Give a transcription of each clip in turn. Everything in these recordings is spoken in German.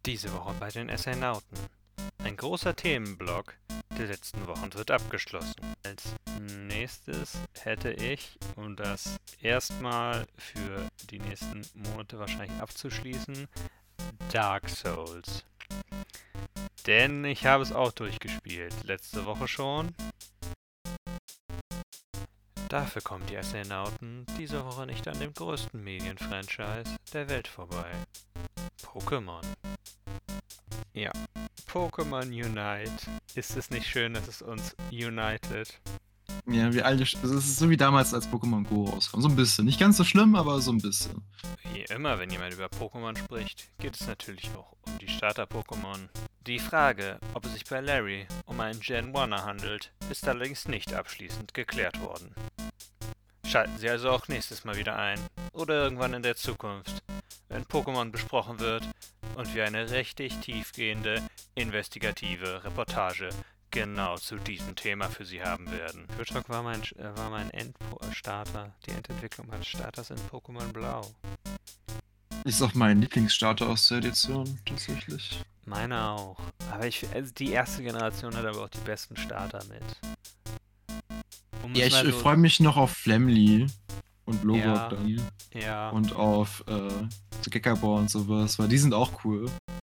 Diese Woche bei den Astronauten. Ein großer Themenblock der letzten Wochen wird abgeschlossen. Als nächstes hätte ich, um das erstmal für die nächsten Monate wahrscheinlich abzuschließen, Dark Souls. Denn ich habe es auch durchgespielt, letzte Woche schon. Dafür kommen die Astronauten diese Woche nicht an dem größten Medienfranchise der Welt vorbei. Pokémon. Ja, Pokémon Unite. Ist es nicht schön, dass es uns united? Ja, wir alle. Es ist so wie damals, als Pokémon Go rauskam. So ein bisschen. Nicht ganz so schlimm, aber so ein bisschen. Wie immer, wenn jemand über Pokémon spricht, geht es natürlich auch um die Starter-Pokémon. Die Frage, ob es sich bei Larry um einen Gen 1er handelt, ist allerdings nicht abschließend geklärt worden. Schalten Sie also auch nächstes Mal wieder ein. Oder irgendwann in der Zukunft, wenn Pokémon besprochen wird und wir eine richtig tiefgehende, investigative Reportage genau zu diesem Thema für Sie haben werden. Turtok war mein Endstarter, die Endentwicklung meines Starters in Pokémon Blau. Ist auch mein Lieblingsstarter aus der Edition, tatsächlich. Meine auch. Aber die erste Generation hat aber auch die besten Starter mit. Ja, ich freue mich noch auf Flamly und Logok Ja, dann. Ja. Und auf Gekabor und sowas, weil die sind auch cool.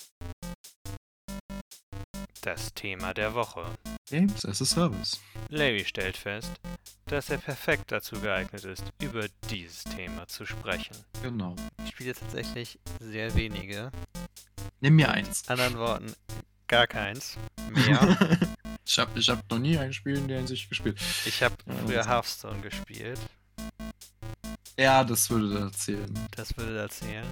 Das Thema der Woche. Games as a Service. Larry stellt fest, dass er perfekt dazu geeignet ist, über dieses Thema zu sprechen. Genau. Ich spiele tatsächlich sehr wenige. Nimm mir eins. In anderen Worten, gar keins mehr. Ich hab noch nie ein Spiel in der Hinsicht gespielt. Ich habe früher Hearthstone gespielt. Ja, das würde erzählen. Das würde erzählen.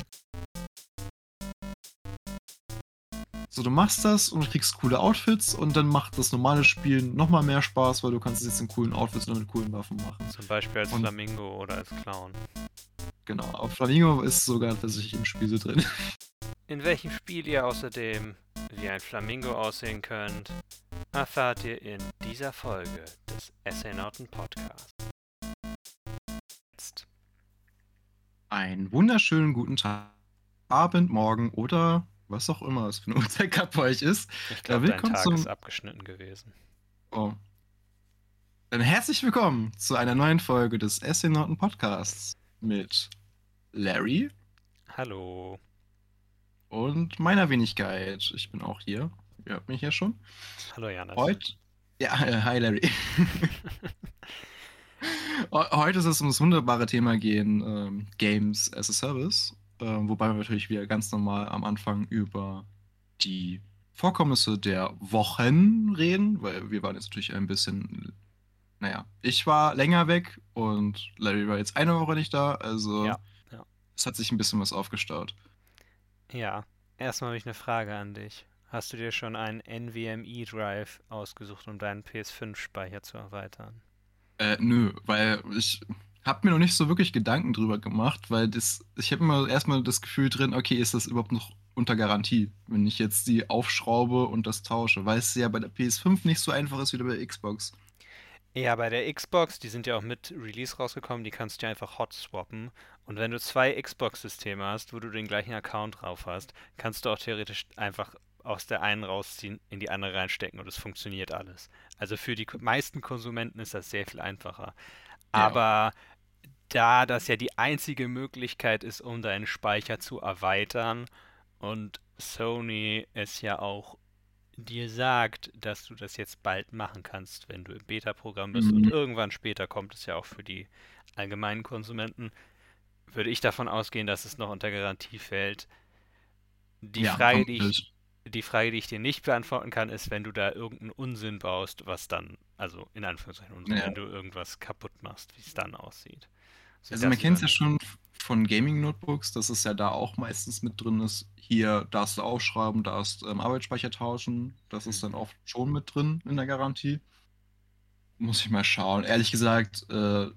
So, du machst das und kriegst coole Outfits und dann macht das normale Spielen nochmal mehr Spaß, weil du kannst es jetzt in coolen Outfits und mit coolen Waffen machen. Zum Beispiel als Flamingo oder als Clown. Genau, auf Flamingo ist sogar tatsächlich im Spiel so drin. In welchem Spiel ihr außerdem wie ein Flamingo aussehen könnt, erfahrt ihr in dieser Folge des Astronauten Podcasts. Jetzt. Einen wunderschönen guten Tag, Abend, Morgen oder was auch immer es für eine Uhrzeit gerade bei euch ist. Ich glaube, dein Tag ist abgeschnitten gewesen. Oh. Dann herzlich willkommen zu einer neuen Folge des Astronauten Podcasts mit Larry. Hallo. Und meiner Wenigkeit. Ich bin auch hier. Ihr hört mich ja schon. Hallo Janis. Hi Larry. Heute soll es um das wunderbare Thema gehen, Games as a Service. Wobei wir natürlich wieder ganz normal am Anfang über die Vorkommnisse der Wochen reden, weil wir waren jetzt natürlich ein bisschen, ich war länger weg und Larry war jetzt eine Woche nicht da, also es hat sich ein bisschen was aufgestaut. Ja, erstmal habe ich eine Frage an dich. Hast du dir schon einen NVMe-Drive ausgesucht, um deinen PS5-Speicher zu erweitern? Nö, weil ich habe mir noch nicht so wirklich Gedanken drüber gemacht, weil ich habe immer erstmal das Gefühl drin, okay, ist das überhaupt noch unter Garantie, wenn ich jetzt die aufschraube und das tausche, weil es ja bei der PS5 nicht so einfach ist wie bei der Xbox. Ja, bei der Xbox, die sind ja auch mit Release rausgekommen, die kannst du ja einfach hot swappen. Und wenn du zwei Xbox-Systeme hast, wo du den gleichen Account drauf hast, kannst du auch theoretisch einfach aus der einen rausziehen, in die andere reinstecken und es funktioniert alles. Also für die meisten Konsumenten ist das sehr viel einfacher. Aber da das ja die einzige Möglichkeit ist, um deinen Speicher zu erweitern und Sony es ja auch dir sagt, dass du das jetzt bald machen kannst, wenn du im Beta-Programm bist und irgendwann später kommt es ja auch für die allgemeinen Konsumenten, würde ich davon ausgehen, dass es noch unter Garantie fällt. Die Frage, die ich dir nicht beantworten kann, ist, wenn du da irgendeinen Unsinn baust, was dann, also in Anführungszeichen Unsinn, wenn du irgendwas kaputt machst, wie es dann aussieht. Also man kennt es ja schon von Gaming-Notebooks, dass es ja da auch meistens mit drin ist. Hier darfst du aufschreiben, darfst Arbeitsspeicher tauschen. Das ist dann oft schon mit drin in der Garantie. Muss ich mal schauen. Ehrlich gesagt,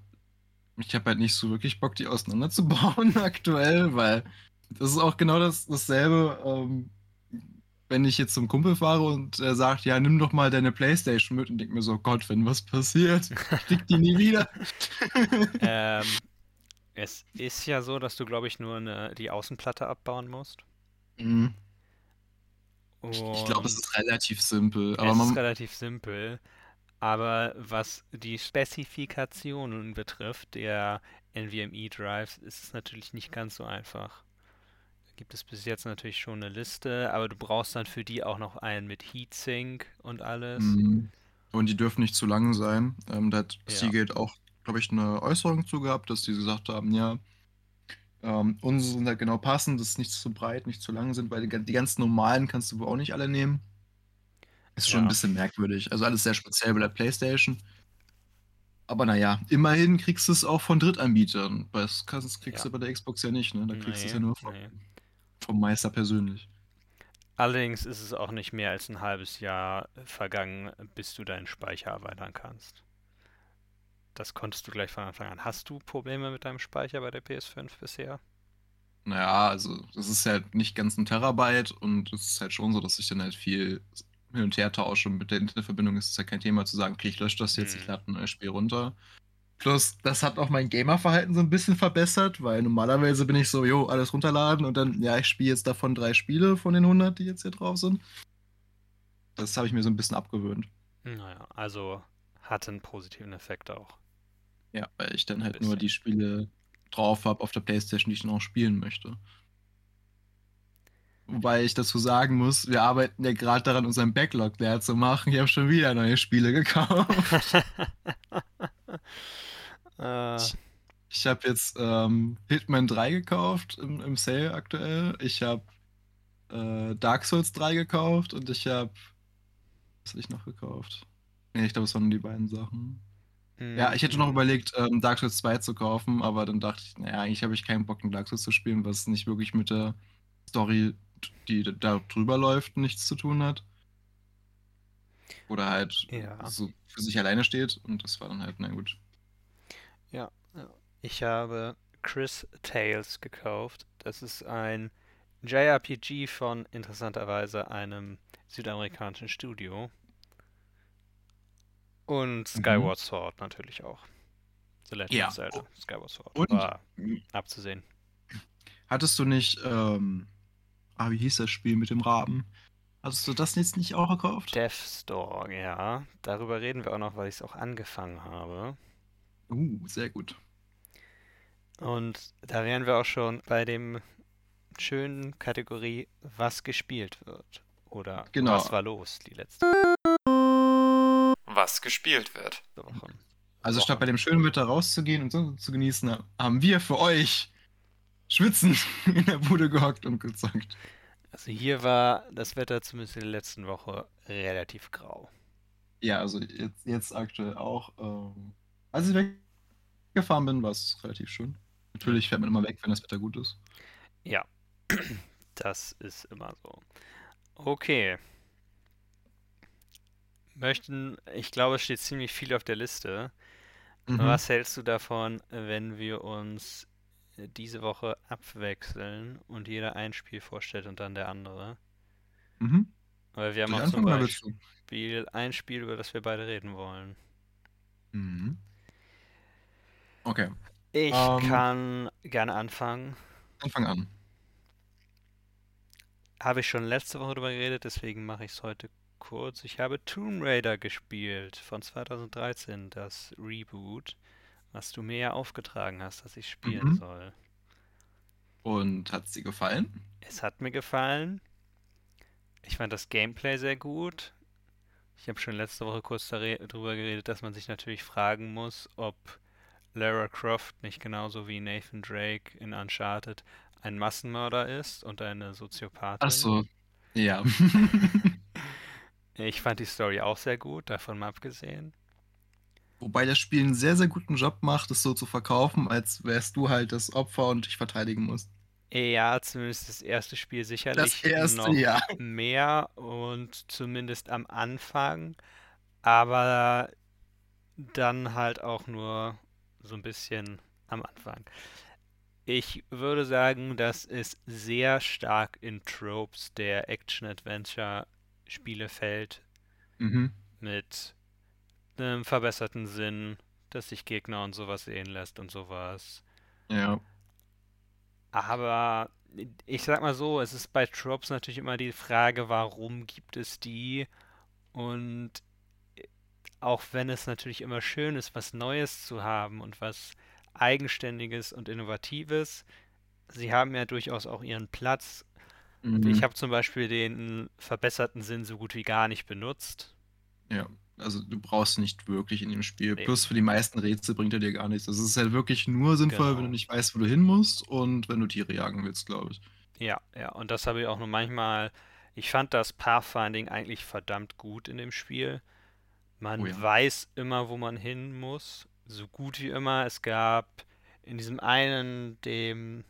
ich habe halt nicht so wirklich Bock, die auseinanderzubauen aktuell, weil das ist auch genau dasselbe, wenn ich jetzt zum Kumpel fahre und er sagt, ja, nimm doch mal deine Playstation mit und denk mir so, Gott, wenn was passiert, ich krieg die nie wieder. Es ist ja so, dass du, glaube ich, nur die Außenplatte abbauen musst. Mhm. Ich glaube, es Und ist relativ simpel, aber es ist man, relativ simpel, aber was die Spezifikationen betrifft, der NVMe-Drives, ist es natürlich nicht ganz so einfach. Da gibt es bis jetzt natürlich schon eine Liste, aber du brauchst dann für die auch noch einen mit Heatsink und alles. Mhm. Und die dürfen nicht zu lang sein. Da hat Ja, Seagate auch, glaube ich, eine Äußerung zu gehabt, dass die gesagt haben, ja, unsere sind halt genau passend, dass es nicht zu breit, nicht zu lang sind, weil die ganz normalen kannst du wohl auch nicht alle nehmen. Ist schon ein ja, bisschen merkwürdig. Also alles sehr speziell bei der PlayStation. Aber naja, immerhin kriegst du es auch von Drittanbietern. Das kriegst ja. du bei der Xbox ja nicht, ne? Da kriegst du es ja Nee, nur nee. vom Meister persönlich. Allerdings ist es auch nicht mehr als ein halbes Jahr vergangen, bis du deinen Speicher erweitern kannst. Das konntest du gleich von Anfang an. Hast du Probleme mit deinem Speicher bei der PS5 bisher? Naja, also das ist halt nicht ganz ein Terabyte und es ist halt schon so, dass ich dann halt viel hin und her tausche. Mit der Internetverbindung ist es ja kein Thema zu sagen, okay, ich lösche das jetzt, ich Hm. lade ein neues Spiel runter. Plus, das hat auch mein Gamerverhalten so ein bisschen verbessert, weil normalerweise bin ich so, jo, alles runterladen und dann, ja, ich spiele jetzt davon 3 Spiele von den 100, die jetzt hier drauf sind. Das habe ich mir so ein bisschen abgewöhnt. Naja, also hat einen positiven Effekt auch. Ja, weil ich dann Ein halt nur bisschen. die Spiele drauf habe auf der PlayStation, die ich dann auch spielen möchte. Wobei ich dazu sagen muss, wir arbeiten ja gerade daran, unseren Backlog leer zu machen. Ich habe schon wieder neue Spiele gekauft. äh, Ich, ich habe jetzt Hitman 3 gekauft im Sale aktuell. Ich habe Dark Souls 3 gekauft und ich habe. Was habe ich noch gekauft? Nee, ich glaube, es waren nur die beiden Sachen. Ja, ich hätte noch mhm. überlegt, Dark Souls 2 zu kaufen, aber dann dachte ich, naja, eigentlich habe ich keinen Bock, ein Dark Souls zu spielen, was nicht wirklich mit der Story, die da drüber läuft, nichts zu tun hat. Oder halt Ja, so für sich alleine steht. Und das war dann halt, na gut. ja, ja. Ich habe Chris Tales gekauft. Das ist ein JRPG von interessanterweise einem südamerikanischen Studio. Und Mhm. Skyward Sword natürlich auch. The Legend of Ja. Zelda, Skyward Sword. Und War abzusehen. hattest du nicht, wie hieß das Spiel mit dem Raben? Hattest du das jetzt nicht auch gekauft? Death Door, ja. Darüber reden wir auch noch, weil ich es auch angefangen habe. Sehr gut. Und da wären wir auch schon bei dem schönen Kategorie, was gespielt wird. Oder was Genau. war los die letzten Was gespielt wird. Wochen. Also statt bei Wochen. dem schönen Wetter rauszugehen und so zu genießen, haben wir für euch schwitzend in der Bude gehockt und gezockt. Also hier war das Wetter zumindest in der letzten Woche relativ grau. Ja, also jetzt aktuell auch. Als ich weggefahren bin, war es relativ schön. Ja. Natürlich fährt man immer weg, wenn das Wetter gut ist. Ja, das ist immer so. Okay. Ich glaube, es steht ziemlich viel auf der Liste. Mhm. Was hältst du davon, wenn wir uns diese Woche abwechseln und jeder ein Spiel vorstellt und dann der andere? Mhm. Weil wir haben Soll ich auch zum anfangen oder willst du? Beispiel ein Spiel, über das wir beide reden wollen. Mhm. Okay. Ich Ähm, kann gerne anfangen. Anfang an. Habe ich schon letzte Woche darüber geredet, deswegen mache ich es heute kurz. Ich habe Tomb Raider gespielt von 2013, das Reboot, was du mir ja aufgetragen hast, dass ich spielen Mhm. soll. Und hat es dir gefallen? Es hat mir gefallen. Ich fand das Gameplay sehr gut. Ich habe schon letzte Woche kurz darüber geredet, dass man sich natürlich fragen muss, ob Lara Croft nicht genauso wie Nathan Drake in Uncharted ein Massenmörder ist und eine Ach Soziopathin. so, ja. Ich fand die Story auch sehr gut, davon mal abgesehen. Wobei das Spiel einen sehr, sehr guten Job macht, es so zu verkaufen, als wärst du halt das Opfer und dich verteidigen musst. Ja, zumindest das erste Spiel Das sicherlich erste noch Jahr. mehr und zumindest am Anfang, aber dann halt auch nur so ein bisschen am Anfang. Ich würde sagen, dass es sehr stark in Tropes der Action-Adventure-Spiele fällt, Mhm. mit einem verbesserten Sinn, dass sich Gegner und sowas sehen lässt und sowas. Ja. Aber Ich sag mal so, es ist bei Tropes natürlich immer die Frage, warum gibt es die? Und auch wenn es natürlich immer schön ist, was Neues zu haben und was Eigenständiges und Innovatives, sie haben ja durchaus auch ihren Platz. Ich Mhm. habe zum Beispiel den verbesserten Sinn so gut wie gar nicht benutzt. Ja, also du brauchst nicht wirklich in dem Spiel. Nee, Plus für die meisten Rätsel bringt er dir gar nichts. Also es ist halt wirklich nur sinnvoll, wenn du genau. nicht weißt, wo du hin musst und wenn du Tiere jagen willst, glaube ich. Ja, ja, und das habe ich auch nur manchmal. Ich fand das Pathfinding eigentlich verdammt gut in dem Spiel. Oh Man ja. weiß immer, wo man hin muss, so gut wie immer. Es gab in diesem einen, dem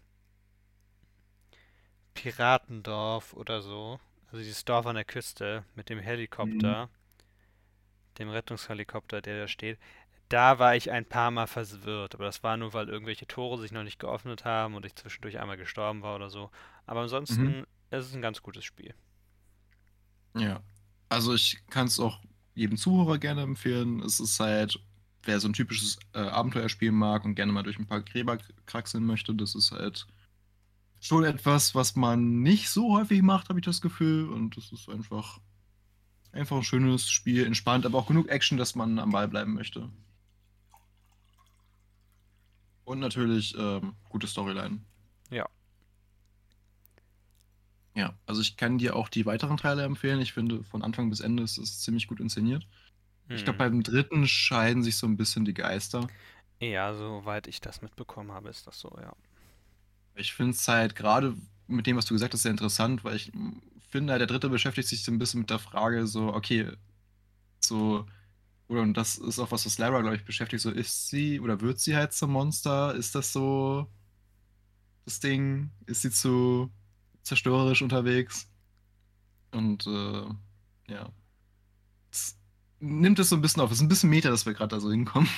Piratendorf oder so, also dieses Dorf an der Küste mit dem Mhm. Helikopter, dem Rettungshelikopter, der da steht, da war ich ein paar Mal verwirrt, aber das war nur, weil irgendwelche Tore sich noch nicht geöffnet haben und ich zwischendurch einmal gestorben war oder so. Aber Mhm. ansonsten ist es ein ganz gutes Spiel. Ja. Also ich kann es auch jedem Zuhörer gerne empfehlen. Es ist halt, wer so ein typisches Abenteuerspiel mag und gerne mal durch ein paar Gräber kraxeln möchte, das ist halt schon etwas, was man nicht so häufig macht, habe ich das Gefühl. Und das ist einfach ein schönes Spiel, entspannt, aber auch genug Action, dass man am Ball bleiben möchte. Und natürlich gute Storyline. Ja. Ja, also ich kann dir auch die weiteren Teile empfehlen. Ich finde, von Anfang bis Ende ist es ziemlich gut inszeniert. Ich glaube, Hm. beim dritten scheiden sich so ein bisschen die Geister. Ja, soweit ich das mitbekommen habe, ist das so, ja. Ich finde es halt gerade mit dem, was du gesagt hast, sehr interessant, weil ich finde, halt, der dritte beschäftigt sich so ein bisschen mit der Frage, so, okay, so, oder und das ist auch was, was Lara, glaube ich, beschäftigt, so, ist sie oder wird sie halt zum Monster? Ist das so das Ding? Ist sie zu zerstörerisch unterwegs? Und ja, es nimmt es so ein bisschen auf. Es ist ein bisschen Meta, dass wir gerade da so hinkommen.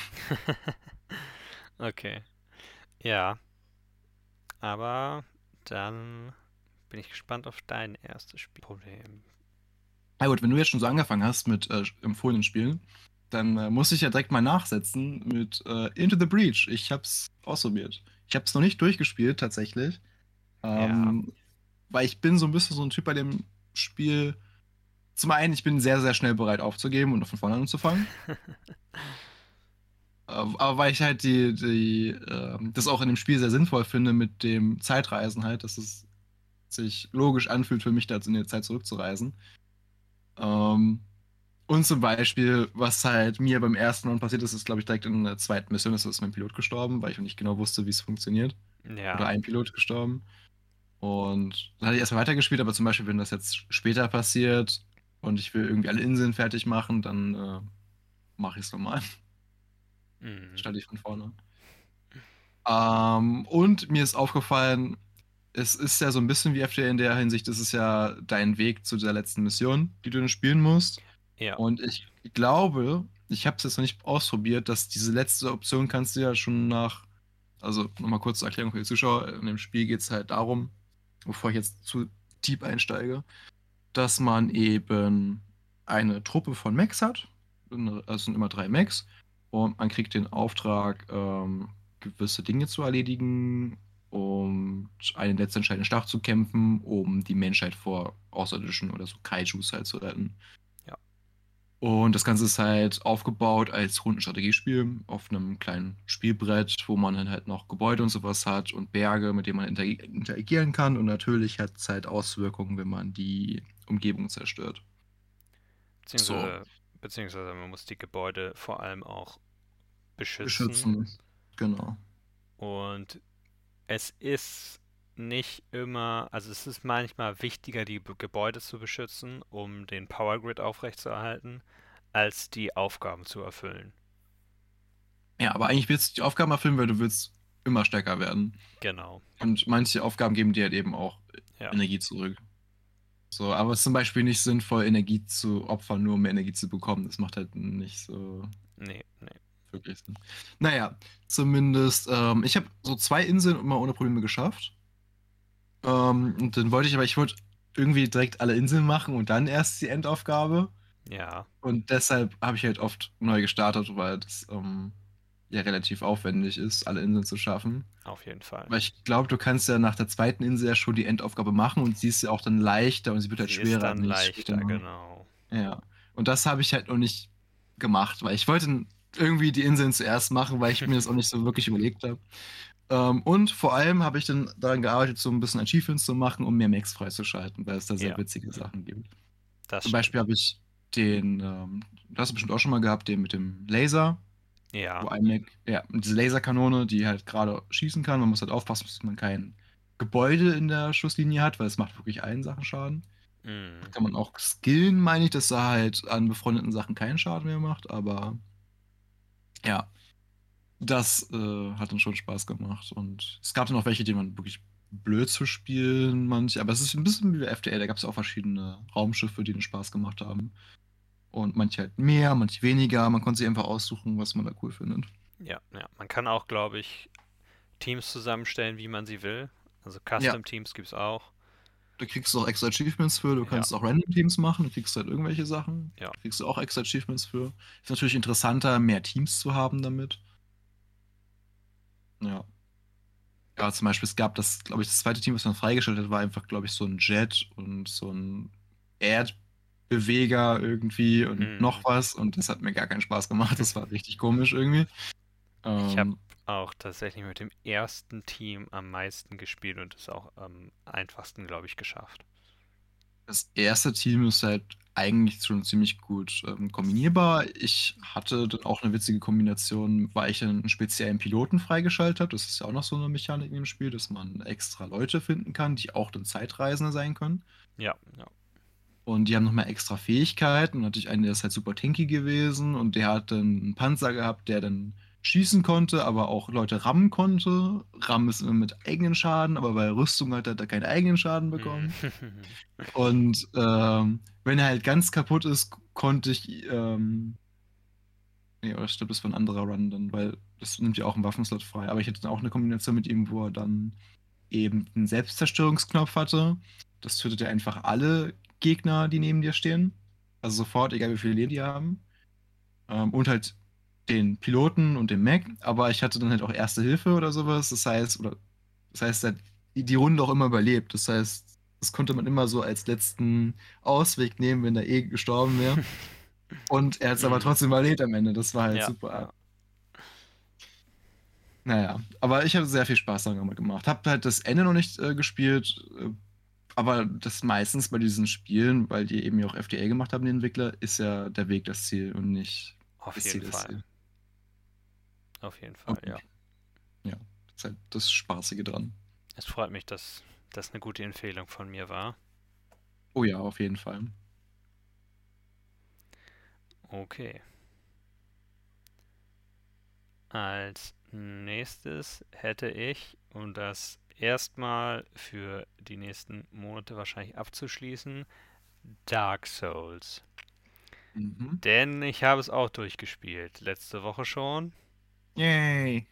Okay. Ja, aber dann bin ich gespannt auf dein erstes Spielproblem. Na gut, wenn du jetzt schon so angefangen hast mit empfohlenen Spielen, dann muss ich ja direkt mal nachsetzen mit Into the Breach. Ich hab's ausprobiert. Ich hab's noch nicht durchgespielt, tatsächlich. Ja. Ähm, weil ich bin so ein bisschen so ein Typ bei dem Spiel. Zum einen, ich bin sehr, sehr schnell bereit aufzugeben und von vorne anzufangen. Aber weil ich halt das auch in dem Spiel sehr sinnvoll finde mit dem Zeitreisen halt, dass es sich logisch anfühlt für mich, da in die Zeit zurückzureisen. Ähm, Und zum Beispiel, was halt mir beim ersten Mal passiert ist, ist, glaube ich, direkt in der zweiten Mission ist mein Pilot gestorben, weil ich nicht genau wusste, wie es funktioniert. Oder Ja. ein Pilot gestorben. Und dann hatte ich erstmal weitergespielt, aber zum Beispiel, wenn das jetzt später passiert und ich will irgendwie alle Inseln fertig machen, dann mache ich es nochmal. Mhm. Starte ich von vorne. Und mir ist aufgefallen, es ist ja so ein bisschen wie FTL in der Hinsicht, es ist ja dein Weg zu der letzten Mission, die du dann spielen musst. Ja. Und ich glaube, ich habe es jetzt noch nicht ausprobiert, dass diese letzte Option kannst du ja schon also nochmal kurz zur Erklärung für die Zuschauer, in dem Spiel geht es halt darum, bevor ich jetzt zu deep einsteige, dass man eben eine Truppe von Mechs hat, also es sind immer 3 Mechs, und man kriegt den Auftrag, gewisse Dinge zu erledigen, um einen letzten entscheidenden Schlag zu kämpfen, um die Menschheit vor Außerirdischen oder so Kaijus halt zu retten. Ja. Und das Ganze ist halt aufgebaut als Rundenstrategiespiel auf einem kleinen Spielbrett, wo man dann halt noch Gebäude und sowas hat und Berge, mit denen man interagieren kann. Und natürlich hat es halt Auswirkungen, wenn man die Umgebung zerstört. So, Beziehungsweise, beziehungsweise man muss die Gebäude vor allem auch beschützen. beschützen. Genau. Und es ist nicht immer, also es ist manchmal wichtiger, die Gebäude zu beschützen, um den Power Grid aufrechtzuerhalten, als die Aufgaben zu erfüllen. Ja, aber eigentlich willst du die Aufgaben erfüllen, weil du willst immer stärker werden. Genau. Und manche Aufgaben geben dir halt eben auch Ja. Energie zurück. So, aber es ist zum Beispiel nicht sinnvoll, Energie zu opfern, nur um mehr Energie zu bekommen. Das macht halt nicht so Nee, nee. wirklich Sinn. Naja, zumindest, ich habe so 2 Inseln immer ohne Probleme geschafft. Und dann ich wollte irgendwie direkt alle Inseln machen und dann erst die Endaufgabe. Ja. Und deshalb habe ich halt oft neu gestartet, weil das ja relativ aufwendig ist, alle Inseln zu schaffen. Auf jeden Fall. Weil ich glaube, du kannst ja nach der zweiten Insel ja schon die Endaufgabe machen und sie ist ja auch dann leichter und sie wird halt Sie ist schwerer im dann nächsten Schritt leichter, immer. genau. Ja. Und das habe ich halt noch nicht gemacht, weil ich wollte irgendwie die Inseln zuerst machen, weil ich mir das auch nicht so wirklich überlegt habe. Und vor allem habe ich dann daran gearbeitet, so ein bisschen Achievements zu machen, um mehr Max freizuschalten, weil es da sehr Ja, witzige Sachen gibt. das Zum Beispiel stimmt. habe ich den, das hast du bestimmt auch schon mal gehabt, den mit dem Laser, wo Ja. ein Mac, ja, diese Laserkanone, die halt gerade schießen kann. Man muss halt aufpassen, dass man kein Gebäude in der Schusslinie hat, weil es macht wirklich allen Sachen Schaden. Mm. Kann man auch skillen, meine ich, dass er halt an befreundeten Sachen keinen Schaden mehr macht, aber ja, das hat dann schon Spaß gemacht. Und es gab dann auch welche, die man wirklich blöd zu spielen, manche, aber es ist ein bisschen wie bei FTL, da gab es auch verschiedene Raumschiffe, die den Spaß gemacht haben. Und manche halt mehr, manche weniger. Man konnte sich einfach aussuchen, was man da cool findet. Ja, ja. Man kann auch, glaube ich, Teams zusammenstellen, wie man sie will. Also Ja, Custom-Teams gibt es auch. da kriegst du auch extra Achievements für. Du Ja, kannst auch Random Teams machen. Du kriegst halt irgendwelche Sachen. ja. Da kriegst du auch extra Achievements für. Ist natürlich interessanter, mehr Teams zu haben damit. Ja. Ja, zum Beispiel, es gab das, glaube ich, das zweite Team, was man freigeschaltet hat, war einfach, glaube ich, so ein Jet und so ein Erdbeweger irgendwie und noch Mm. was. Und das hat mir gar keinen Spaß gemacht. Das war richtig komisch irgendwie. Ich habe Ähm, auch tatsächlich mit dem ersten Team am meisten gespielt und es auch am einfachsten, glaube ich, geschafft. Das erste Team ist halt eigentlich schon ziemlich gut kombinierbar. Ich hatte dann auch eine witzige Kombination, weil ich einen speziellen Piloten freigeschaltet habe. Das ist ja auch noch so eine Mechanik in dem Spiel, dass man extra Leute finden kann, die auch dann Zeitreisende sein können. Ja, ja. Und die haben nochmal extra Fähigkeiten. Und natürlich einen, der ist halt super tanky gewesen und der hat dann einen Panzer gehabt, der dann schießen konnte, aber auch Leute rammen konnte. Rammen ist immer mit eigenen Schaden, aber bei Rüstung hat er da keinen eigenen Schaden bekommen. Mm. Und wenn er halt ganz kaputt ist, konnte ich. Nee, oder stimmt, das war ein anderer Run dann, weil das nimmt ja auch einen Waffenslot frei. Aber ich hatte dann auch eine Kombination mit ihm, wo er dann eben einen Selbstzerstörungsknopf hatte. Das tötet ja einfach alle Gegner, die neben dir stehen. Also sofort, egal wie viele Leben die haben. Und halt den Piloten und den Mech. Aber ich hatte dann halt auch Erste Hilfe oder sowas. Das heißt, er hat die Runde auch immer überlebt. Das heißt, das konnte man immer so als letzten Ausweg nehmen, wenn er eh gestorben wäre. Und er hat es aber Mm. trotzdem überlebt am Ende. Das war halt Ja, super. ja. Naja, aber ich habe sehr viel Spaß daran gemacht. Hab halt das Ende noch nicht gespielt, aber das meistens bei diesen Spielen, weil die eben ja auch FDA gemacht haben, die Entwickler, ist ja der Weg das Ziel und nicht Auf das Ziel jeden das Fall. Ziel. Auf jeden Fall, Und ja. ja, das ist halt das Spaßige dran. Es freut mich, dass das eine gute Empfehlung von mir war. Oh ja, auf jeden Fall. Okay. Als nächstes hätte ich, um das erstmal für die nächsten Monate wahrscheinlich abzuschließen, Dark Souls. Mhm. Denn ich habe es auch durchgespielt. Letzte Woche schon. Yay!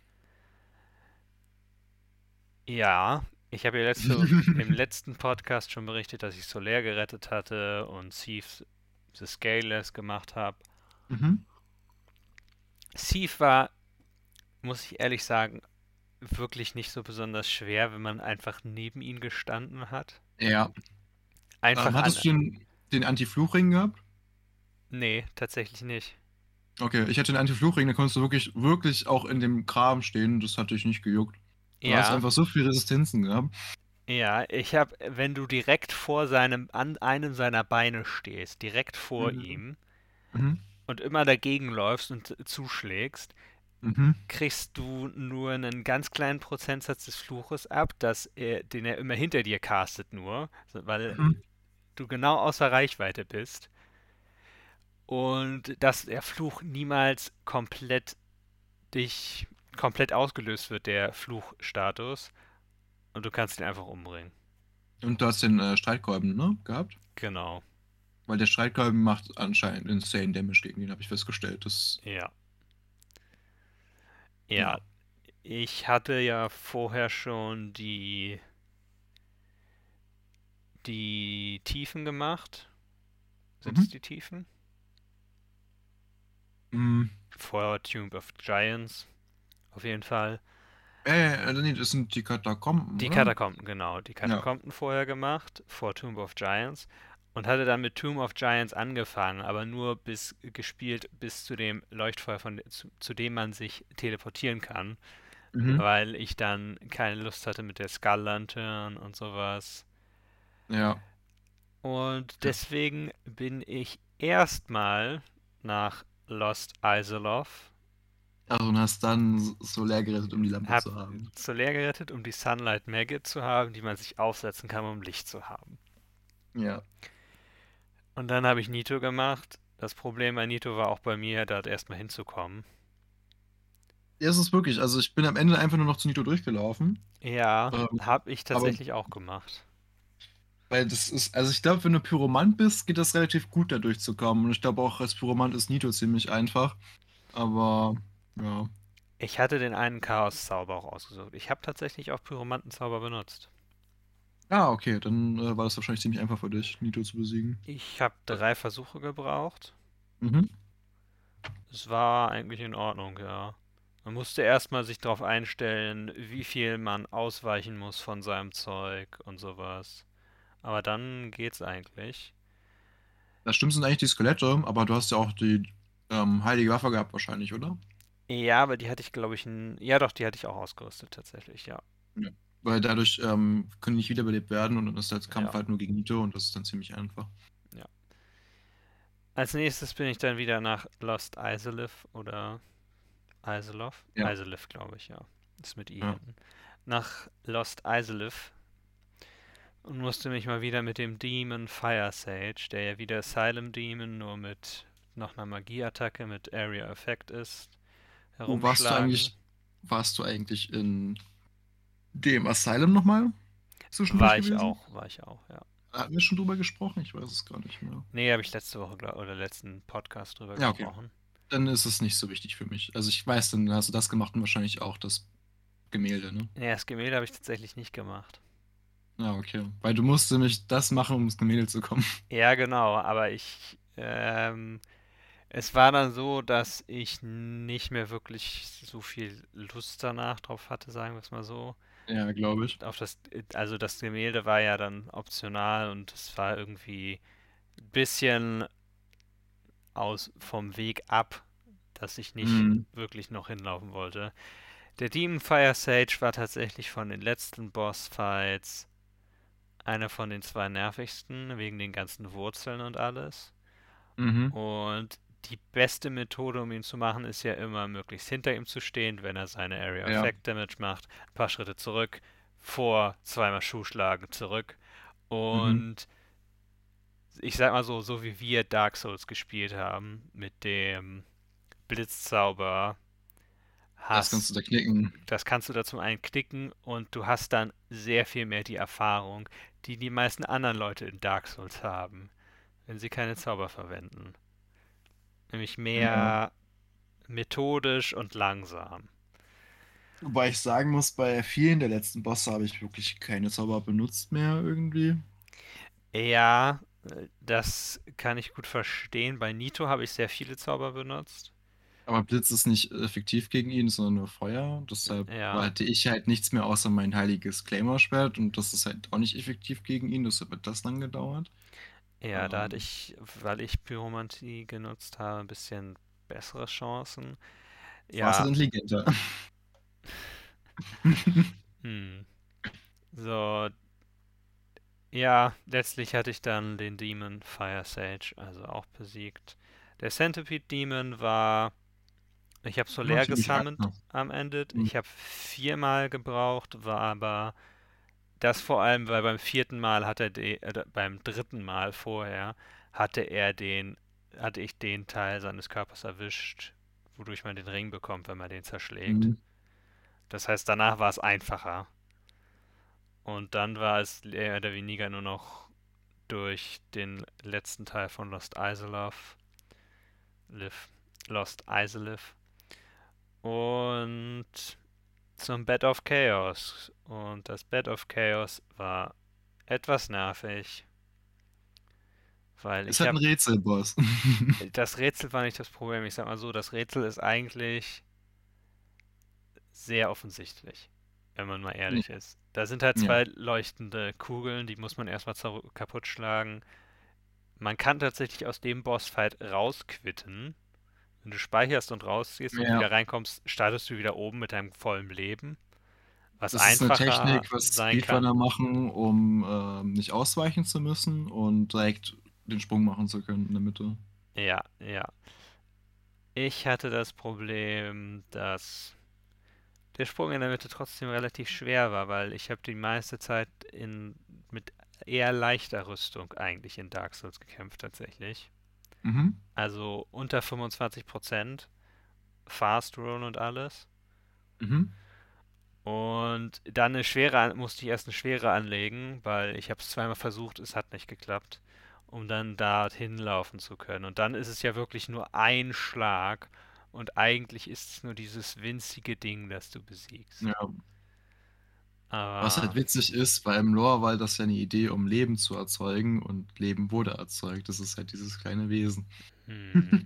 Ja, ich habe ja im letzten Podcast schon berichtet, dass ich Solaire gerettet hatte und Thief the Scaleless gemacht habe. Mhm. Thief war, muss ich ehrlich sagen, wirklich nicht so besonders schwer, wenn man einfach neben ihn gestanden hat. Ja. Einfach an. Hattest du den Anti-Fluchring gehabt? Nee, tatsächlich nicht. Okay, ich hatte den Anti-Fluchring, da konntest du wirklich, wirklich auch in dem Graben stehen. Das hat dich nicht gejuckt. Du hast Ja, einfach so viel Resistenzen gehabt. ja, ich habe, wenn du direkt an einem seiner Beine stehst, direkt vor Mhm. ihm Mhm. und immer dagegen läufst und zuschlägst, Mhm. kriegst du nur einen ganz kleinen Prozentsatz des Fluches ab, den er immer hinter dir castet nur, weil Mhm. du genau außer Reichweite bist und dass der Fluch niemals komplett ausgelöst wird, der Fluchstatus, und du kannst ihn einfach umbringen. Und du hast den Streitkolben, ne, gehabt? Genau, Weil der Streitkolben macht anscheinend insane Damage gegen ihn, habe ich festgestellt. ja. Ja, Ja. ich hatte ja vorher schon die Tiefen gemacht. Sind es Mhm. die Tiefen? Mhm. Vorher Tomb of Giants. auf jeden Fall. Nee, das sind die Katakomben, Die oder? Katakomben, genau. Die Ja. Katakomben vorher gemacht, vor Tomb of Giants. Und hatte dann mit Tomb of Giants angefangen, aber nur bis gespielt bis zu dem Leuchtfeuer, zu dem man sich teleportieren kann, Mhm. weil ich dann keine Lust hatte mit der Skull Lantern und sowas. Ja. Und deswegen bin ich erstmal nach Lost Isolov, Also und hast dann so leer gerettet, um die Lampe hab zu haben. zur Leer gerettet, um die Sunlight Maggot zu haben, die man sich aufsetzen kann, um Licht zu haben. Ja. Und dann habe ich Nito gemacht. Das Problem bei Nito war auch bei mir, dort erstmal hinzukommen. Ja, es ist wirklich, also ich bin am Ende einfach nur noch zu Nito durchgelaufen. Ja, Ähm, habe ich aber tatsächlich auch gemacht. weil das ist, also ich glaube, wenn du Pyromant bist, geht das relativ gut, da durchzukommen. Und ich glaube auch als Pyromant ist Nito ziemlich einfach. Aber ja. Ich hatte den einen Chaos-Zauber auch ausgesucht. Ich habe tatsächlich auch Pyromantenzauber benutzt. Ah, okay, dann war das wahrscheinlich ziemlich einfach für dich, Nito zu besiegen. Ich habe 3 Versuche gebraucht. Mhm. Es war eigentlich in Ordnung, ja. Man musste erstmal sich darauf einstellen, wie viel man ausweichen muss von seinem Zeug und sowas. Aber dann geht's eigentlich. Das stimmt, sind eigentlich die Skelette, aber du hast ja auch die heilige Waffe gehabt wahrscheinlich, oder? Ja, aber die hatte ich, glaube ich, ja doch, die hatte ich auch ausgerüstet tatsächlich, ja. Ja. Weil dadurch können die nicht wiederbelebt werden und dann ist der Ja, Kampf halt nur gegen Nito und das ist dann ziemlich einfach. ja. Als nächstes bin ich dann wieder nach Lost Isolith oder Isolov? Ja, Isolith, glaube ich, ja. Ist mit I ja. hinten. Nach Lost Isolith und musste mich mal wieder mit dem Demon Fire Sage, der ja wieder Asylum Demon nur mit noch einer Magieattacke mit Area Effect ist, Wo herumschlagen. warst du eigentlich in dem Asylum nochmal zwischendurch gewesen? War ich auch, ja. Hatten wir schon drüber gesprochen? Ich weiß es gar nicht mehr. Nee, habe ich letzte Woche oder letzten Podcast drüber Ja, okay. gesprochen. Dann ist es nicht so wichtig für mich. Also ich weiß, dann hast du das gemacht und wahrscheinlich auch das Gemälde, ne? Nee, das Gemälde habe ich tatsächlich nicht gemacht. Ja, okay. Weil du musst nämlich das machen, um ins Gemälde zu kommen. Ja, genau, aber es war dann so, dass ich nicht mehr wirklich so viel Lust danach drauf hatte, sagen wir es mal so. Ja, glaube ich. Also das Gemälde war ja dann optional und es war irgendwie ein bisschen vom Weg ab, dass ich nicht Mhm. wirklich noch hinlaufen wollte. Der Demon Fire Sage war tatsächlich von den letzten Bossfights einer von den 2 nervigsten, wegen den ganzen Wurzeln und alles. Mhm. Und die beste Methode, um ihn zu machen, ist ja immer möglichst hinter ihm zu stehen, wenn er seine Area Ja. Effect Damage macht. Ein paar Schritte zurück, vor, zweimal Schuhschlagen zurück. Mhm. Und ich sag mal so, so wie wir Dark Souls gespielt haben, mit dem Blitzzauber, Das kannst du hast, da knicken. das kannst du da zum einen knicken und du hast dann sehr viel mehr die Erfahrung, die die meisten anderen Leute in Dark Souls haben, wenn sie keine Zauber verwenden. Nämlich Ja. mehr methodisch und langsam. Wobei ich sagen muss, bei vielen der letzten Bosse habe ich wirklich keine Zauber benutzt mehr irgendwie. Ja, das kann ich gut verstehen. Bei Nito habe ich sehr viele Zauber benutzt. Aber Blitz ist nicht effektiv gegen ihn, sondern nur Feuer. Deshalb Ja, hatte ich halt nichts mehr außer mein heiliges Claymore-Schwert und das ist halt auch nicht effektiv gegen ihn, deshalb hat das dann gedauert. ja, da hatte Ähm, ich, weil ich Pyromantie genutzt habe, ein bisschen bessere Chancen. Warst halt Ja, intelligenter. hm. So, ja, letztlich hatte ich dann den Demon Fire Sage, also auch besiegt. Der Centipede Demon war, ich habe so Immer leer ziemlich gesammelt einfach. am Ende. Mhm. Ich habe 4-mal gebraucht, war aber das vor allem, weil beim dritten Mal vorher hatte er den, hatte ich den Teil seines Körpers erwischt, wodurch man den Ring bekommt, wenn man den zerschlägt. Mhm. Das heißt, danach war es einfacher. Und dann war es mehr oder weniger nur noch durch den letzten Teil von Liv, Lost Isolith und zum Bed of Chaos. Und das Bed of Chaos war etwas nervig, weil Ist ich halt habe ein Rätselboss. das Rätsel war nicht das Problem. Ich sag mal so, das Rätsel ist eigentlich, sehr offensichtlich, wenn man mal Ja. ehrlich ist. Da sind halt Ja. zwei leuchtende Kugeln, die muss man erstmal kaputt schlagen. Man kann tatsächlich aus dem Bossfight rausquitten. Wenn du speicherst und rausgehst und Ja. wieder reinkommst, startest du wieder oben mit deinem vollen Leben. Was Das ist eine einfacher Technik, was sein kann. Speedrunner machen, um nicht ausweichen zu müssen und direkt den Sprung machen zu können in der Mitte. Ja, ja. Ich hatte das Problem, dass der Sprung in der Mitte trotzdem relativ schwer war, weil ich habe die meiste Zeit mit eher leichter Rüstung eigentlich in Dark Souls gekämpft tatsächlich. Mhm. Also unter 25% Fast Roll und alles. Mhm. Und dann musste ich erst eine schwere anlegen, weil ich habe es zweimal versucht, es hat nicht geklappt, um dann dorthin laufen zu können. Und dann ist es ja wirklich nur ein Schlag und eigentlich ist es nur dieses winzige Ding, das du besiegst. Ja. Was halt Aber witzig ist, weil im Lore war das ja eine Idee, um Leben zu erzeugen und Leben wurde erzeugt. Das ist halt dieses kleine Wesen. hm,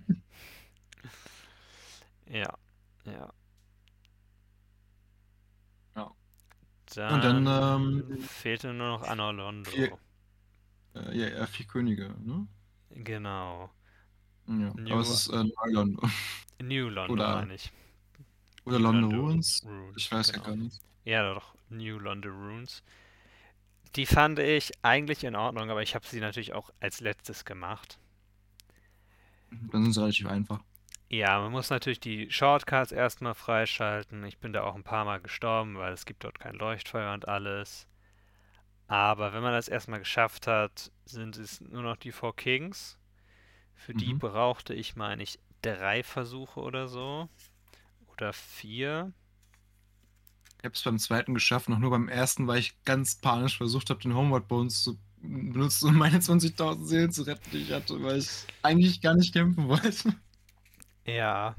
ja, ja. Ja. Und dann Dann fehlte nur noch Anor vier, Londo. ja, ja, vier Könige, ne? Genau. Ja. Aber es New, ist Neuland. New Londo Oder, meine ich. oder New London Londo Ruins. Ich Runes, weiß ja genau. gar nicht. Ja, doch, New Londo Runes. Die fand ich eigentlich in Ordnung, aber ich habe sie natürlich auch als letztes gemacht. Dann sind sie relativ einfach. Ja, man muss natürlich die Shortcuts erstmal freischalten. Ich bin da auch ein paar Mal gestorben, weil es gibt dort kein Leuchtfeuer und alles. Aber wenn man das erstmal geschafft hat, sind es nur noch die Four Kings. Für die Mhm. brauchte ich, meine ich, 3 Versuche oder so. Oder 4. Ich habe es beim zweiten geschafft, noch nur beim ersten, weil ich ganz panisch versucht habe, den Homeward Bones zu benutzen, um meine 20.000 Seelen zu retten, die ich hatte, weil ich eigentlich gar nicht kämpfen wollte. Ja,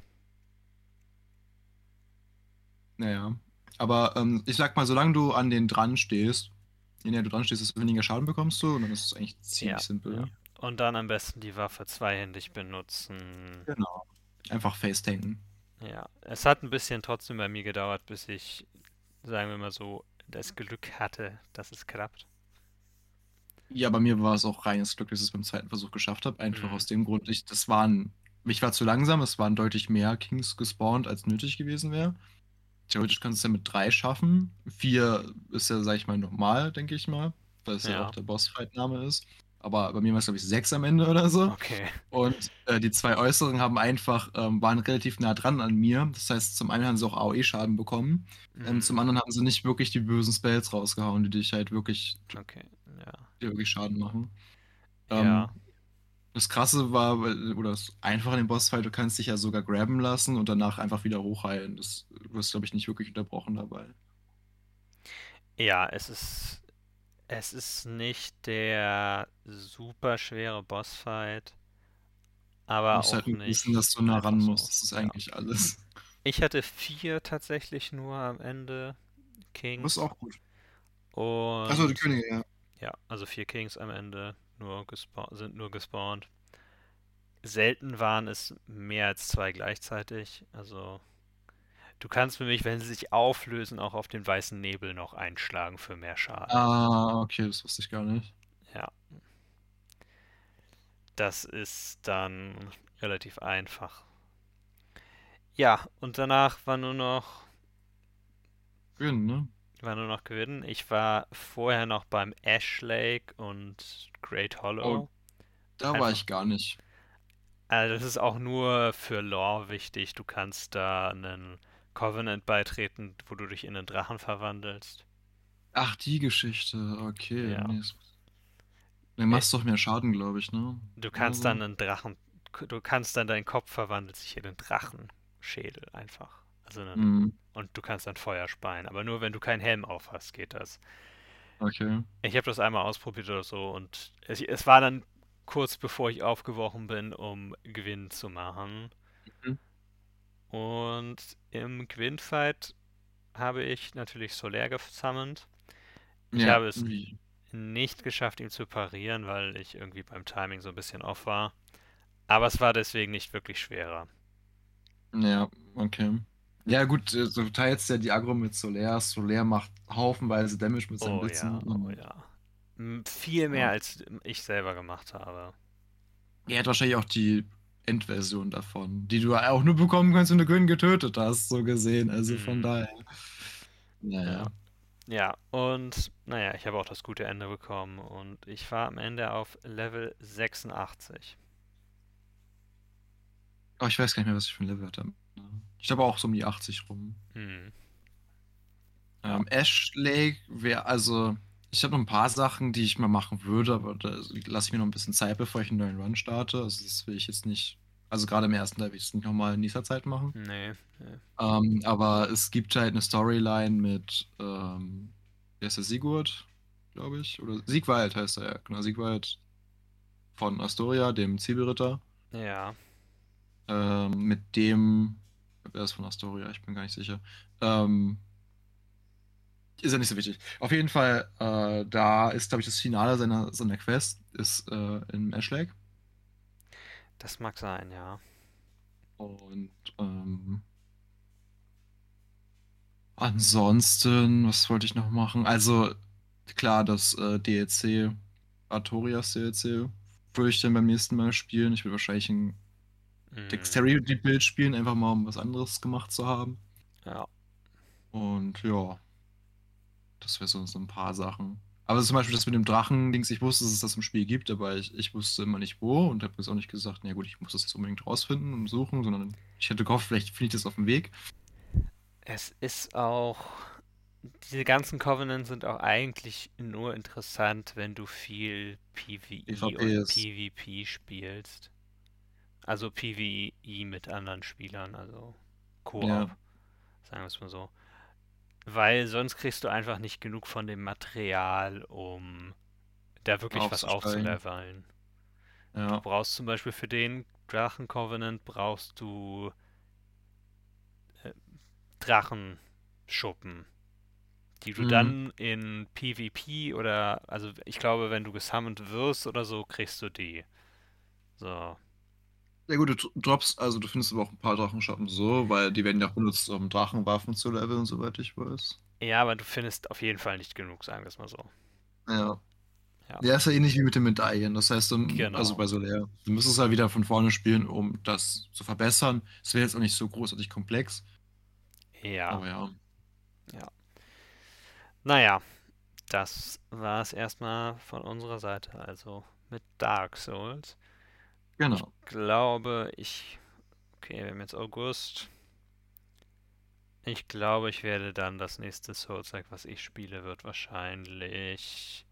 Naja. Aber ich sag mal, solange du an den dran stehst, je näher du dran stehst, desto weniger Schaden bekommst du und dann ist es eigentlich ja, ziemlich ja. simpel. Und dann am besten die Waffe zweihändig benutzen. Genau. Einfach Face-Tanken. Ja, es hat ein bisschen trotzdem bei mir gedauert, bis ich, sagen wir mal so, das Glück hatte, dass es klappt. Ja, bei mir war es auch reines Glück, dass ich es beim zweiten Versuch geschafft habe. Einfach Hm. aus dem Grund, ich war zu langsam, es waren deutlich mehr Kings gespawnt, als nötig gewesen wäre. Theoretisch kannst du es ja mit 3 schaffen. 4 ist ja, sag ich mal, normal, denke ich mal, weil es ja auch Ja, der Bossfight-Name ist. Aber bei mir war es, glaube ich, 6 am Ende oder so. okay. Und die 2 äußeren waren relativ nah dran an mir. Das heißt, zum einen haben sie auch AOE-Schaden bekommen. Zum Hm. anderen haben sie nicht wirklich die bösen Spells rausgehauen, die dich halt wirklich, Okay, ja. die wirklich Schaden machen. Ja, Ähm, Das Krasse war, oder das Einfache an dem Bossfight, du kannst dich ja sogar grabben lassen und danach einfach wieder hochheilen. Du wirst, glaube ich, nicht wirklich unterbrochen dabei. ja, es ist nicht der super schwere Bossfight, Du aber musst halt auch nur wissen, nicht dass du nah ran einfach musst. so. Das ist Ja. eigentlich alles. Ich hatte 4 tatsächlich nur am Ende Aber ist Kings auch gut. Achso, die und Könige, ja. ja, also 4 Kings am Ende sind nur gespawnt. Selten waren es mehr als 2 gleichzeitig. Also du kannst für mich, wenn sie sich auflösen, auch auf den weißen Nebel noch einschlagen für mehr Schaden. Ah, okay, das wusste ich gar nicht. Ja, das ist dann relativ einfach. Ja, und danach Schön, ne? war nur noch gewinnen. Ich war vorher noch beim Ash Lake und Great Oh, Hollow. da war Einfach, ich gar nicht. also das ist auch nur für Lore wichtig. Du kannst da einen Covenant beitreten, wo du dich in einen Drachen verwandelst. Ach, die Geschichte. Okay. Ja. Nee, nee, Äh, machst doch mehr Schaden, glaube ich, ne? Du Oder kannst so. dann einen Drachen, du kannst dann, dein Kopf verwandelt sich in einen Drachenschädel einfach. Hm, Und du kannst dann Feuer speien. Aber nur wenn du keinen Helm auf hast, geht das. okay. Ich habe das einmal ausprobiert oder so und es war dann kurz bevor ich aufgebrochen bin, um Gewinn zu machen. Mhm. Und im Gewinnfight habe ich natürlich Solaire gesammelt. Ich Ja, habe es wie? nicht geschafft, ihm zu parieren, weil ich irgendwie beim Timing so ein bisschen off war. Aber es war deswegen nicht wirklich schwerer. Ja, okay. Ja, gut, du teilst ja die Aggro mit Solaire. Solaire macht haufenweise Damage mit seinen Oh Blitzen. ja, oh Und, ja. Viel mehr, ja. als ich selber gemacht habe. Er hat wahrscheinlich auch die Endversion davon, die du auch nur bekommen kannst, wenn du Gwyn getötet hast, so gesehen. Also von Mhm. daher. Ja. Naja. Ja, und naja, ich habe auch das gute Ende bekommen und ich war am Ende auf Level 86. Aber ich weiß gar nicht mehr, was ich für ein Level hatte. Ich glaube auch so um die 80 rum. Hm. Ja. Ash Lake wäre, also, ich habe noch ein paar Sachen, die ich mal machen würde, aber da lasse ich mir noch ein bisschen Zeit, bevor ich einen neuen Run starte. Also, das will ich jetzt nicht, also gerade im ersten Teil will ich es nicht nochmal in nächster Zeit machen. Nee, nee. Aber es gibt halt eine Storyline mit, wer ist der, Sigurd, glaube ich? Oder Siegwald heißt er, ja. Genau, Siegwald von Astoria, dem Zwiebelritter. Ja. Mit dem, wer ist von Astoria? Ich bin gar nicht sicher. Ähm, Ist ja nicht so wichtig. Auf jeden Fall, da ist, glaube ich, das Finale seiner Quest ist in Ashlag. Das mag sein, ja. Und ansonsten, was wollte ich noch machen? Also, klar, das DLC, Artorias DLC, würde ich dann beim nächsten Mal spielen. Ich will wahrscheinlich ein Hm. Dexterity-Build spielen, einfach mal um was anderes gemacht zu haben. Ja. Und ja, das wäre so ein paar Sachen. Aber zum Beispiel das mit dem Drachen-Dings, ich wusste, dass es das im Spiel gibt, aber ich wusste immer nicht wo und habe jetzt auch nicht gesagt, na gut, ich muss das jetzt unbedingt rausfinden und suchen, sondern ich hätte gehofft, vielleicht finde ich das auf dem Weg. Es ist auch. Diese ganzen Covenants sind auch eigentlich nur interessant, wenn du viel PvE EVP und ist, PvP spielst. Also PvE mit anderen Spielern, also ja, Koop, sagen wir es mal so. Weil sonst kriegst du einfach nicht genug von dem Material, um da wirklich was aufzusteigen. aufzuleveln. Du Ja. brauchst zum Beispiel für den Drachen Covenant brauchst du äh, Drachenschuppen, die du Mhm. dann in PvP oder, also ich glaube, wenn du gesammelt wirst oder so, kriegst du die. So. Ja gut, du droppst, also du findest aber auch ein paar Drachenschatten so, weil die werden ja auch benutzt, um Drachenwaffen zu leveln, soweit ich weiß. Ja, aber du findest auf jeden Fall nicht genug, sagen wir es mal so. Ja. Ja, Ja, ist ja ähnlich wie mit den Medaillen. Das heißt, also genau. bei Solär, du müsstest halt wieder von vorne spielen, um das zu verbessern. Es wäre jetzt auch nicht so großartig komplex. Ja, Aber ja, ja. Naja, das war es erstmal von unserer Seite, also mit Dark Souls. Ich genau. glaube, okay, wir haben jetzt August. Ich glaube, ich werde dann das nächste Souls-like, was ich spiele, wird wahrscheinlich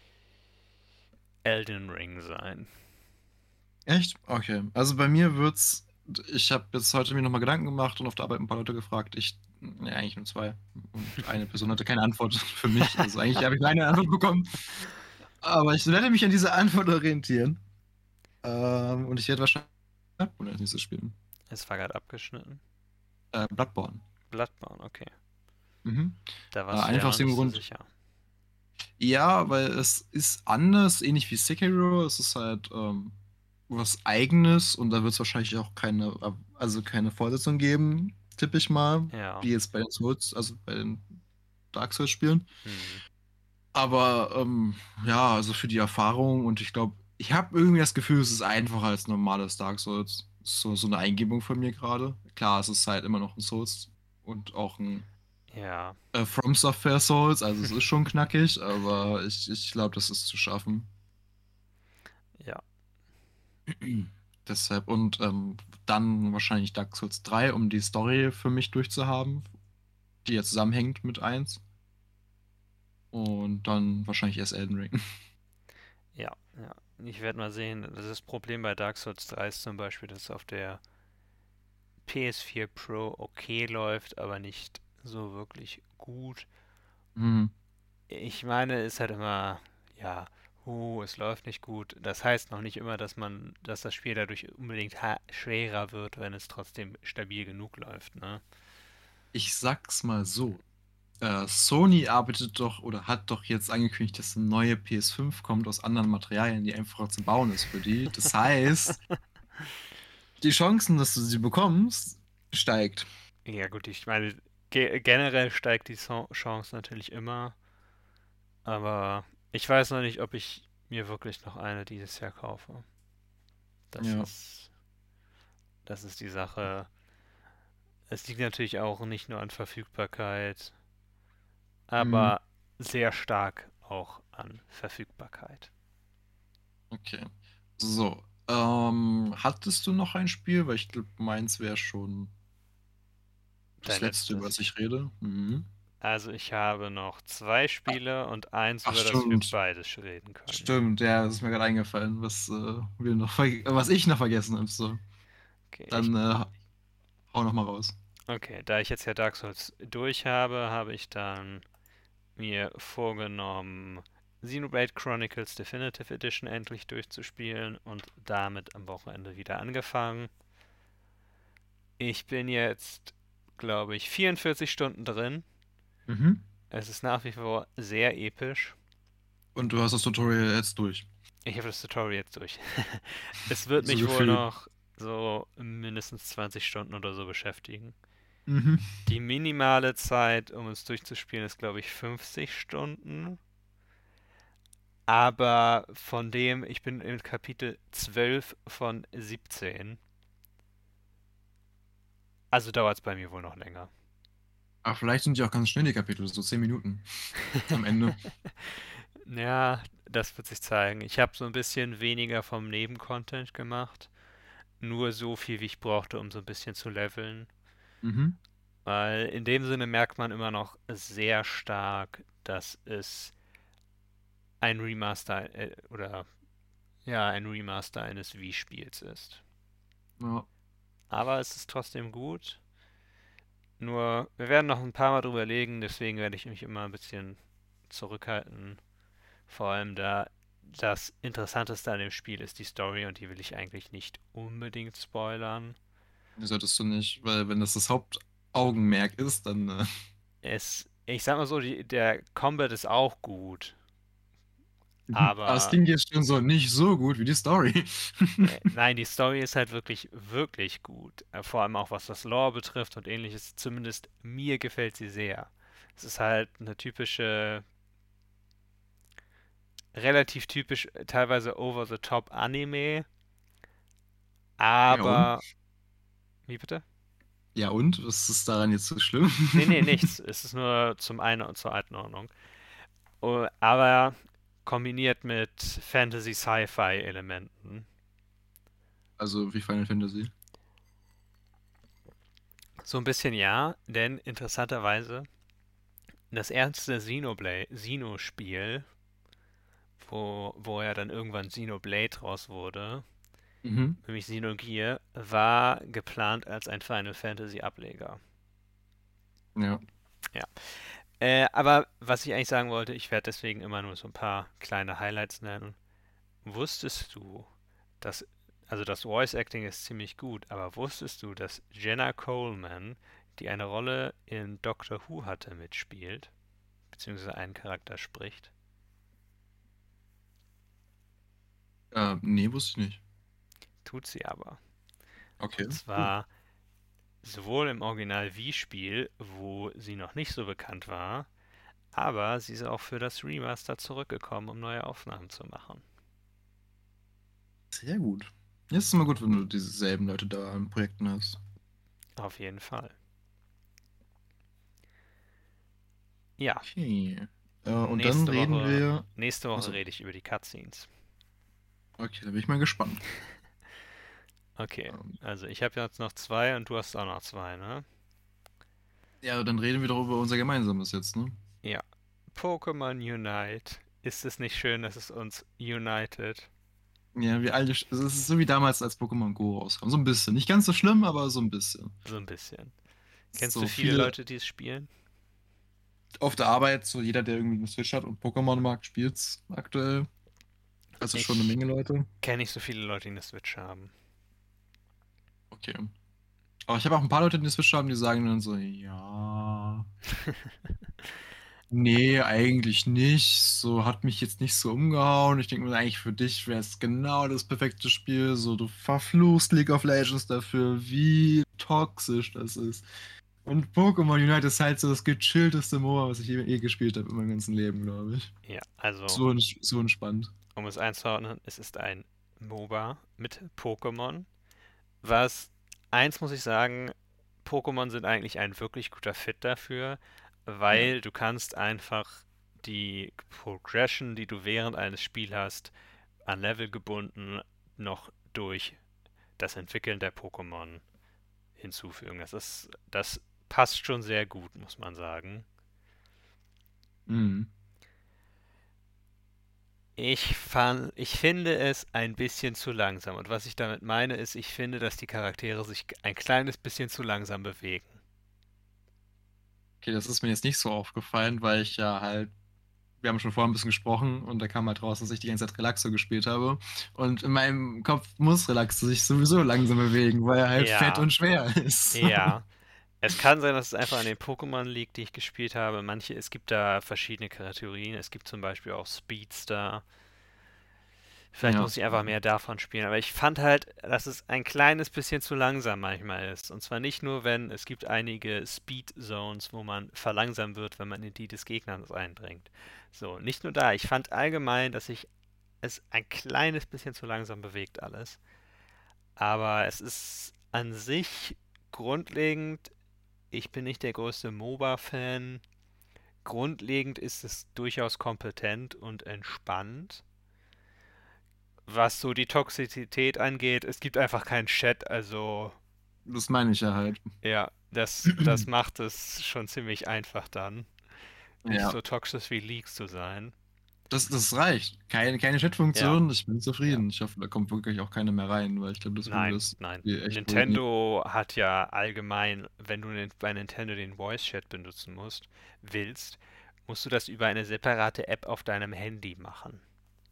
Elden Ring sein. Echt? Okay. Also bei mir wird's, ich habe jetzt heute mir nochmal Gedanken gemacht und auf der Arbeit ein paar Leute gefragt. Ne, eigentlich nur zwei. Und eine Person hatte keine Antwort für mich. Also eigentlich habe ich keine Antwort bekommen. Aber ich werde mich an diese Antwort orientieren. Und ich werde wahrscheinlich Bloodborne als nächstes spielen. Es war gerade abgeschnitten. Bloodborne. Bloodborne, okay. Mhm. Da warst du dir ja Einfach noch aus dem nicht so Grund, sicher. ja, weil es ist anders, ähnlich wie Sekiro. Es ist halt was Eigenes und da wird es wahrscheinlich auch also keine Fortsetzung geben, tippe ich mal, Ja. wie jetzt bei den Souls, also bei den Dark Souls-Spielen. Hm. Aber ja, also für die Erfahrung und ich glaube, ich habe irgendwie das Gefühl, es ist einfacher als normales Dark Souls. So eine Eingebung von mir gerade. Klar, es ist halt immer noch ein Souls und auch ein Ja. From Software Souls, also es ist schon knackig, aber ich glaube, das ist zu schaffen. Ja. Deshalb und dann wahrscheinlich Dark Souls 3, um die Story für mich durchzuhaben, die ja zusammenhängt mit eins. Und dann wahrscheinlich erst Elden Ring. Ja. Ja. Ich werde mal sehen. Das Problem bei Dark Souls 3 ist zum Beispiel, dass es auf der PS4 Pro okay läuft, aber nicht so wirklich gut. Hm. Ich meine, es ist halt immer, ja, es läuft nicht gut. Das heißt noch nicht immer, dass das Spiel dadurch unbedingt schwerer wird, wenn es trotzdem stabil genug läuft, ne? Ich sag's mal so. Sony arbeitet doch oder hat doch jetzt angekündigt, dass eine neue PS5 kommt aus anderen Materialien, die einfacher zu bauen ist für die. Das heißt, die Chancen, dass du sie bekommst, steigt. Ja gut, ich meine, generell steigt die Chance natürlich immer, aber ich weiß noch nicht, ob ich mir wirklich noch eine dieses Jahr kaufe. Das Ja. ist, das ist die Sache. Es liegt natürlich auch nicht nur an Verfügbarkeit, Mhm. aber sehr stark auch an Verfügbarkeit. Okay. So. Hattest du noch ein Spiel? Weil ich glaube, meins wäre schon das Dein letzte, über letztes. das ich rede. Mhm. Also ich habe noch zwei Spiele und eins, Ach, über das wir stimmt. beides reden können. Stimmt, ja, das ist mir gerade eingefallen, was ich noch vergessen habe. So. Okay, Dann hau noch mal raus. okay, da ich jetzt ja Dark Souls durch habe, habe ich dann mir vorgenommen, Xenoblade Chronicles Definitive Edition endlich durchzuspielen und damit am Wochenende wieder angefangen. Ich bin jetzt, glaube ich, 44 Stunden drin. Mhm. Es ist nach wie vor sehr episch. Und du hast das Tutorial jetzt durch. Ich habe das Tutorial jetzt durch. Es wird So mich wohl gefühlt. noch so mindestens 20 Stunden oder so beschäftigen. Mhm. Die minimale Zeit, um es durchzuspielen, ist, glaube ich, 50 Stunden. Aber von dem, ich bin im Kapitel 12 von 17. Also dauert es bei mir wohl noch länger. Aber vielleicht sind die auch ganz schnell, die Kapitel, so 10 Minuten am Ende. Ja, das wird sich zeigen. Ich habe so ein bisschen weniger vom Nebencontent gemacht. Nur so viel, wie ich brauchte, um so ein bisschen zu leveln. Mhm. Weil in dem Sinne merkt man immer noch sehr stark, dass es ein Remaster oder ja, ein Remaster eines Wii-Spiels ist. Ja. Aber es ist trotzdem gut. Nur, wir werden noch ein paar Mal drüber legen, deswegen werde ich mich immer ein bisschen zurückhalten. Vor allem da das Interessanteste an dem Spiel ist die Story und die will ich eigentlich nicht unbedingt spoilern. Die solltest du nicht, weil wenn das das Hauptaugenmerk ist, dann. Ich sag mal so, der Combat ist auch gut, Aber es aber klingt jetzt schon so nicht so gut wie die Story. nein, die Story ist halt wirklich, wirklich gut. Vor allem auch was das Lore betrifft und ähnliches. Zumindest mir gefällt sie sehr. Es ist halt eine typische, relativ typisch, teilweise over-the-top Anime, Ja, und? aber. Wie bitte? Ja, und? Was ist daran jetzt so schlimm? Nee, nee, nichts. Es ist nur zum einen und zur Einordnung. Aber kombiniert mit Fantasy-Sci-Fi-Elementen. Also wie Final Fantasy. So ein bisschen ja, denn interessanterweise das erste Xeno-Spiel, wo ja dann irgendwann Xenoblade raus wurde, Mhm. nämlich Xenogear, war geplant als ein Final Fantasy Ableger. Ja. Ja. Aber was ich eigentlich sagen wollte, ich werde deswegen immer nur so ein paar kleine Highlights nennen. Wusstest du, dass, also das Voice Acting ist ziemlich gut, aber wusstest du, dass Jenna Coleman, die eine Rolle in Doctor Who hatte, mitspielt, beziehungsweise einen Charakter spricht? Nee, wusste ich nicht. Tut sie aber. Okay, Und cool. zwar sowohl im Original Wii-Spiel, wo sie noch nicht so bekannt war, aber sie ist auch für das Remaster zurückgekommen, um neue Aufnahmen zu machen. Sehr gut. Jetzt ist es immer gut, wenn du dieselben Leute da in Projekten hast. Auf jeden Fall. Ja, Okay. Und dann reden wir. Nächste Woche Achso, rede ich über die Cutscenes. okay, da bin ich mal gespannt. Okay, Ähm, also ich habe jetzt noch zwei und du hast auch noch zwei, ne? ja, dann reden wir doch über unser gemeinsames jetzt, ne? Ja. Pokémon Unite. Ist es nicht schön, dass es uns united? Ja, es ist so wie damals, als Pokémon Go rauskam. So ein bisschen. Nicht ganz so schlimm, aber so ein bisschen. So ein bisschen. Kennst du So viele viele Leute, die es spielen? auf der Arbeit, so jeder, der irgendwie eine Switch hat und Pokémon mag, spielt's aktuell. Also schon eine Ich Menge Leute. kenne nicht so viele Leute, die eine Switch haben. Okay. Aber ich habe auch ein paar Leute, die eine Switch haben, die sagen dann so, ja. Nee, eigentlich nicht. So hat mich jetzt nicht so umgehauen. Ich denke mir, eigentlich für dich wäre es genau das perfekte Spiel. So, du verfluchst League of Legends dafür, wie toxisch das ist. Und Pokémon Unite ist halt so das gechillteste MOBA, was ich je gespielt habe in meinem ganzen Leben, glaube ich. Ja, also, So entspannt. um es einzuordnen, es ist ein MOBA mit Pokémon. Was, eins muss ich sagen, Pokémon sind eigentlich ein wirklich guter Fit dafür, Ja. weil du kannst einfach die Progression, die du während eines Spiels hast, an Level gebunden, noch durch das Entwickeln der Pokémon hinzufügen. Das passt schon sehr gut, muss man sagen. Mhm. Ich finde es ein bisschen zu langsam. Und was ich damit meine, ist, ich finde, dass die Charaktere sich ein kleines bisschen zu langsam bewegen. Okay, das ist mir jetzt nicht so aufgefallen, weil ich ja halt, wir haben schon vorher ein bisschen gesprochen und da kam halt raus, dass ich die ganze Zeit Relaxo gespielt habe. Und in meinem Kopf muss Relaxo sich sowieso langsam bewegen, weil er halt fett Ja, und schwer ist. ja. Es kann sein, dass es einfach an den Pokémon liegt, die ich gespielt habe. Es gibt da verschiedene Kategorien. Es gibt zum Beispiel auch Speedster. Vielleicht Ja. muss ich einfach mehr davon spielen. Aber ich fand halt, dass es ein kleines bisschen zu langsam manchmal ist. Und zwar nicht nur, wenn es gibt einige Speed Zones, wo man verlangsamt wird, wenn man in die des Gegners eindringt. So, nicht nur da. Ich fand allgemein, dass sich es ein kleines bisschen zu langsam bewegt alles. Aber es ist an sich grundlegend, ich bin nicht der größte MOBA-Fan. Grundlegend ist es durchaus kompetent und entspannt. Was so die Toxizität angeht, es gibt einfach keinen Chat, also Das meine ich ja halt. ja, das macht es schon ziemlich einfach dann, nicht Ja. so toxisch wie Leagues zu sein. Das reicht. Keine Ja, Chat-Funktion. Ich bin ja. zufrieden. Ich hoffe, da kommt wirklich auch keine mehr rein, weil ich glaube, das würde Nein, das nein. Spiel echt ruinieren. Nintendo hat ja allgemein, wenn du bei Nintendo den Voice Chat benutzen willst, musst du das über eine separate App auf deinem Handy machen.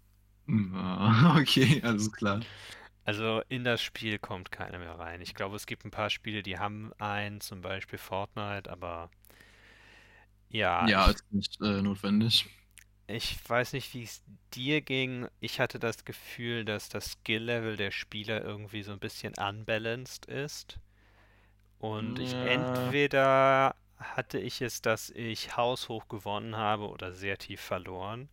Okay, alles klar. Also in das Spiel kommt keiner mehr rein. Ich glaube, es gibt ein paar Spiele, die haben einen, zum Beispiel Fortnite, aber ja, Ja, ist nicht notwendig. ich weiß nicht, wie es dir ging. Ich hatte das Gefühl, dass das Skill-Level der Spieler irgendwie so ein bisschen unbalanced ist. Und Ja, entweder hatte ich es, dass ich haushoch gewonnen habe oder sehr tief verloren.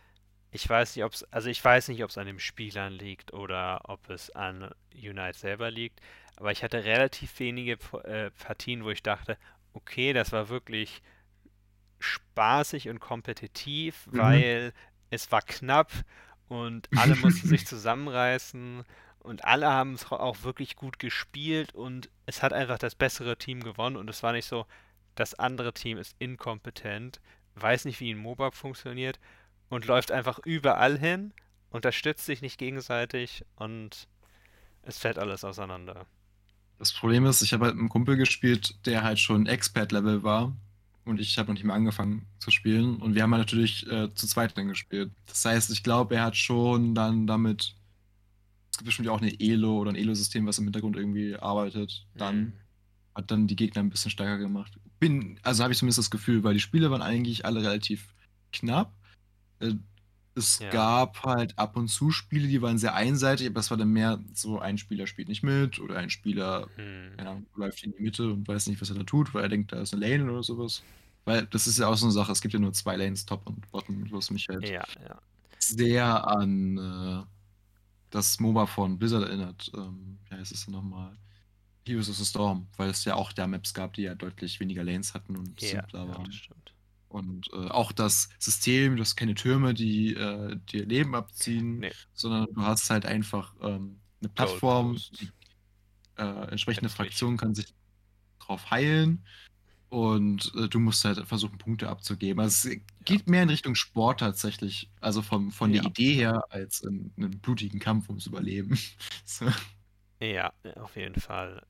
Ich weiß nicht, ob es an den Spielern liegt oder ob es an Unite selber liegt, aber ich hatte relativ wenige Partien, wo ich dachte, okay, das war wirklich spaßig und kompetitiv, mhm. weil es war knapp und alle mussten sich zusammenreißen und alle haben es auch wirklich gut gespielt und es hat einfach das bessere Team gewonnen und es war nicht so, das andere Team ist inkompetent, weiß nicht, wie ein MOBA funktioniert und läuft einfach überall hin, unterstützt sich nicht gegenseitig und es fällt alles auseinander. Das Problem ist, ich habe halt mit einem Kumpel gespielt, der halt schon Expert-Level war. Und ich habe noch nicht mal angefangen zu spielen. Und wir haben halt natürlich zu zweit dann gespielt. Das heißt, ich glaube, er hat schon dann damit. Es gibt bestimmt ja auch eine Elo oder ein Elo-System, was im Hintergrund irgendwie arbeitet. Hm. Dann hat dann die Gegner ein bisschen stärker gemacht. Also habe ich zumindest das Gefühl, weil die Spiele waren eigentlich alle relativ knapp. Äh, Es Ja. gab halt ab und zu Spiele, die waren sehr einseitig, aber es war dann mehr so, ein Spieler spielt nicht mit oder ein Spieler, Hm. keine Ahnung, läuft in die Mitte und weiß nicht, was er da tut, weil er denkt, da ist eine Lane oder sowas. Weil das ist ja auch so eine Sache, es gibt ja nur zwei Lanes, Top und Bottom, was mich halt Ja, ja. sehr an das MOBA von Blizzard erinnert. Wie heißt es denn nochmal? Heroes of the Storm, weil es ja auch da Maps gab, die ja deutlich weniger Lanes hatten und Ja, simpler ja, das waren. stimmt. Und auch das System, du hast keine Türme, die dir Leben abziehen, Nee, sondern du hast halt einfach eine Plattform, Goalposts. die entsprechende Letztlich. Fraktion kann sich drauf heilen und du musst halt versuchen, Punkte abzugeben. Also es Ja. geht mehr in Richtung Sport tatsächlich, also von der Ja. Idee her, als in einem blutigen Kampf ums Überleben. So. Ja, auf jeden Fall.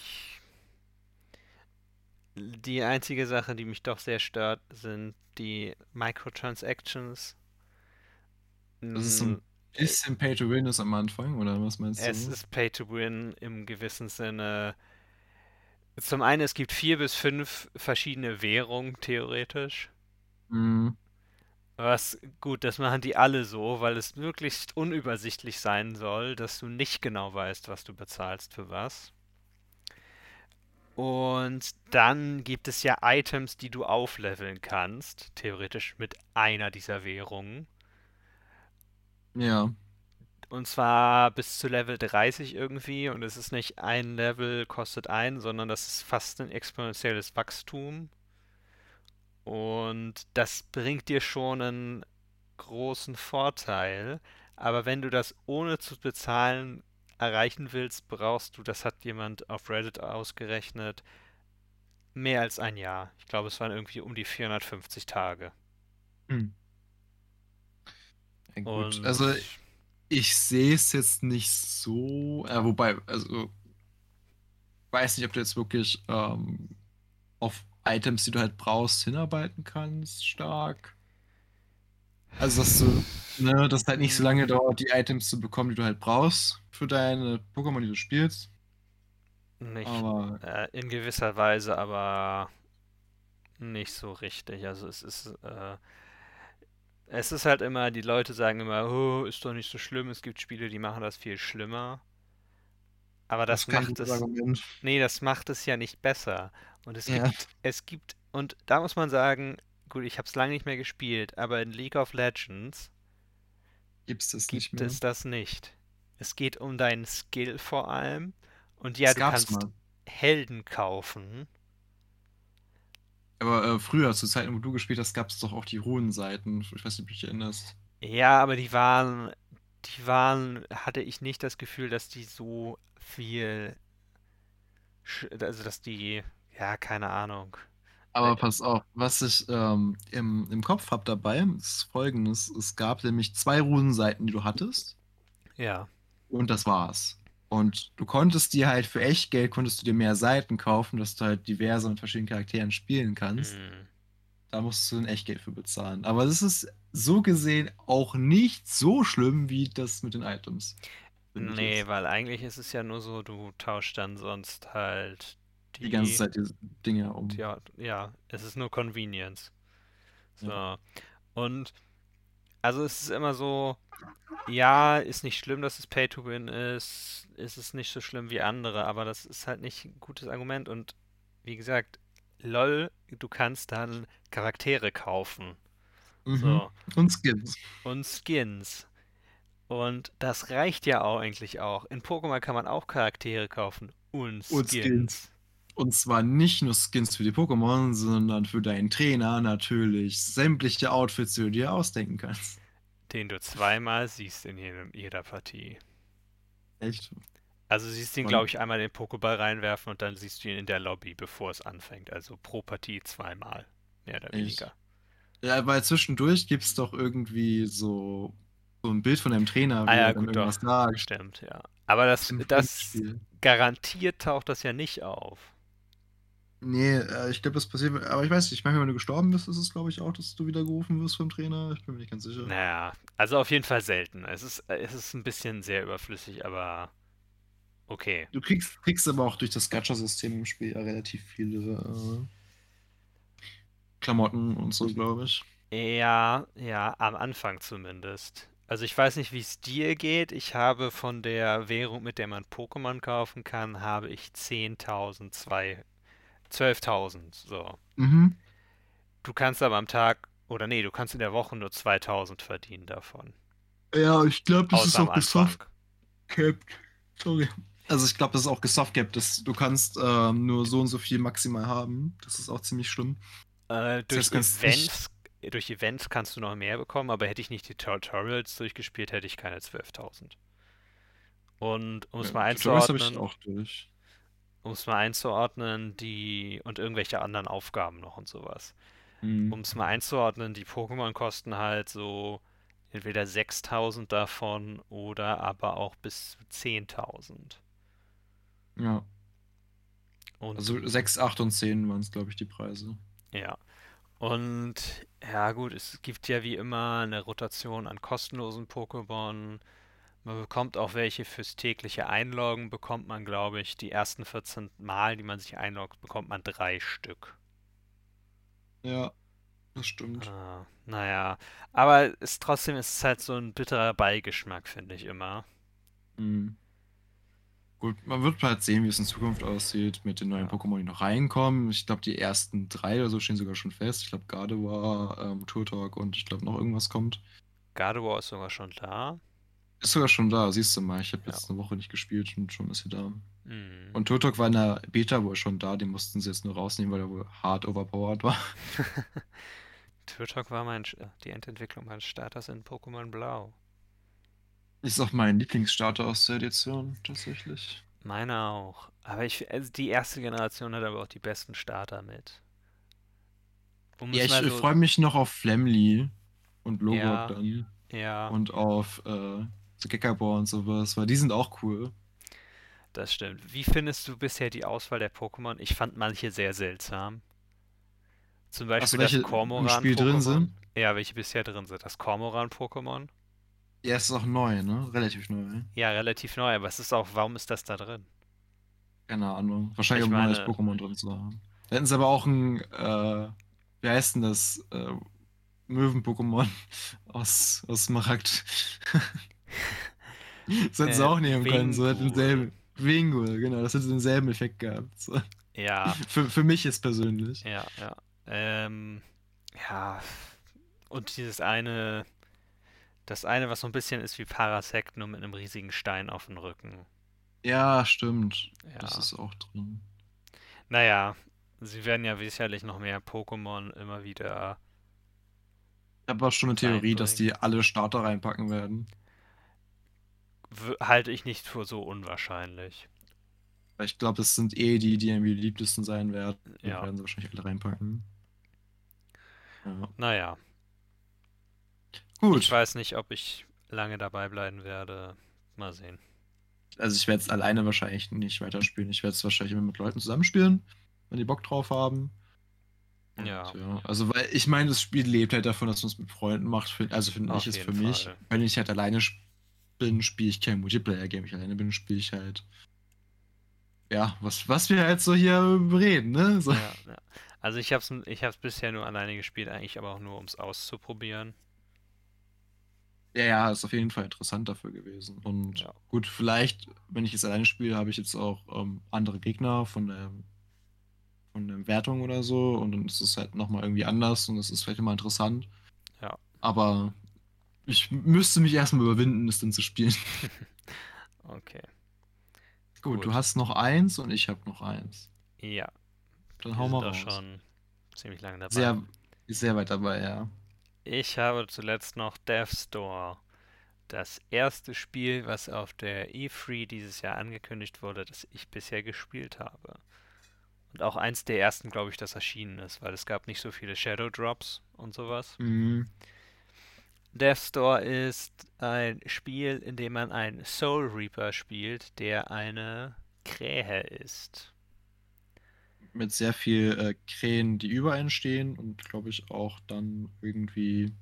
Die einzige Sache, die mich doch sehr stört, sind die Microtransactions. Das ist so Mm, ein äh, bisschen Pay to Win ist am Anfang, oder was meinst Es du? ist Pay to Win im gewissen Sinne. Zum einen, es gibt 4 bis 5 verschiedene Währungen, theoretisch. Hm, Was gut, das machen die alle so, weil es möglichst unübersichtlich sein soll, dass du nicht genau weißt, was du bezahlst für was. Und dann gibt es ja Items, die du aufleveln kannst, theoretisch mit einer dieser Währungen. Ja. Und zwar bis zu Level 30 irgendwie. Und es ist nicht ein Level kostet ein, sondern das ist fast ein exponentielles Wachstum. Und das bringt dir schon einen großen Vorteil. Aber wenn du das ohne zu bezahlen erreichen willst, brauchst du, das hat jemand auf Reddit ausgerechnet, mehr als ein Jahr. Ich glaube, es waren irgendwie um die 450 Tage. Hm. Ja, gut. Und Also ich sehe es jetzt nicht so, wobei, also weiß nicht, ob du jetzt wirklich auf Items, die du halt brauchst, hinarbeiten kannst, stark. Also, dass du, ne, dass halt nicht so lange mh, dauert, die Items zu bekommen, die du halt brauchst für deine Pokémon, die du spielst. nicht Aber in gewisser Weise, aber nicht so richtig. Also es ist halt immer, die Leute sagen immer, oh, ist doch nicht so schlimm, es gibt Spiele, die machen das viel schlimmer. Aber das das ist kein macht gutes es, Argument. nee, das macht es ja nicht besser. Und Ja, und da muss man sagen, gut, ich habe es lange nicht mehr gespielt, aber in League of Legends gibt's das nicht gibt mehr. es das nicht. Es geht um deinen Skill vor allem. Und ja, Das du gab's kannst mal. Helden kaufen. Aber früher, zu Zeiten, wo du gespielt hast, gab es doch auch die Runenseiten. Ich weiß nicht, ob du dich erinnerst. Ja, aber hatte ich nicht das Gefühl, dass die so viel, also dass die, ja, keine Ahnung. Äh, Aber pass auf, was ich im Kopf habe dabei, ist folgendes. Es gab nämlich zwei Runenseiten, die du hattest. Ja. Und das war's. Und du konntest dir halt für Echtgeld konntest du dir mehr Seiten kaufen, dass du halt diverse und verschiedene Charakteren spielen kannst. Hm. Da musst du ein Echtgeld für bezahlen. Aber das ist so gesehen auch nicht so schlimm wie das mit den Items, finde ich Nee, jetzt. weil eigentlich ist es ja nur so, du tauschst dann sonst halt Die ganze die, Zeit diese Dinge um. ja, es ist nur Convenience. Ja. So. Und also es ist immer so, ja, ist nicht schlimm, dass es Pay to Win ist es nicht so schlimm wie andere, aber das ist halt nicht ein gutes Argument. Und wie gesagt, LOL, du kannst dann Charaktere kaufen. Mhm. So. Und Skins. Und Skins. Und das reicht ja auch eigentlich auch. In Pokémon kann man auch Charaktere kaufen und Und Skins. Skins, Und zwar nicht nur Skins für die Pokémon, sondern für deinen Trainer natürlich sämtliche Outfits, die du dir ausdenken kannst. den du zweimal siehst in jeder Partie. Echt? Also du siehst ihn, glaube Man, ich, einmal in den Pokéball reinwerfen und dann siehst du ihn in der Lobby, bevor es anfängt. Also pro Partie zweimal, mehr oder echt. weniger. Ja, weil zwischendurch gibt es doch irgendwie so ein Bild von dem Trainer, Ah wie ja, er dann gut, doch. irgendwas sagt. Stimmt, ja. Aber Zum das Spiel. garantiert taucht das ja nicht auf. Nee, ich glaube, das passiert, aber ich weiß nicht, manchmal, wenn du gestorben bist, ist es, glaube ich, auch, dass du wieder gerufen wirst vom Trainer. Ich bin mir nicht ganz sicher. Naja, also auf jeden Fall selten. Es ist ein bisschen sehr überflüssig, aber okay. Du kriegst aber auch durch das Gacha-System im Spiel ja relativ viele Klamotten und so, glaube ich. Ja, ja, am Anfang zumindest. Also ich weiß nicht, wie es dir geht. Ich habe von der Währung, mit der man Pokémon kaufen kann, habe ich 10.000, 12.000. So. Mhm. Du kannst aber am Tag, oder nee, du kannst in der Woche nur 2.000 verdienen davon. Ja, ich glaube, das ist Außer am auch Anfang. gesoftcapped. Sorry. Also ich glaube, das ist auch gesoftcapped. Du kannst nur so und so viel maximal haben. Das ist auch ziemlich schlimm. Das heißt, du kannst nicht. Durch Events kannst du noch mehr bekommen, aber hätte ich nicht die Tutorials durchgespielt, hätte ich keine 12.000. Und Ja, Tutorials habe ich auch durch. und irgendwelche anderen Aufgaben noch und sowas. Mhm. Um es mal einzuordnen, die Pokémon kosten halt so entweder 6.000 davon oder aber auch bis zu 10.000. Ja. Und Also du, 6, 8 und 10 waren es, glaube ich, die Preise. ja. Und ja gut, es gibt ja wie immer eine Rotation an kostenlosen Pokémon. Man bekommt auch welche fürs tägliche Einloggen, bekommt man, glaube ich, die ersten 14 Mal, die man sich einloggt, bekommt man 3 Stück. Ja, das stimmt. Naja, aber trotzdem ist es halt so ein bitterer Beigeschmack, finde ich immer. Mhm. Gut, man wird halt sehen, wie es in Zukunft aussieht mit den neuen Ja. Pokémon, die noch reinkommen. Ich glaube, die ersten 3 oder so stehen sogar schon fest. Ich glaube, Gardevoir, Turtok und ich glaube, noch irgendwas kommt. Gardevoir ist sogar schon da. Ist sogar schon da, siehst du mal. Ich habe Ja. jetzt eine Woche nicht gespielt und schon ist sie da. Mhm. Und Turtok war in der Beta wohl schon da, den mussten sie jetzt nur rausnehmen, weil er wohl hart overpowered war. Turtok war die Endentwicklung meines Starters in Pokémon Blau. Ist auch mein Lieblingsstarter aus der Edition, tatsächlich. Meiner auch. Also die erste Generation hat aber auch die besten Starter mit. Um Ja, es ich mal so, freue mich noch auf Flamly und Logok ja, dann. ja, Und auf so Gekabor und sowas, weil die sind auch cool. das stimmt. Wie findest du bisher die Auswahl der Pokémon? Ich fand manche sehr seltsam. Zum Achso, Beispiel das welche im Spiel drin Cormoran-Pokémon. sind? Ja, welche bisher drin sind. Das Cormoran-Pokémon. Ja, ist auch neu, ne? Relativ neu. Ja, relativ neu, aber es ist auch, warum ist das da drin? Keine Ahnung. Wahrscheinlich Ich um ein neues meine, Pokémon drin zu haben. Da hätten sie aber auch ein, wie heißt denn das? Möwen-Pokémon aus Smaragd. Das hätten sie auch nehmen können. So hätte Wingull. denselben. Wingull, genau, das hätte denselben Effekt gehabt. So. Ja, Für mich jetzt persönlich. ja. Ähm, ja, und das eine, was so ein bisschen ist wie Parasect, nur mit einem riesigen Stein auf dem Rücken. Ja, stimmt. Das Ja. ist auch drin. Naja, sie werden ja sicherlich noch mehr Pokémon immer wieder Ich habe auch schon eine Theorie, dass reinbringen. die alle Starter reinpacken werden. Halte ich nicht für so unwahrscheinlich. Weil ich glaube, das sind eh die, die am beliebtesten sein werden. Ja, Werden sie wahrscheinlich alle reinpacken. Ja. naja. Ich Gut. weiß nicht, ob ich lange dabei bleiben werde. Mal sehen. Also ich werde es alleine wahrscheinlich nicht weiterspielen. Ich werde es wahrscheinlich immer mit Leuten zusammenspielen, wenn die Bock drauf haben. Und Ja, ja, also weil ich meine, das Spiel lebt halt davon, dass man es mit Freunden macht. Also finde ich auf es für jeden mich. Fall. Wenn ich halt alleine bin, spiele ich kein Multiplayer-Game. Ich alleine bin, spiele ich halt, ja, was wir halt so hier reden, ne? So. Ja. Also ich hab's bisher nur alleine gespielt, eigentlich aber auch nur, um es auszuprobieren. Ja, ja, ist auf jeden Fall interessant dafür gewesen. Und Ja, gut, vielleicht, wenn ich jetzt alleine spiele, habe ich jetzt auch andere Gegner von der Wertung oder so. Und dann ist es halt nochmal irgendwie anders und es ist vielleicht immer interessant. ja. Aber ich müsste mich erstmal überwinden, das dann zu spielen. Okay, Gut, du gut. hast noch eins und ich habe noch eins. Ja, Dann wir hau mal sind da raus. schon ziemlich lange dabei. Sehr, sehr weit dabei, ja. Ich habe zuletzt noch Death Store. Das erste Spiel, was auf der E3 dieses Jahr angekündigt wurde, das ich bisher gespielt habe. Und auch eins der ersten, glaube ich, das erschienen ist, weil es gab nicht so viele Shadow Drops und sowas. Mhm. Death Store ist ein Spiel, in dem man einen Soul Reaper spielt, der eine Krähe ist. Mit sehr viel Krähen, die über einen stehen und glaube ich auch dann irgendwie,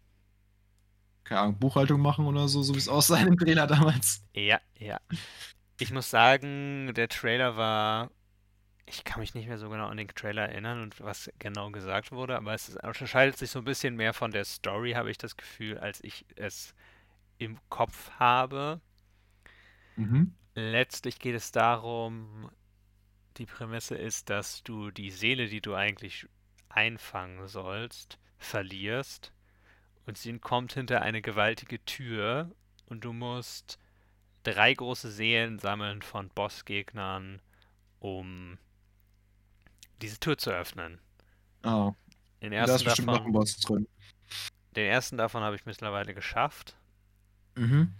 keine Ahnung, Buchhaltung machen oder so, so wie es aussah in dem Trailer damals. Ja. Ich muss sagen, der Trailer war. Ich kann mich nicht mehr so genau an den Trailer erinnern und was genau gesagt wurde, aber unterscheidet sich so ein bisschen mehr von der Story, habe ich das Gefühl, als ich es im Kopf habe. Mhm. Letztlich geht es darum, die Prämisse ist, dass du die Seele, die du eigentlich einfangen sollst, verlierst und sie kommt hinter eine gewaltige Tür und du musst drei große Seelen sammeln von Bossgegnern, um diese Tür zu öffnen. Ah, Den und da ist ersten bestimmt noch ein davon, Boss drin. den ersten davon habe ich mittlerweile geschafft. Mhm.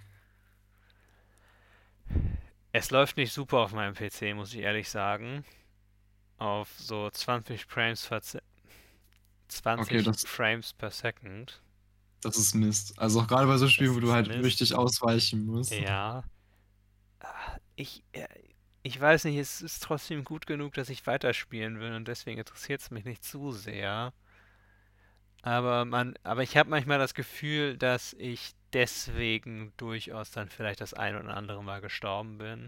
Es läuft nicht super auf meinem PC, muss ich ehrlich sagen. Auf so 20 Okay, Frames per Second. das ist Mist. Also auch gerade bei so Spielen, Das wo du ist halt Mist. richtig ausweichen musst. Ja. Ich, äh, ich weiß nicht, es ist trotzdem gut genug, dass ich weiterspielen will und deswegen interessiert es mich nicht zu sehr. Aber ich habe manchmal das Gefühl, dass ich deswegen durchaus dann vielleicht das ein oder andere Mal gestorben bin.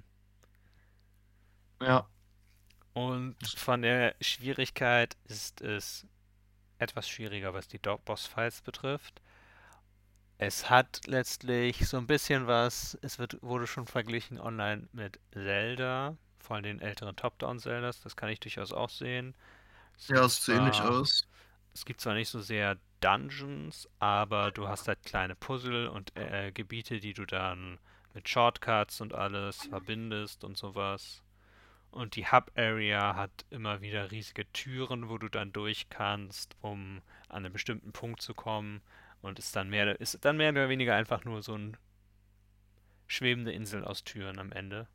Ja. Und von der Schwierigkeit ist es etwas schwieriger, was die Boss-Fights betrifft. Es hat letztlich so ein bisschen was, wurde schon verglichen online mit Zelda, vor allem den älteren Top-Down-Zeldas, das kann ich durchaus auch sehen. Es Ja, gibt es sieht ähnlich zwar, aus. es gibt zwar nicht so sehr Dungeons, aber du hast halt kleine Puzzle und Gebiete, die du dann mit Shortcuts und alles verbindest und sowas. Und die Hub-Area hat immer wieder riesige Türen, wo du dann durch kannst, um an einen bestimmten Punkt zu kommen. Und ist dann mehr oder weniger einfach nur so eine schwebende Insel aus Türen am Ende.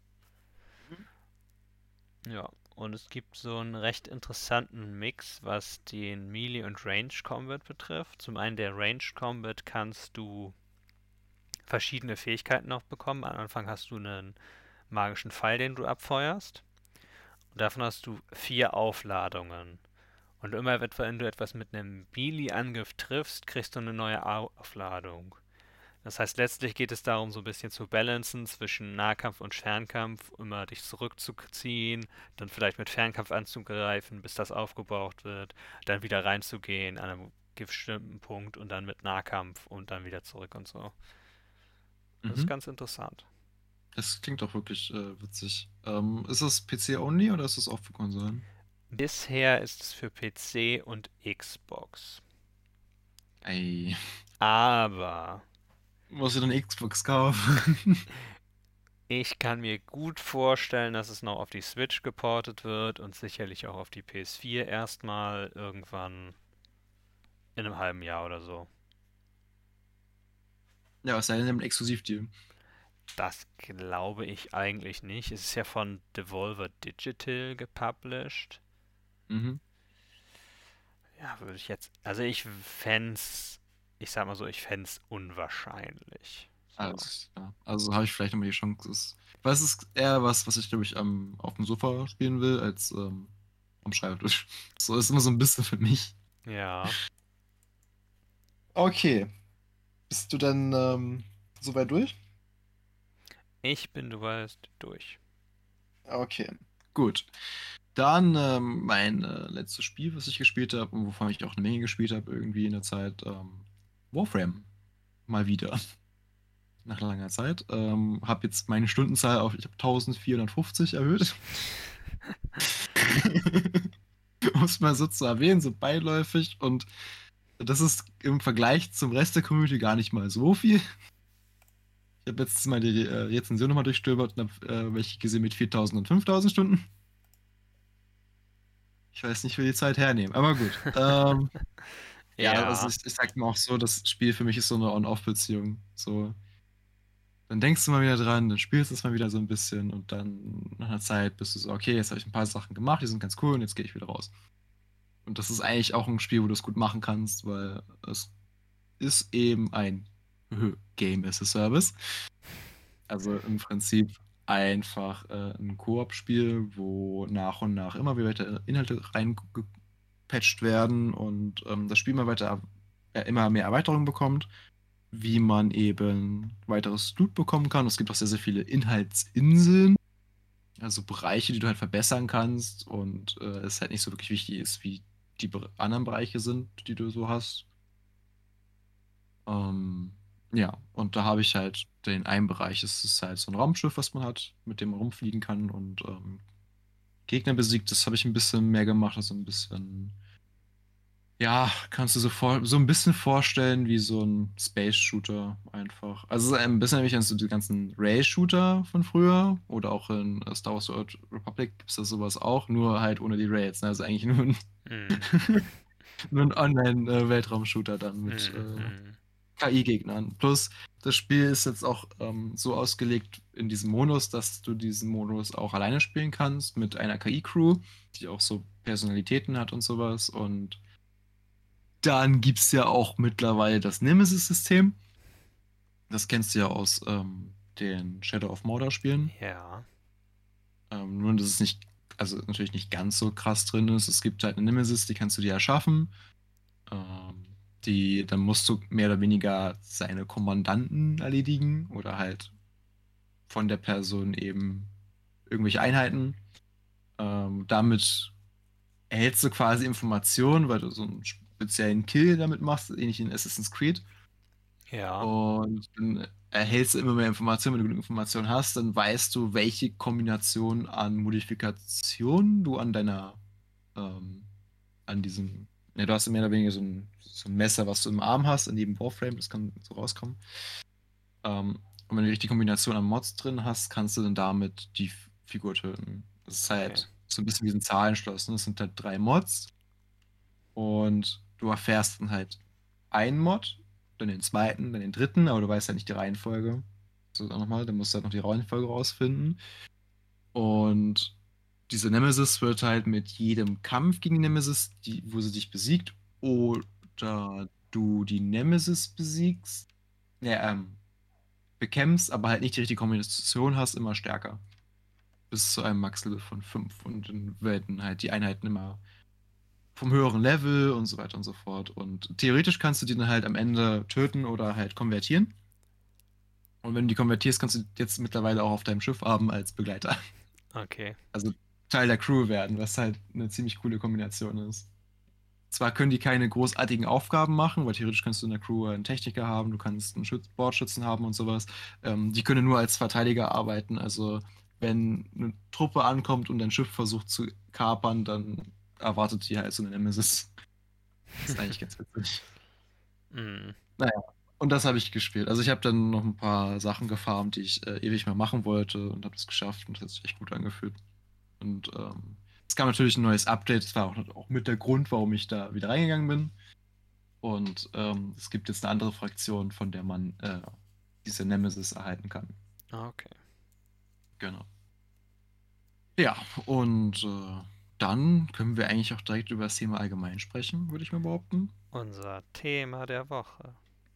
Ja, und es gibt so einen recht interessanten Mix, was den Melee- und Range-Combat betrifft. Zum einen der Range-Combat kannst du verschiedene Fähigkeiten noch bekommen. Am Anfang hast du einen magischen Pfeil, den du abfeuerst. Und davon hast du 4 Aufladungen. Und immer wenn du etwas mit einem Melee-Angriff triffst, kriegst du eine neue Aufladung. Das heißt, letztlich geht es darum, so ein bisschen zu balancen zwischen Nahkampf und Fernkampf, immer dich zurückzuziehen, dann vielleicht mit Fernkampf anzugreifen, bis das aufgebraucht wird, dann wieder reinzugehen an einem bestimmten Punkt und dann mit Nahkampf und dann wieder zurück und so. Das ist Mhm. ganz interessant. Das klingt doch wirklich witzig. Ist das PC-only oder ist das auch für Konsolen? Bisher ist es für PC und Xbox. Ey, Aber muss ich dann Xbox kaufen? ich kann mir gut vorstellen, dass es noch auf die Switch geportet wird und sicherlich auch auf die PS4 erstmal irgendwann in einem halben Jahr oder so. Ja, was sei denn ein Exklusivdeal? Das glaube ich eigentlich nicht. Es ist ja von Devolver Digital gepublished. Mhm. Ja, würde ich jetzt. Also ich fänd's, ich sag mal so, ich fänd's unwahrscheinlich. So. Also habe ich vielleicht nochmal die Chance. Weil es ist eher was, was ich, glaube ich, auf dem Sofa spielen will, als am Schreibtisch. So ist immer so ein bisschen für mich. Ja, Okay. Bist du dann soweit durch? ich bin, du weißt, durch. Okay. Gut. Dann mein letztes Spiel, was ich gespielt habe und wovon ich auch eine Menge gespielt habe, irgendwie in der Zeit, Warframe. Mal wieder. Nach langer Zeit. Habe jetzt meine Stundenzahl auf, ich habe 1450 erhöht. Um es mal so zu erwähnen, so beiläufig. Und das ist im Vergleich zum Rest der Community gar nicht mal so viel. Ich habe jetzt mal die Rezension nochmal durchstöbert und habe welche gesehen mit 4000 und 5000 Stunden. Ich weiß nicht, wie die Zeit hernehmen, aber gut. Ja, also Ja. ich sag mal auch so, das Spiel für mich ist so eine On-Off-Beziehung. So, dann denkst du mal wieder dran, dann spielst du es mal wieder so ein bisschen und dann nach einer Zeit bist du so, okay, jetzt habe ich ein paar Sachen gemacht, die sind ganz cool und jetzt gehe ich wieder raus. Und das ist eigentlich auch ein Spiel, wo du es gut machen kannst, weil es ist eben ein Game as a Service. Also im Prinzip einfach ein Koop-Spiel, wo nach und nach immer wieder weiter Inhalte reingepatcht werden und das Spiel immer mehr Erweiterungen bekommt, wie man eben weiteres Loot bekommen kann. Es gibt auch sehr, sehr viele Inhaltsinseln, also Bereiche, die du halt verbessern kannst und es halt nicht so wirklich wichtig ist, wie die anderen Bereiche sind, die du so hast. Ähm, ja, und da habe ich halt den einen Bereich, es ist halt so ein Raumschiff, was man hat, mit dem man rumfliegen kann und Gegner besiegt. Das habe ich ein bisschen mehr gemacht, also ein bisschen, ja, kannst du so ein bisschen vorstellen wie so ein Space-Shooter einfach. Also es ist ein bisschen nämlich an so die ganzen Rail-Shooter von früher oder auch in Star Wars The Old Republic gibt es da sowas auch, nur halt ohne die Rails. Ne? Also eigentlich nur ein, Mm, nur ein Online-Weltraum-Shooter dann mit mm, mm. KI-Gegnern. Plus, das Spiel ist jetzt auch so ausgelegt in diesem Modus, dass du diesen Modus auch alleine spielen kannst mit einer KI-Crew, die auch so Personalitäten hat und sowas. Und dann gibt es ja auch mittlerweile das Nemesis-System. Das kennst du ja aus den Shadow of Mordor-Spielen. Ja. Nur, dass es nicht, also natürlich nicht ganz so krass drin ist. Es gibt halt eine Nemesis, die kannst du dir erschaffen. Ähm, dann musst du mehr oder weniger seine Kommandanten erledigen oder halt von der Person eben irgendwelche Einheiten. Damit erhältst du quasi Informationen, weil du so einen speziellen Kill damit machst, ähnlich in Assassin's Creed. Ja, Und dann erhältst du immer mehr Informationen. Wenn du genug Informationen hast, dann weißt du, welche Kombination an Modifikationen du an deiner, ähm, an diesem, ja, du hast mehr oder weniger so ein Messer, was du im Arm hast, in jedem Warframe, das kann so rauskommen. Und wenn du die richtige Kombination an Mods drin hast, kannst du dann damit die Figur töten. Das ist okay. halt so ein bisschen wie ein Zahlenschloss. Ne? Das sind halt 3 Mods und du erfährst dann halt einen Mod, dann den zweiten, dann den dritten, aber du weißt halt nicht die Reihenfolge. So, auch nochmal, dann musst du halt noch die Reihenfolge rausfinden. Und diese Nemesis wird halt mit jedem Kampf gegen die Nemesis, wo sie dich besiegt, oder du die Nemesis besiegst, ja, bekämpfst, aber halt nicht die richtige Kombination hast, immer stärker. Bis zu einem Max-Level von 5. Und dann werden halt die Einheiten immer vom höheren Level und so weiter und so fort. Und theoretisch kannst du die dann halt am Ende töten oder halt konvertieren. Und wenn du die konvertierst, kannst du jetzt mittlerweile auch auf deinem Schiff haben als Begleiter. Okay. Also Teil der Crew werden, was halt eine ziemlich coole Kombination ist. Zwar können die keine großartigen Aufgaben machen, weil theoretisch kannst du in der Crew einen Techniker haben, du kannst einen Bordschützen haben und sowas. Die können nur als Verteidiger arbeiten. Also wenn eine Truppe ankommt und dein Schiff versucht zu kapern, dann erwartet die halt so eine Nemesis. Das ist eigentlich ganz witzig. Mm, Naja, und das habe ich gespielt. Also ich habe dann noch ein paar Sachen gefarmt, die ich ewig mal machen wollte und habe es geschafft und das hat sich echt gut angefühlt. Und es kam natürlich ein neues Update. Das war auch mit der Grund, warum ich da wieder reingegangen bin. Und es gibt jetzt eine andere Fraktion, von der man diese Nemesis erhalten kann. okay. Genau. Ja, und dann können wir eigentlich auch direkt über das Thema allgemein sprechen, würde ich mal behaupten. Unser Thema der Woche.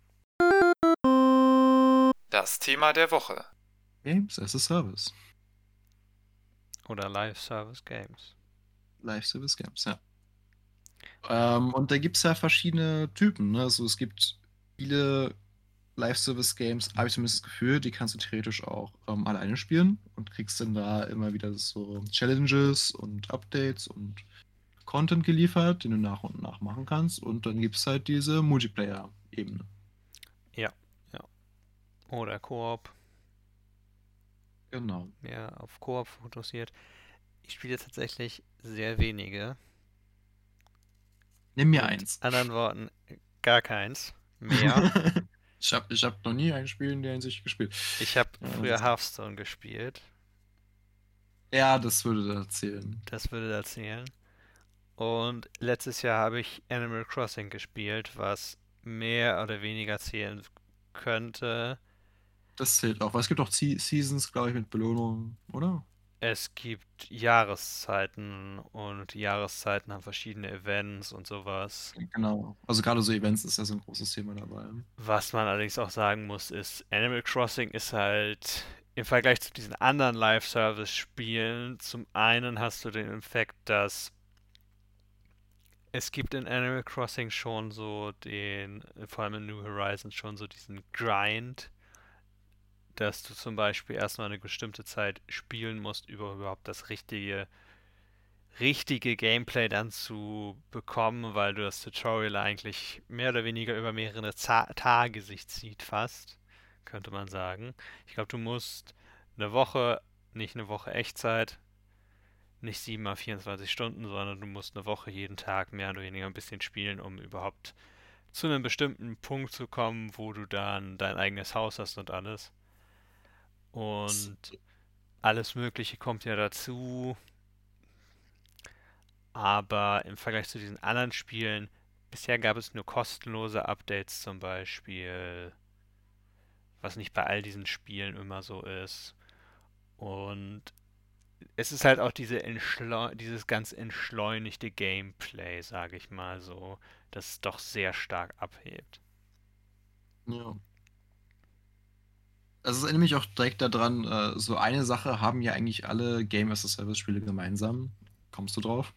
Das Thema der Woche. Games as a Service. Oder Live Service Games. Live Service Games, ja. Und da gibt es ja verschiedene Typen. Ne? Also es gibt viele Live-Service-Games, habe ich zumindest das Gefühl, die kannst du theoretisch auch alleine spielen und kriegst dann da immer wieder so Challenges und Updates und Content geliefert, den du nach und nach machen kannst. Und dann gibt es halt diese Multiplayer-Ebene. Ja, ja. Oder Koop. Genau. Mehr auf Koop fokussiert. Ich spiele tatsächlich sehr wenige. Nimm mir Mit eins. anderen Worten, gar keins mehr. Ich hab noch nie ein Spiel in der Hinsicht gespielt. Ich habe Ja, früher Hearthstone gespielt. das würde da zählen. Das würde da zählen. Und letztes Jahr habe ich Animal Crossing gespielt, was mehr oder weniger zählen könnte. Das zählt auch. Weil es gibt auch Seasons, glaube ich, mit Belohnungen, oder? Es gibt Jahreszeiten und die Jahreszeiten haben verschiedene Events und sowas. Genau. Also gerade so Events ist ja so ein großes Thema dabei. Was man allerdings auch sagen muss, ist, Animal Crossing ist halt im Vergleich zu diesen anderen Live-Service-Spielen, zum einen hast du den Effekt, dass es gibt in Animal Crossing schon so den, vor allem in New Horizons, schon so diesen Grind, dass du zum Beispiel erstmal eine bestimmte Zeit spielen musst, überhaupt das richtige Gameplay dann zu bekommen, weil du das Tutorial eigentlich mehr oder weniger über mehrere Tage sich zieht fast, könnte man sagen. Ich glaube, du musst eine Woche, nicht eine Woche Echtzeit, nicht 7 mal 24 Stunden, sondern du musst eine Woche jeden Tag mehr oder weniger ein bisschen spielen, um überhaupt zu einem bestimmten Punkt zu kommen, wo du dann dein eigenes Haus hast und alles. Und alles Mögliche kommt ja dazu. Aber im Vergleich zu diesen anderen Spielen, bisher gab es nur kostenlose Updates zum Beispiel, was nicht bei all diesen Spielen immer so ist. Und es ist halt auch dieses ganz entschleunigte Gameplay, sage ich mal so, das es doch sehr stark abhebt. Ja. Also es erinnert mich auch direkt daran, so eine Sache haben ja eigentlich alle Game as a Service Spiele gemeinsam. Kommst du drauf?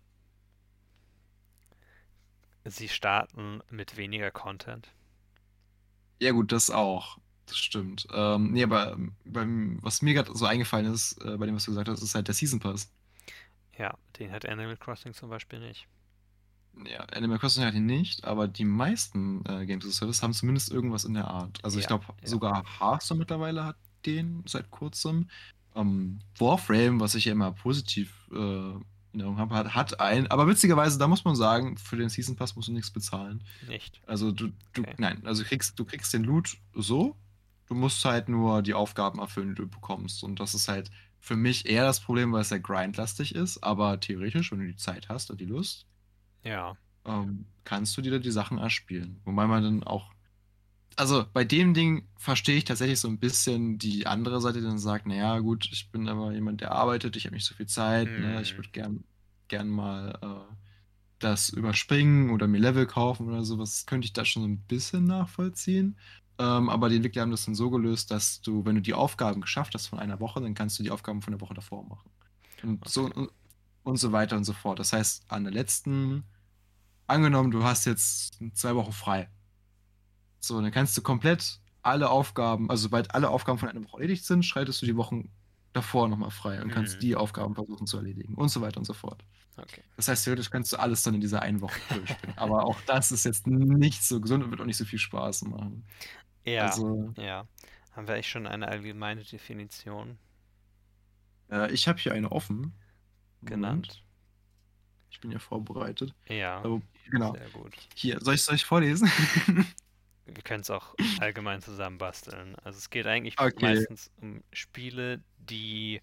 Sie starten mit weniger Content. Ja gut, das auch. Das stimmt. Nee, aber was mir gerade so eingefallen ist, bei dem, was du gesagt hast, ist halt der Season Pass. Ja, den hat Animal Crossing zum Beispiel nicht. Ja, Animal Crossing hat ihn nicht, aber die meisten Games as a Service haben zumindest irgendwas in der Art. Also ich Ja, glaube, ja. sogar Hearthstone mittlerweile hat den seit kurzem. Warframe, was ich ja immer positiv in Erinnerung habe, hat einen. Aber witzigerweise, da muss man sagen, für den Season Pass musst du nichts bezahlen. Nicht. Also Okay. nein, also du kriegst den Loot so, du musst halt nur die Aufgaben erfüllen, die du bekommst. Und das ist halt für mich eher das Problem, weil es sehr grindlastig ist, aber theoretisch, wenn du die Zeit hast und die Lust, Ja. kannst du dir die Sachen erspielen. Wobei man dann auch, also bei dem Ding verstehe ich tatsächlich so ein bisschen die andere Seite, die dann sagt, naja, gut, ich bin aber jemand, der arbeitet, ich habe nicht so viel Zeit, ne, ich Hm. würde gern mal das überspringen oder mir Level kaufen oder sowas, das könnte ich da schon so ein bisschen nachvollziehen. Aber die Entwickler haben das dann so gelöst, dass du, wenn du die Aufgaben geschafft hast von einer Woche, dann kannst du die Aufgaben von der Woche davor machen. Und so Okay. und so weiter und so fort. Das heißt, angenommen, du hast jetzt 2 Wochen frei. So, dann kannst du komplett alle Aufgaben, also sobald alle Aufgaben von einer Woche erledigt sind, schaltest du die Wochen davor nochmal frei und kannst Hm. die Aufgaben versuchen zu erledigen und so weiter und so fort. Okay. Das heißt, theoretisch kannst du alles dann in dieser einen Woche durchspielen. Aber auch das ist jetzt nicht so gesund und wird auch nicht so viel Spaß machen. Ja. Also, Ja. Haben wir eigentlich schon eine allgemeine Definition ich habe hier eine offen. Moment, genannt? ich bin ja vorbereitet. Ja. Aber, genau. Sehr gut. Hier, soll ich vorlesen? Wir können es auch allgemein zusammenbasteln. Also es geht eigentlich Okay. meistens um Spiele, die...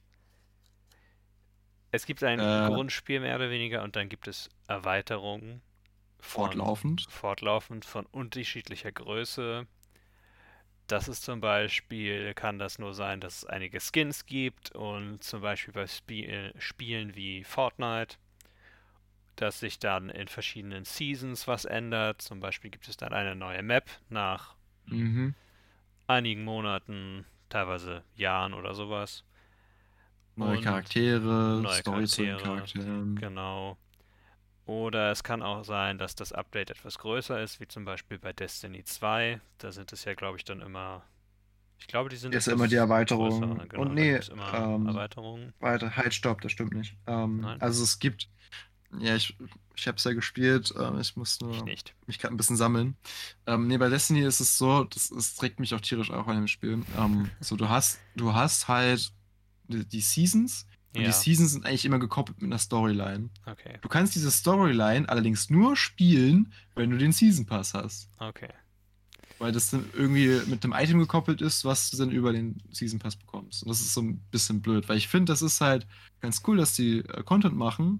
Es gibt ein Äh, Grundspiel mehr oder weniger und dann gibt es Erweiterungen von fortlaufend. fortlaufend von unterschiedlicher Größe. Das ist zum Beispiel, kann das nur sein, dass es einige Skins gibt und zum Beispiel bei Spielen wie Fortnite, dass sich dann in verschiedenen Seasons was ändert. Zum Beispiel gibt es dann eine neue Map nach Mhm. einigen Monaten, teilweise Jahren oder sowas. Neue Und Charaktere, neue Story zu den Charaktere, Charakteren. genau. Oder es kann auch sein, dass das Update etwas größer ist, wie zum Beispiel bei Destiny 2. Da sind es ja, glaube ich, dann immer. Ich glaube, die sind Ist ja immer die etwas Erweiterung. größer, Und genau. Da nee, gibt es immer Erweiterungen. weiter, halt, stopp, das stimmt nicht. Nein, Also es gibt, ja, ich habe es ja gespielt, ich muss ich nur nicht. mich gerade ein bisschen sammeln. Nee, bei Destiny ist es so, das regt mich auch tierisch auf an dem Spiel. So, du hast halt die Seasons und die Ja, Seasons sind eigentlich immer gekoppelt mit einer Storyline. okay, Du kannst diese Storyline allerdings nur spielen, wenn du den Season Pass hast. okay. Weil das dann irgendwie mit einem Item gekoppelt ist, was du dann über den Season Pass bekommst. Und das ist so ein bisschen blöd, weil ich finde, das ist halt ganz cool, dass die Content machen.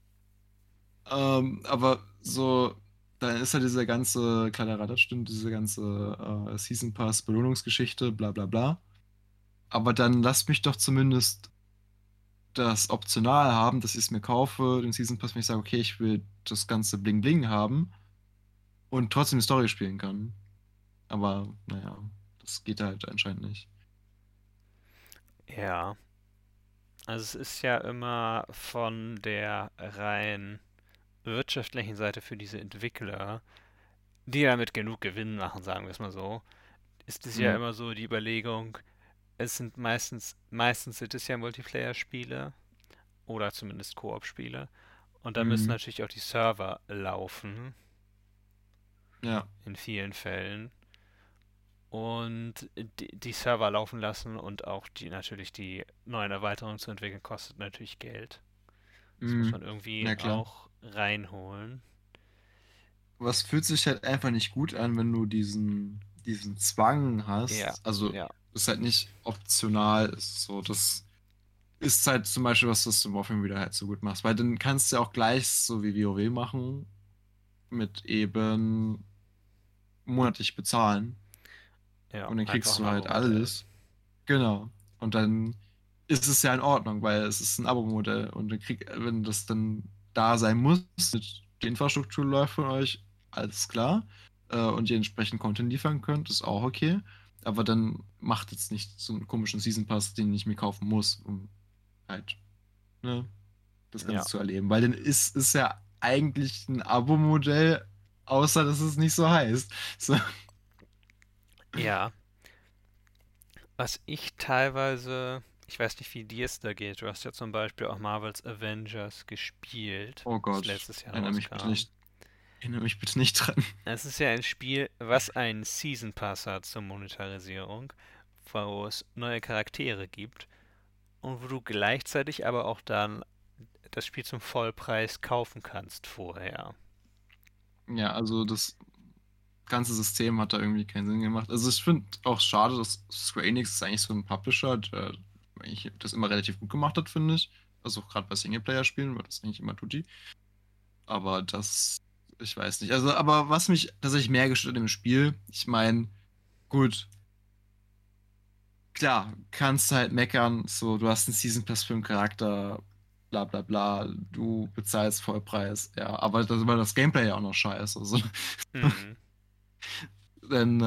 Aber so, dann ist halt diese ganze Kladderadatsch, stimmt, diese ganze Season Pass Belohnungsgeschichte, bla bla bla. Aber dann lasst mich doch zumindest das optional haben, dass ich es mir kaufe, den Season Pass, wenn ich sage, okay, ich will das ganze Bling Bling haben und trotzdem die Story spielen kann. Aber naja, das geht halt anscheinend nicht. Ja, also es ist ja immer von der rein wirtschaftlichen Seite für diese Entwickler, die damit genug Gewinn machen, sagen wir es mal so, ist es ja Ja. immer so die Überlegung, es sind meistens sind es ja Multiplayer-Spiele oder zumindest Koop-Spiele. Und da müssen Mhm. natürlich auch die Server laufen, Ja. in vielen Fällen. Und die Server laufen lassen und auch natürlich die neuen Erweiterungen zu entwickeln, kostet natürlich Geld. Das muss Mhm. man irgendwie Na klar. auch reinholen. Was fühlt sich halt einfach nicht gut an, wenn du diesen Zwang Ja, hast. Also, ja, es halt nicht optional ist. So, das ist halt zum Beispiel was, was du im Warframe wieder halt so gut machst. Weil dann kannst du ja auch gleich so wie WoW machen, mit eben monatlich bezahlen. ja, Und dann einfach kriegst ein du halt Abo-Modell. alles. Genau. Und dann ist es ja in Ordnung, weil es ist ein Abo-Modell. Und wenn das dann da sein muss, mit die Infrastruktur läuft von euch, alles klar. Und ihr entsprechend Content liefern könnt, ist auch okay. Aber dann macht jetzt nicht so einen komischen Season Pass, den ich mir kaufen muss, um halt, ne, das Ganze Ja, zu erleben. Weil dann ist ja eigentlich ein Abo-Modell, außer dass es nicht so heißt. So. ja. Was ich teilweise, ich weiß nicht, wie dir es da geht. Du hast ja zum Beispiel auch Marvel's Avengers gespielt, Oh das Gott, letztes Jahr erinnere mich bitte rauskam. nicht. Erinnere mich bitte nicht dran. Es ist ja ein Spiel, was einen Season Pass hat zur Monetarisierung, wo es neue Charaktere gibt und wo du gleichzeitig aber auch dann das Spiel zum Vollpreis kaufen kannst vorher. Ja, also das ganze System hat da irgendwie keinen Sinn gemacht. Also ich finde auch schade, dass Square Enix ist eigentlich so ein Publisher, der eigentlich das immer relativ gut gemacht hat, finde ich. Also auch gerade bei Singleplayer-Spielen, weil das eigentlich immer tut die. Aber das, ich weiß nicht. Also, aber was mich tatsächlich mehr gestört im Spiel, ich meine, gut, klar, kannst halt meckern, so, du hast einen Season Pass für einen Charakter, bla bla bla, du bezahlst Vollpreis, ja, aber das war das Gameplay ja auch noch scheiße. Also, Mhm. denn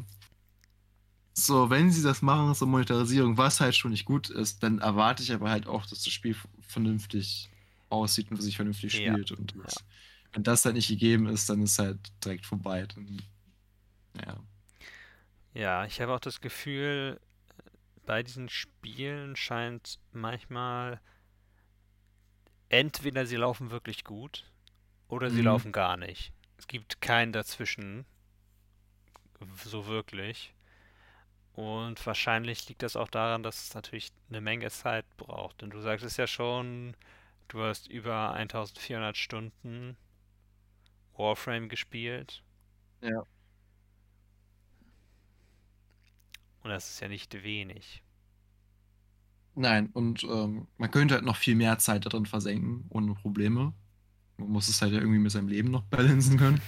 so, wenn sie das machen, so Monetarisierung, was halt schon nicht gut ist, dann erwarte ich aber halt auch, dass das Spiel vernünftig aussieht und sich vernünftig Ja, spielt. Und ja. wenn das halt nicht gegeben ist, dann ist halt direkt vorbei. Dann, ja. Ja, ich habe auch das Gefühl, bei diesen Spielen scheint manchmal entweder sie laufen wirklich gut oder sie Mhm. laufen gar nicht. Es gibt keinen dazwischen, so wirklich. Und wahrscheinlich liegt das auch daran, dass es natürlich eine Menge Zeit braucht. Denn du sagtest ja schon, du hast über 1400 Stunden Warframe gespielt. Ja. Und das ist ja nicht wenig. Nein, und man könnte halt noch viel mehr Zeit darin versenken, ohne Probleme. Man muss es halt ja irgendwie mit seinem Leben noch balancen können.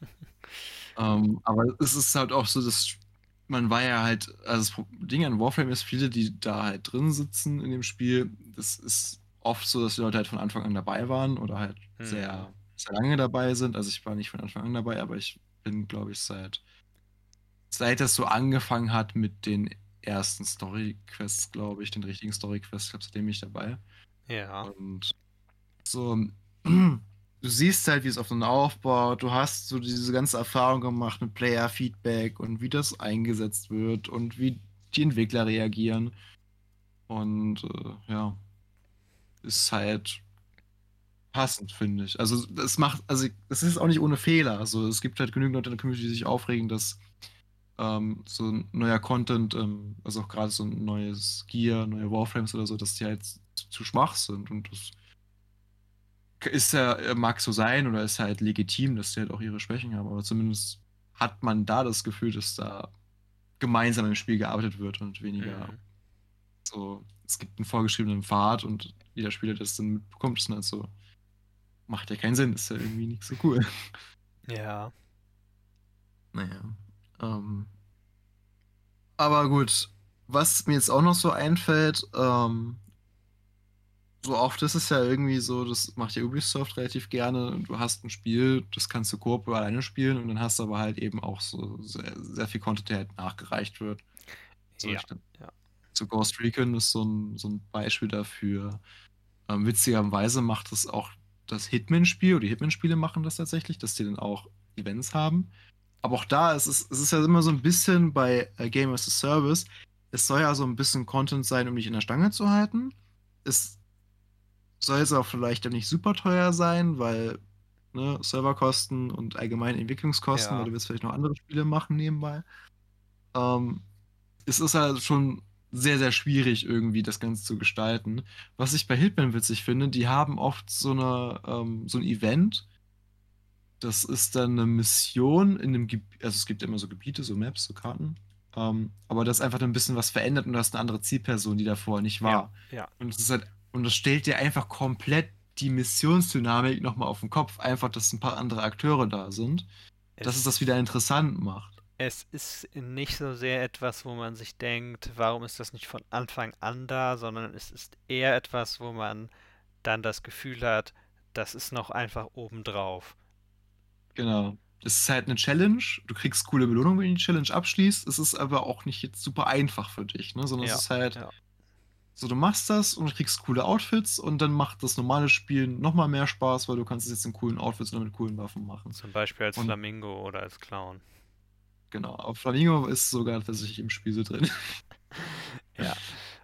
Aber es ist halt auch so, dass man war ja halt, also das Ding an Warframe ist, viele, die da halt drin sitzen in dem Spiel, das ist oft so, dass die Leute halt von Anfang an dabei waren oder halt Hm. sehr lange dabei sind. Also ich war nicht von Anfang an dabei, aber ich bin, glaube ich, seit das so angefangen hat mit den ersten Story-Quests, glaube ich, den richtigen Story-Quests, ich glaube, seitdem bin ich dabei. Ja. Und so, du siehst halt, wie es aufeinander aufbaut. Du hast so diese ganze Erfahrung gemacht mit Player-Feedback und wie das eingesetzt wird und wie die Entwickler reagieren. Und ja, ist halt passend, finde ich. Also das macht, also es ist auch nicht ohne Fehler. Also es gibt halt genügend Leute in der Community, die sich aufregen, dass so ein neuer Content, also auch gerade so ein neues Gear, neue Warframes oder so, dass die halt zu schwach sind. Und das ist ja, mag so sein oder ist halt legitim, dass die halt auch ihre Schwächen haben, aber zumindest hat man da das Gefühl, dass da gemeinsam im Spiel gearbeitet wird und weniger Hm. so, es gibt einen vorgeschriebenen Pfad und jeder Spieler, der das dann mitbekommt, ist dann halt so, macht ja keinen Sinn, ist ja irgendwie nicht so cool. Ja. Naja. Ähm, aber gut, was mir jetzt auch noch so einfällt, so oft ist es ja irgendwie so, das macht ja Ubisoft relativ gerne. Du hast ein Spiel, das kannst du Koop oder alleine spielen und dann hast du aber halt eben auch so sehr viel Content, der halt nachgereicht wird. So, Ja. ich glaube, Ja. so Ghost Recon ist so ein Beispiel dafür. Witzigerweise macht das auch das Hitman-Spiel, oder die Hitman-Spiele machen das tatsächlich, dass die dann auch Events haben. Aber auch da es ist ja immer so ein bisschen bei Game as a Service. Es soll ja so ein bisschen Content sein, um dich in der Stange zu halten. Es soll es auch vielleicht dann nicht super teuer sein, weil ne, Serverkosten und allgemein Entwicklungskosten, weil Ja. du willst vielleicht noch andere Spiele machen nebenbei. Ähm, Es ist halt schon sehr schwierig, irgendwie das Ganze zu gestalten. Was ich bei Hitman witzig finde, die haben oft so ein Event. Das ist dann eine Mission in einem Gebiet, also es gibt immer so Gebiete, so Maps, so Karten. Aber das ist einfach ein bisschen was verändert und du hast eine andere Zielperson, die da vorher nicht Ja. war. Ja. Und es ist halt, und das stellt dir einfach komplett die Missionsdynamik nochmal auf den Kopf. Einfach, dass ein paar andere Akteure da sind. Dass es das Es wieder interessant macht. Es ist nicht so sehr etwas, wo man sich denkt, warum ist das nicht von Anfang an da, sondern es ist eher etwas, wo man dann das Gefühl hat, das ist noch einfach obendrauf. Genau. Es ist halt eine Challenge. Du kriegst coole Belohnung, wenn du die Challenge abschließt. Es ist aber auch nicht jetzt super einfach für dich, ne? Sondern es Ja, ist halt ja. so, du machst das und du kriegst coole Outfits und dann macht das normale Spielen nochmal mehr Spaß, weil du kannst es jetzt in coolen Outfits oder mit coolen Waffen machen. Zum Beispiel als Und Flamingo oder als Clown. genau, auf Flamingo ist sogar tatsächlich im Spiel so drin. Ja. Der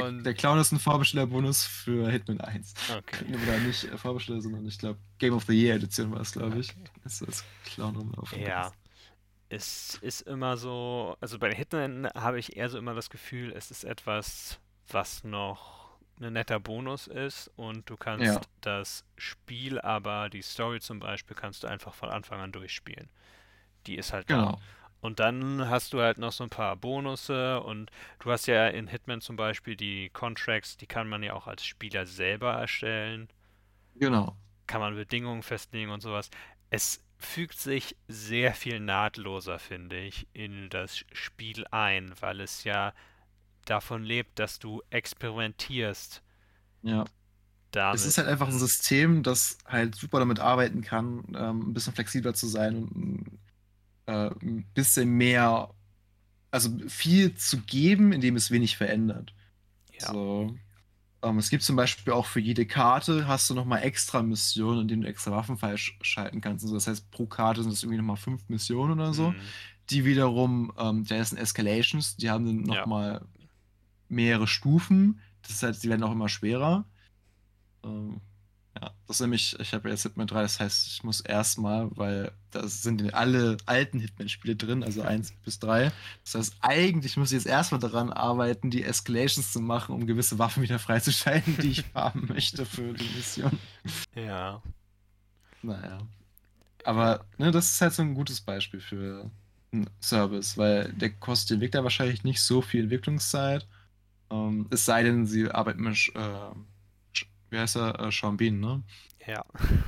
Und der Clown ist ein Vorbestellerbonus für Hitman 1. okay, Oder nicht Vorbesteller, sondern ich glaube, Game of the Year Edition war es, glaube ich. okay. Ist das Clown rumlaufen Ja, kannst. es ist immer so, also bei Hitman habe ich eher so immer das Gefühl, es ist etwas, was noch ein netter Bonus ist und du Ja, kannst das Spiel, aber die Story zum Beispiel kannst du einfach von Anfang an durchspielen. Die ist halt da. genau. Und dann hast du halt noch so ein paar Bonusse und du hast ja in Hitman zum Beispiel die Contracts, die kann man ja auch als Spieler selber erstellen, Genau. kann man Bedingungen festlegen und sowas. Es fügt sich sehr viel nahtloser, finde ich, in das Spiel ein, weil es ja davon lebt, dass du experimentierst Ja. Es ist damit. halt einfach ein System, das halt super damit arbeiten kann, ein bisschen flexibler zu sein und ein bisschen mehr, also viel zu geben, indem es wenig verändert. Ja, So, es gibt zum Beispiel auch für jede Karte hast du nochmal extra Missionen, in denen du extra Waffen freischalten kannst. Also das heißt, pro Karte sind es irgendwie nochmal 5 Missionen oder so. hm, Die wiederum, da sind Escalations, die haben dann ja. nochmal mehrere Stufen. Das heißt, die werden auch immer schwerer. Ähm, ja, das ist nämlich, ich habe ja jetzt Hitman 3, das heißt, ich muss erstmal, weil da sind alle alten Hitman-Spiele drin, also 1 bis 3. Das heißt, eigentlich muss ich jetzt erstmal daran arbeiten, die Escalations zu machen, um gewisse Waffen wieder freizuschalten, die ich haben möchte für die Mission. Ja, Naja. ja. Aber ne, das ist halt so ein gutes Beispiel für einen Service, weil der kostet den Entwickler wahrscheinlich nicht so viel Entwicklungszeit. Es sei denn, sie arbeiten mit, wie heißt er, Sean Bean, ne? Ja.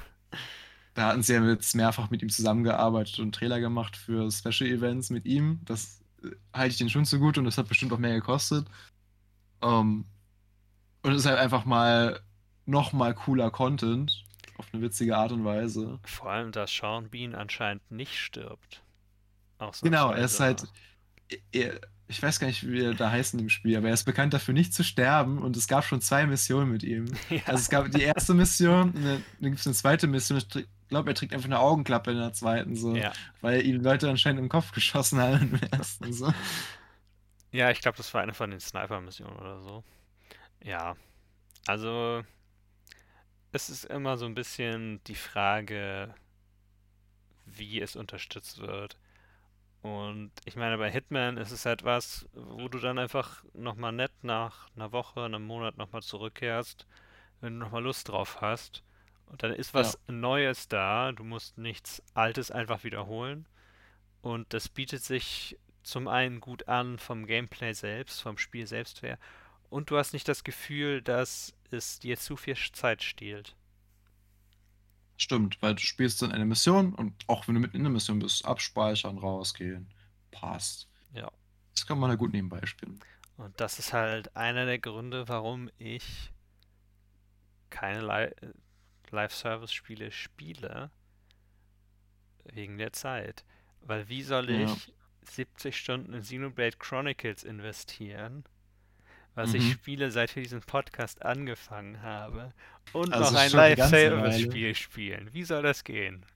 Da hatten sie ja jetzt mehrfach mit ihm zusammengearbeitet und Trailer gemacht für Special Events mit ihm. Das halte ich den schon zu gut und das hat bestimmt auch mehr gekostet. Ähm, und es ist halt einfach mal nochmal cooler Content auf eine witzige Art und Weise. Vor allem, dass Sean Bean anscheinend nicht stirbt. Genau, er ist Ausnahmsweise. halt, ich weiß gar nicht, wie er da heißt in dem Spiel, aber er ist bekannt dafür, nicht zu sterben und es gab schon 2 Missionen mit ihm. Ja. Also es gab die erste Mission, dann gibt es eine zweite Mission. Ich glaube, er trägt einfach eine Augenklappe in der zweiten, so, Ja. weil ihm Leute anscheinend im Kopf geschossen haben im ersten. So. Ja, ich glaube, das war eine von den Sniper-Missionen oder so. Ja, also es ist immer so ein bisschen die Frage, wie es unterstützt wird. Und ich meine, bei Hitman ist es halt was, wo du dann einfach nochmal nett nach einer Woche, einem Monat nochmal zurückkehrst, wenn du nochmal Lust drauf hast. Und dann ist Ja, was Neues da, du musst nichts Altes einfach wiederholen. Und das bietet sich zum einen gut an vom Gameplay selbst, vom Spiel selbst her. Und du hast nicht das Gefühl, dass es dir zu viel Zeit stiehlt. stimmt, weil du spielst dann eine Mission und auch wenn du mitten in der Mission bist, abspeichern, rausgehen, passt. Ja. Das kann man ja gut nebenbei spielen. Und das ist halt einer der Gründe, warum ich keine Live-Service-Spiele spiele, wegen der Zeit. Weil wie soll Ja. ich 70 Stunden in Xenoblade Chronicles investieren, was ich Mhm. spiele, seit wir diesen Podcast angefangen haben, und noch Also ein schon eine ganze Weile. Live-Service-Spiel spielen? Wie soll das gehen?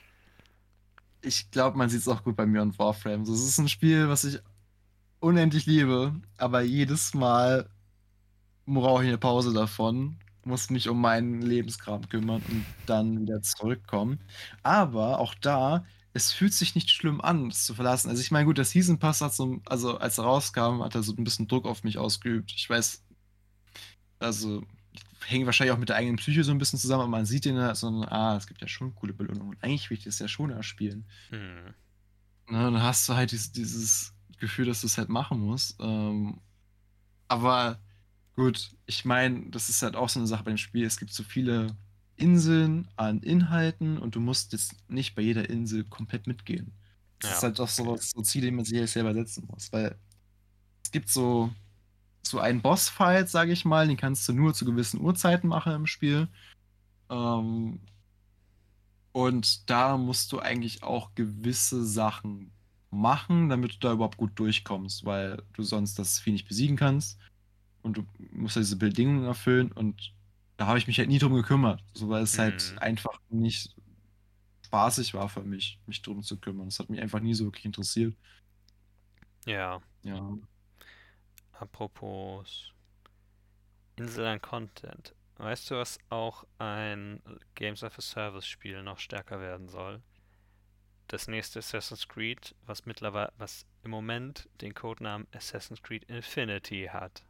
Ich glaube, man sieht es auch gut bei mir und Warframe. So, es ist ein Spiel, was ich unendlich liebe, aber jedes Mal brauche ich eine Pause davon, muss mich um meinen Lebenskram kümmern und dann wieder zurückkommen. Aber auch da, es fühlt sich nicht schlimm an, es zu verlassen. Also ich meine, gut, der Season Pass hat so, also als er rauskam, hat er so ein bisschen Druck auf mich ausgeübt. Ich weiß, also hängt wahrscheinlich auch mit der eigenen Psyche so ein bisschen zusammen, aber man sieht den ja so, es gibt ja schon coole Belohnungen. Und eigentlich will ich das ja schon erspielen. Hm. Ne, dann hast du halt dieses Gefühl, dass du es halt machen musst. Aber gut, ich meine, das ist halt auch so eine Sache bei dem Spiel. Es gibt so viele Inseln an Inhalten und du musst jetzt nicht bei jeder Insel komplett mitgehen. Das ist Ja, halt auch okay. so Ziele, die man sich selber setzen muss. Weil es gibt so einen Bossfight, sage ich mal, den kannst du nur zu gewissen Uhrzeiten machen im Spiel. Ähm, und da musst du eigentlich auch gewisse Sachen machen, damit du da überhaupt gut durchkommst, weil du sonst das Vieh nicht besiegen kannst. Und du musst ja diese Bedingungen erfüllen und da habe ich mich halt nie drum gekümmert, so weil es halt Hm. einfach nicht spaßig war für mich, mich drum zu kümmern. Das hat mich einfach nie so wirklich interessiert. Ja, Ja, apropos. Insel an Content. Weißt du, was auch ein Games as a Service Spiel noch stärker werden soll? Das nächste Assassin's Creed, was im Moment den Codenamen Assassin's Creed Infinity hat.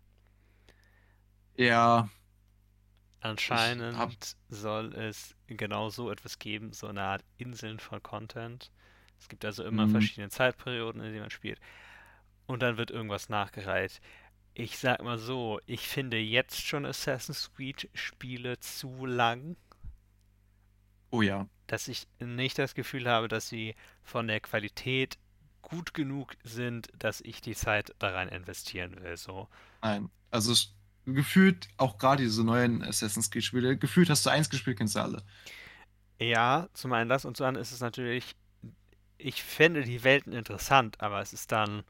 Ja, ich hab. Anscheinend soll es genau so etwas geben, so eine Art Inseln von Content. Es gibt also immer Mh, verschiedene Zeitperioden, in denen man spielt. Und dann wird irgendwas nachgereiht. Ich sag mal so, ich finde jetzt schon Assassin's Creed Spiele zu lang, oh ja, dass ich nicht das Gefühl habe, dass sie von der Qualität gut genug sind, dass ich die Zeit da rein investieren will. So. nein. Also gefühlt, auch gerade diese neuen Assassin's Creed-Spiele, gefühlt hast du eins gespielt, kennst du alle. Ja, zum einen das und zum anderen ist es natürlich, ich fände die Welten interessant, aber es ist dann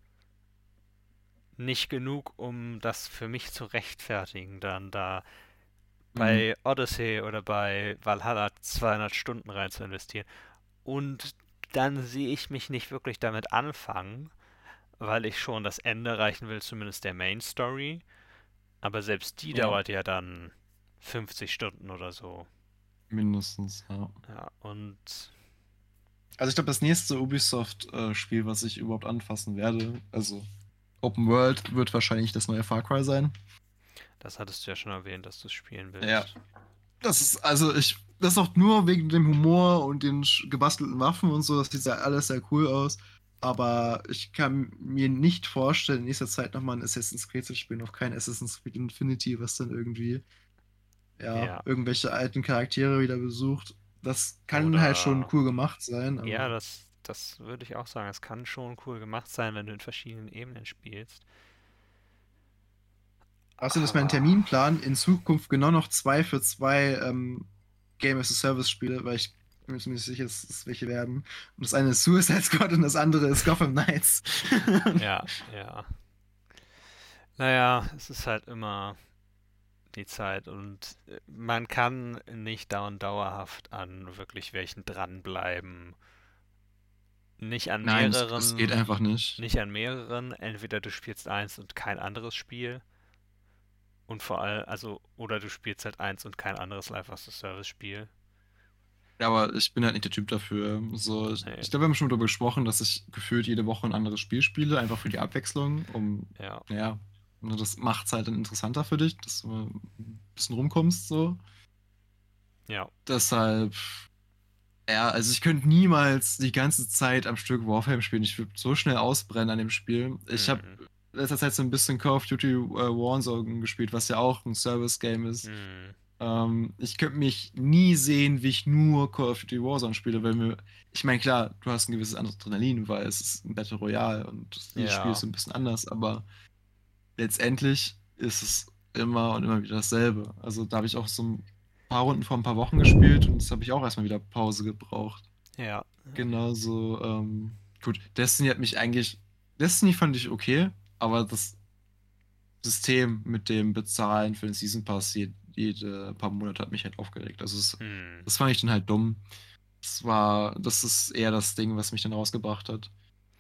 nicht genug, um das für mich zu rechtfertigen, dann da Mhm. bei Odyssey oder bei Valhalla 200 Stunden rein zu investieren. Und dann sehe ich mich nicht wirklich damit anfangen, weil ich schon das Ende erreichen will, zumindest der Main Story. Aber selbst die Ja, dauert ja dann 50 Stunden oder so. mindestens, ja. Ja, und Also ich glaube, das nächste Ubisoft-Spiel, was ich überhaupt anfassen werde, also Open World, wird wahrscheinlich das neue Far Cry sein. das hattest du ja schon erwähnt, dass du es spielen Ja. willst. Das ist auch nur wegen dem Humor und den gebastelten Waffen und so, das sieht ja alles sehr cool aus. Aber ich kann mir nicht vorstellen, in nächster Zeit nochmal ein Assassin's Creed zu spielen, auch kein Assassin's Creed Infinity, was dann irgendwie, ja, Ja. irgendwelche alten Charaktere wieder besucht. Das kann halt schon Oder cool gemacht sein, ja, aber. das würde ich auch sagen. Es kann schon cool gemacht sein, wenn du in verschiedenen Ebenen spielst. Außerdem ist mein Aber Terminplan in Zukunft genau noch 2 für 2 Game as a Service Spiele, weil ich bin mir ziemlich sicher, dass es welche werden. Und das eine ist Suicide Squad und das andere ist Gotham Knights. ja, ja. Naja, es ist halt immer die Zeit und man kann nicht dauerhaft an wirklich welchen dranbleiben. Nicht an Nein, es geht mehreren, einfach nicht. nicht an mehreren. Entweder du spielst eins und kein anderes Spiel und vor allem, also, oder du spielst halt eins und kein anderes Live as a Service Spiel. Ja, aber ich bin halt nicht der Typ dafür. So, Nee, ich glaube, wir haben schon darüber gesprochen, dass ich gefühlt jede Woche ein anderes Spiel spiele, einfach für die Abwechslung, ja, ja, das macht es halt dann interessanter für dich, dass du ein bisschen rumkommst, so. ja. Deshalb, ja, also ich könnte niemals die ganze Zeit am Stück Warframe spielen. Ich würde so schnell ausbrennen an dem Spiel. Ich habe Hm, in letzter Zeit so ein bisschen Call of Duty Warzone gespielt, was ja auch ein Service-Game ist. hm, Ich könnte mich nie sehen, wie ich nur Call of Duty Warzone spiele, weil ich meine, klar, du hast ein gewisses Adrenalin, weil es ist ein Battle Royale und jedes Spiel ist ja, so ein bisschen anders, aber letztendlich ist es immer und immer wieder dasselbe. Also da habe ich auch so ein paar Runden vor ein paar Wochen gespielt und das habe ich auch erstmal wieder Pause gebraucht. ja, Genauso, gut, Destiny fand ich okay, aber das System mit dem Bezahlen für den Season Pass jede paar Monate hat mich halt aufgeregt. Also hm, das fand ich dann halt dumm. Das ist eher das Ding, was mich dann rausgebracht hat.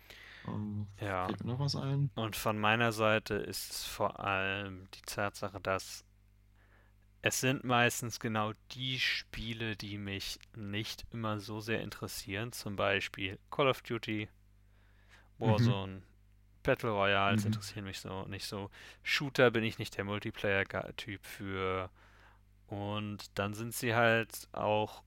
ja. Fällt mir noch was ein? Und von meiner Seite ist es vor allem die Tatsache, dass es sind meistens genau die Spiele, die mich nicht immer so sehr interessieren. Zum Beispiel Call of Duty, Mhm. Warzone, Battle Royales Mhm. interessieren mich so nicht so. Shooter bin ich nicht der Multiplayer-Typ für. Und dann sind sie halt auch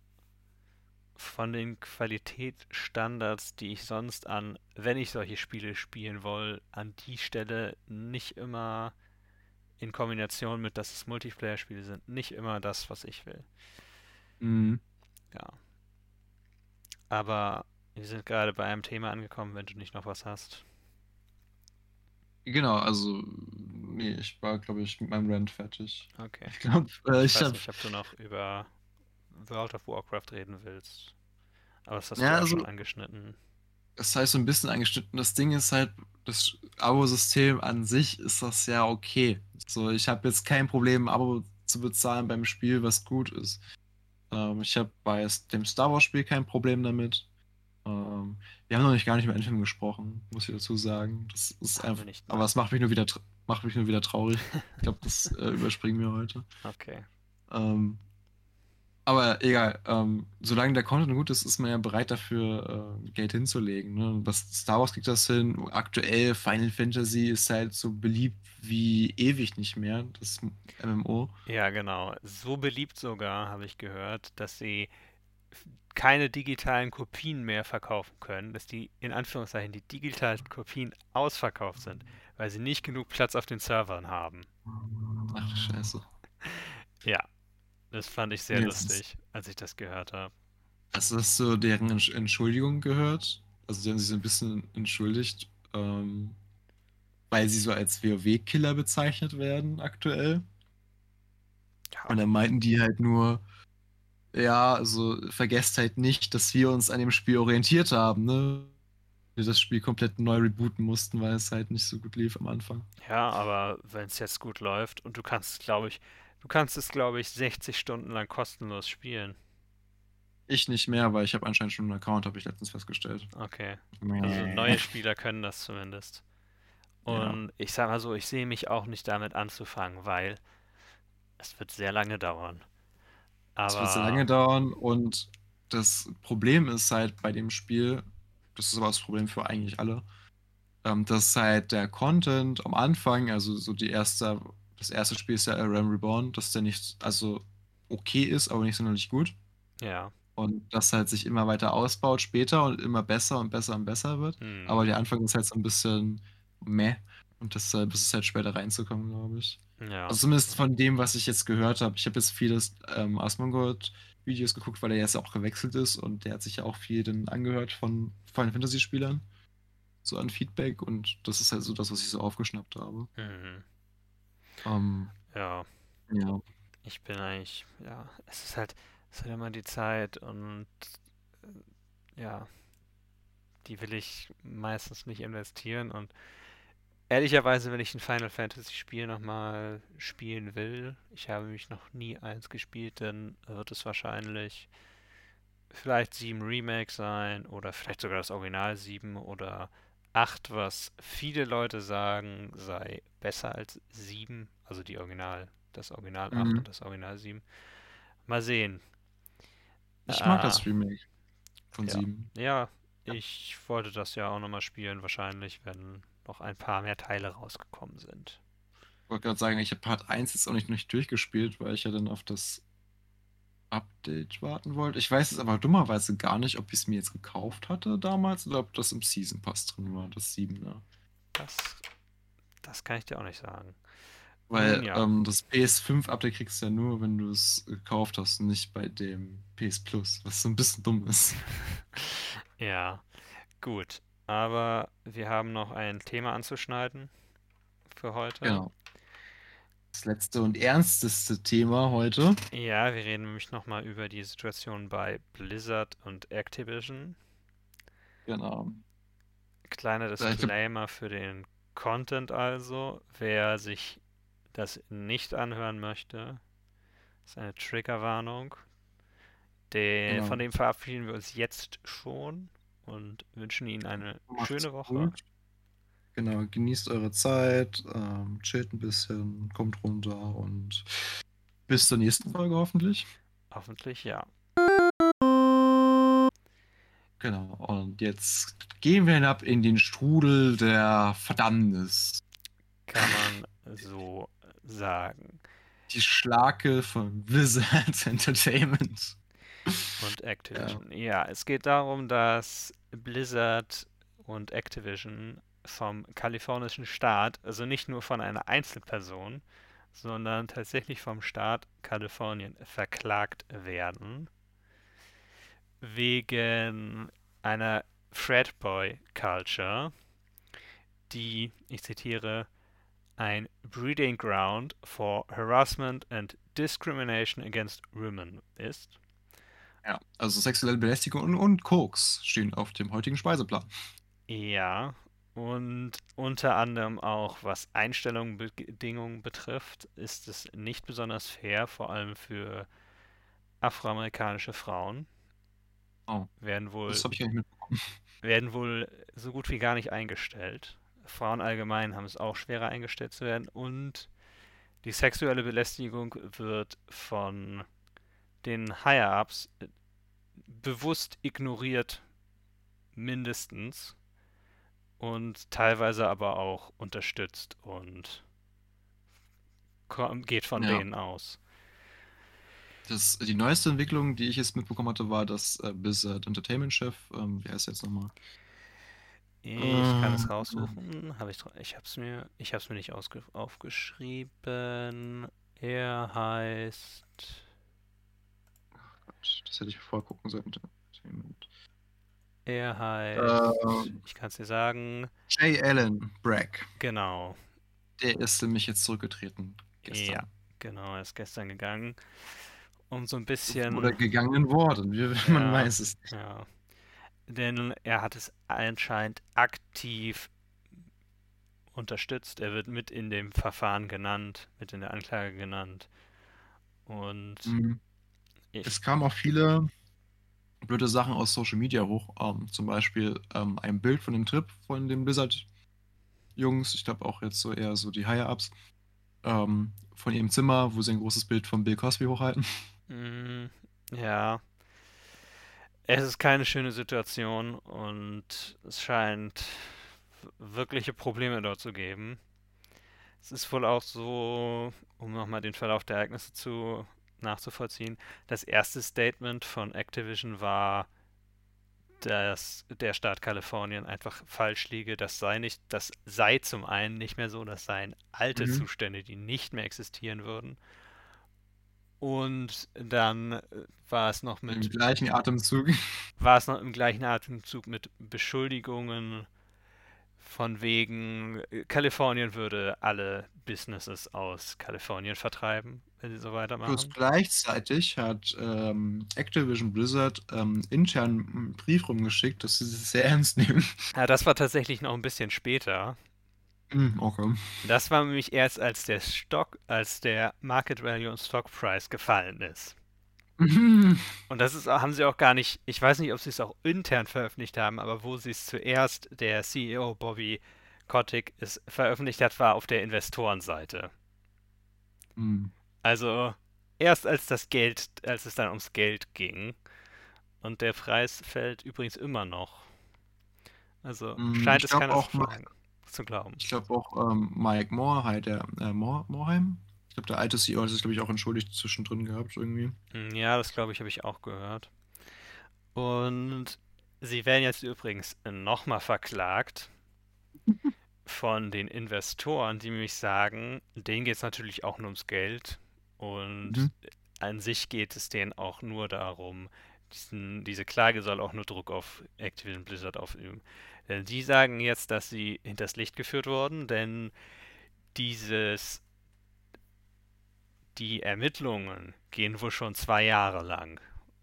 von den Qualitätsstandards, die ich sonst an, wenn ich solche Spiele spielen will, an die Stelle nicht immer in Kombination mit, dass es Multiplayer-Spiele sind, nicht immer das, was ich will. Mhm. Ja. Aber wir sind gerade bei einem Thema angekommen, wenn du nicht noch was hast. Genau, also, nee, ich war, glaube ich, mit meinem Rant fertig. Okay. Ich glaube, Ich ich weiß habe. nicht, ob du noch über World of Warcraft reden willst. Aber das hast du Ja, auch schon also, angeschnitten. das heißt so ein bisschen angeschnitten. Das Ding ist halt, das Abo-System an sich ist das ja okay. So, ich habe jetzt kein Problem, ein Abo zu bezahlen beim Spiel, was gut ist. Ich habe bei dem Star Wars-Spiel kein Problem damit. Ähm, Wir haben noch nicht gar nicht über Anthem gesprochen, muss ich dazu sagen. Das ist Haben wir einfach, nicht aber mal. es macht mich nur wieder traurig. Ich glaube, das überspringen wir heute. Okay. Ähm, aber egal, solange der Content gut ist, ist man ja bereit dafür, Geld hinzulegen. Ne? Was Star Wars kriegt das hin. Aktuell Final Fantasy ist halt so beliebt wie ewig nicht mehr, das MMO. Ja, genau. So beliebt sogar, habe ich gehört, dass sie keine digitalen Kopien mehr verkaufen können, dass die in Anführungszeichen die digitalen Kopien ausverkauft sind, weil sie nicht genug Platz auf den Servern haben. Ach du Scheiße. Ja, das fand ich sehr Nee, das ist, lustig, als ich das gehört habe. hast du das so deren Entschuldigung gehört? Also die haben sich so ein bisschen entschuldigt, weil sie so als WoW-Killer bezeichnet werden aktuell. Ja, Und dann meinten die halt nur, ja, also vergesst halt nicht, dass wir uns an dem Spiel orientiert haben, ne? Wir das Spiel komplett neu rebooten mussten, weil es halt nicht so gut lief am Anfang. ja, aber wenn es jetzt gut läuft und du kannst es, glaube ich, 60 Stunden lang kostenlos spielen. Ich nicht mehr, weil ich habe anscheinend schon einen Account, habe ich letztens festgestellt. Okay. Also Mäh. neue Spieler können das zumindest. Ja. Und ich sag mal so, ich sehe mich auch nicht damit anzufangen, weil es wird sehr lange dauern. Es wird sehr Aber lange dauern und das Problem ist halt bei dem Spiel, das ist aber das Problem für eigentlich alle, dass halt der Content am Anfang, also so das erste Spiel ist ja Realm Reborn, dass der nicht, also okay ist, aber nicht sonderlich gut. ja, Und das halt sich immer weiter ausbaut später und immer besser und besser und besser wird. hm, Aber der Anfang ist halt so ein bisschen meh. Und deshalb ist es halt schwer da reinzukommen, glaube ich. ja, Also zumindest von dem, was ich jetzt gehört habe. Ich habe jetzt vieles Asmongold-Videos geguckt, weil er jetzt auch gewechselt ist und der hat sich ja auch viel dann angehört von Final Fantasy-Spielern. So an Feedback und das ist halt so das, was ich so aufgeschnappt habe. mhm, Ähm, ja. ja. Ich bin eigentlich, ja, es ist halt immer die Zeit und ja, die will ich meistens nicht investieren und ehrlicherweise, wenn ich ein Final Fantasy Spiel nochmal spielen will, ich habe mich noch nie eins gespielt, dann wird es wahrscheinlich vielleicht 7 Remake sein oder vielleicht sogar das Original 7 oder 8, was viele Leute sagen, sei besser als 7, also das Original 8 Mhm. und das Original 7. Mal sehen. Ich mag Äh, das Remake von ja. 7. Ja, ich wollte das ja auch nochmal spielen, wahrscheinlich, wenn noch ein paar mehr Teile rausgekommen sind. Ich wollte gerade sagen, ich habe Part 1 jetzt auch nicht durchgespielt, weil ich ja dann auf das Update warten wollte. Ich weiß es aber dummerweise gar nicht, ob ich es mir jetzt gekauft hatte damals oder ob das im Season Pass drin war, das 7er. Das, das kann ich dir auch nicht sagen. Nun Weil ja, das PS5-Update kriegst du ja nur, wenn du es gekauft hast und nicht bei dem PS Plus, was so ein bisschen dumm ist. ja, gut. Aber wir haben noch ein Thema anzuschneiden für heute. Genau. Das letzte und ernsteste Thema heute. Ja, wir reden nämlich nochmal über die Situation bei Blizzard und Activision. Genau. Kleiner Ich glaube, Disclaimer für den Content also. Wer sich das nicht anhören möchte, ist eine Triggerwarnung. Von genau. dem verabschieden wir uns jetzt schon und wünschen Ihnen eine Macht's schöne Woche. gut. Genau, genießt eure Zeit, chillt ein bisschen, kommt runter und bis zur nächsten Folge hoffentlich. Hoffentlich ja. Genau, und jetzt gehen wir hinab in den Strudel der Verdammnis. Kann man so sagen. Die Schlake von Blizzard Entertainment. Und Ja. Activision. Ja, es geht darum, dass Blizzard und Activision vom kalifornischen Staat, also nicht nur von einer Einzelperson, sondern tatsächlich vom Staat Kalifornien verklagt werden wegen einer Fratboy Culture, die, ich zitiere, ein Breeding Ground for Harassment and Discrimination against Women ist. Ja, also sexuelle Belästigung und Koks stehen auf dem heutigen Speiseplan. Ja, und unter anderem auch was Einstellungsbedingungen betrifft, ist es nicht besonders fair, vor allem für afroamerikanische Frauen. Oh, Werden das wohl habe ich gar nicht mitbekommen. werden wohl so gut wie gar nicht eingestellt. Frauen allgemein haben es auch schwerer eingestellt zu werden und die sexuelle Belästigung wird von den Higher-Ups bewusst ignoriert, mindestens, und teilweise aber auch unterstützt und geht von Ja. denen aus. Die neueste Entwicklung, die ich jetzt mitbekommen hatte, war, dass Blizzard Entertainment-Chef, wie heißt er jetzt nochmal? Ich kann es Äh, raussuchen. Ich hab's mir nicht aufgeschrieben. Er heißt. Gott, das hätte ich vorgucken sollen. Entertainment. Er heißt. Ähm, Ich kann es dir sagen. J. Allen Bragg. Genau. Der ist nämlich jetzt zurückgetreten Ja, gestern. genau. Er ist gestern gegangen. Um so ein Oder bisschen. gegangen worden, man Ja, weiß es nicht. ja. Denn er hat es anscheinend aktiv unterstützt. Er wird mit in dem Verfahren genannt, mit in der Anklage genannt. Und Mhm. ich. Es kamen auch viele blöde Sachen aus Social Media hoch. Zum Beispiel ein Bild von dem Trip von den Blizzard-Jungs. Ich glaube auch jetzt so eher so die Higher-Ups. Von ihrem Zimmer, wo sie ein großes Bild von Bill Cosby hochhalten. Ja, es ist keine schöne Situation und es scheint wirkliche Probleme dort zu geben. Es ist wohl auch so, um nochmal den Verlauf der Ereignisse nachzuvollziehen, das erste Statement von Activision war, dass der Staat Kalifornien einfach falsch liege. Das sei zum einen nicht mehr so, das seien alte Mhm. Zustände, die nicht mehr existieren würden. Und dann war es noch Im gleichen Atemzug. im gleichen Atemzug mit Beschuldigungen von wegen, Kalifornien würde alle Businesses aus Kalifornien vertreiben, wenn sie so Bloß weitermachen. gleichzeitig hat Activision Blizzard intern einen Brief rumgeschickt, dass sie es sehr ernst nehmen. Ja, das war tatsächlich noch ein bisschen später. Okay. Das war nämlich erst, als der Market Value und Stock Price gefallen ist. Und haben sie auch gar nicht, ich weiß nicht, ob sie es auch intern veröffentlicht haben, aber wo sie es zuerst, der CEO Bobby Kotick es veröffentlicht hat, war auf der Investorenseite. Also erst als es dann ums Geld ging. Und der Preis fällt übrigens immer noch. Also scheint Ich es glaube keiner auch, zu glauben. Mike Moore, halt Moorheim. Ich glaube, der alte CEO hat sich, glaube ich, auch entschuldigt zwischendrin gehabt irgendwie. Ja, das glaube ich, habe ich auch gehört. Und sie werden jetzt übrigens nochmal verklagt von den Investoren, die nämlich sagen, denen geht es natürlich auch nur ums Geld. Und Mhm. an sich geht es denen auch nur darum, diese Klage soll auch nur Druck auf Activision Blizzard aufüben. Denn die sagen jetzt, dass sie hinters Licht geführt wurden, denn dieses, die Ermittlungen gehen wohl schon 2 Jahre lang.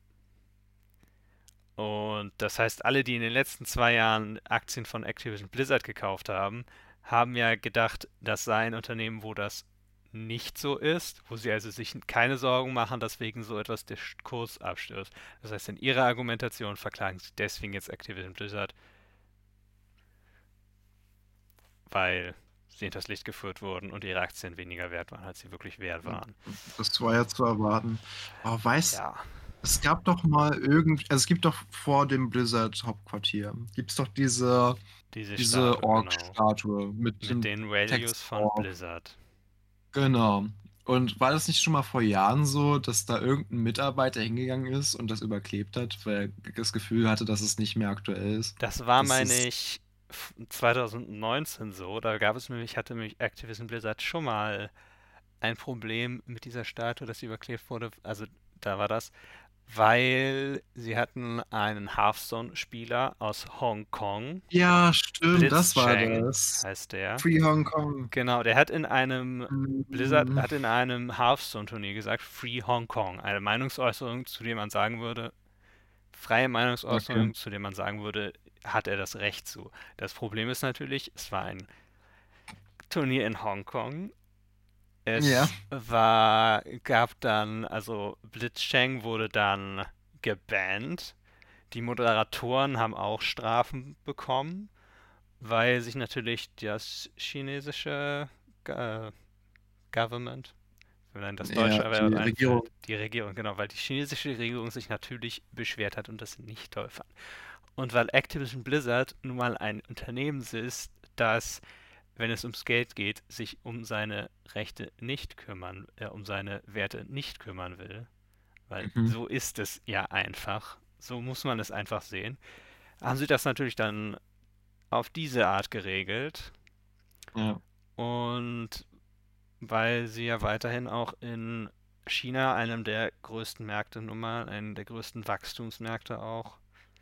Und das heißt, alle, die in den letzten 2 Jahren Aktien von Activision Blizzard gekauft haben, haben ja gedacht, das sei ein Unternehmen, wo das nicht so ist, wo sie also sich keine Sorgen machen, dass wegen so etwas der Kurs abstürzt. Das heißt, in ihrer Argumentation verklagen sie deswegen jetzt Activision Blizzard, weil sie hinters Licht geführt wurden und ihre Aktien weniger wert waren, als sie wirklich wert waren. Das war ja zu erwarten. Aber Ja, es gab doch mal es gibt doch vor dem Blizzard-Hauptquartier, gibt es doch diese Statue, genau. Ork-Statue mit Mit dem den Values Text von drauf. Blizzard. Genau. Und war das nicht schon mal vor Jahren so, dass da irgendein Mitarbeiter hingegangen ist und das überklebt hat, weil er das Gefühl hatte, dass es nicht mehr aktuell ist? Das war, Das meine ist. ich, 2019 so. Hatte nämlich Activision Blizzard schon mal ein Problem mit dieser Statue, dass sie überklebt wurde. Also da war das, weil sie hatten einen Hearthstone-Spieler aus Hongkong. Ja, stimmt, das war Blitzchang das. heißt der. Free Hong Kong. Genau, der hat in einem Mhm. Hearthstone-Turnier gesagt, Free Hong Kong. Eine Meinungsäußerung, zu der man sagen würde, freie Okay. Meinungsäußerung, zu der man sagen würde, hat er das Recht zu. Das Problem ist natürlich, es war ein Turnier in Hongkong. Ja. Gab dann, also Blitzchang wurde dann gebannt. Die Moderatoren haben auch Strafen bekommen, weil sich natürlich das chinesische Go- Government, wenn einem das Ja, deutsche die Wort einfällt, Regierung. die Regierung, genau, weil die chinesische Regierung sich natürlich beschwert hat und das nicht toll fand. Und weil Activision Blizzard nun mal ein Unternehmen ist, das, wenn es ums Geld geht, sich um seine Rechte nicht kümmern, um seine Werte nicht kümmern will, weil Mhm. so ist es ja einfach, so muss man es einfach sehen, haben sie das natürlich dann auf diese Art geregelt Ja. und weil sie ja weiterhin auch in China, einem der größten Märkte nun mal, einem der größten Wachstumsmärkte auch,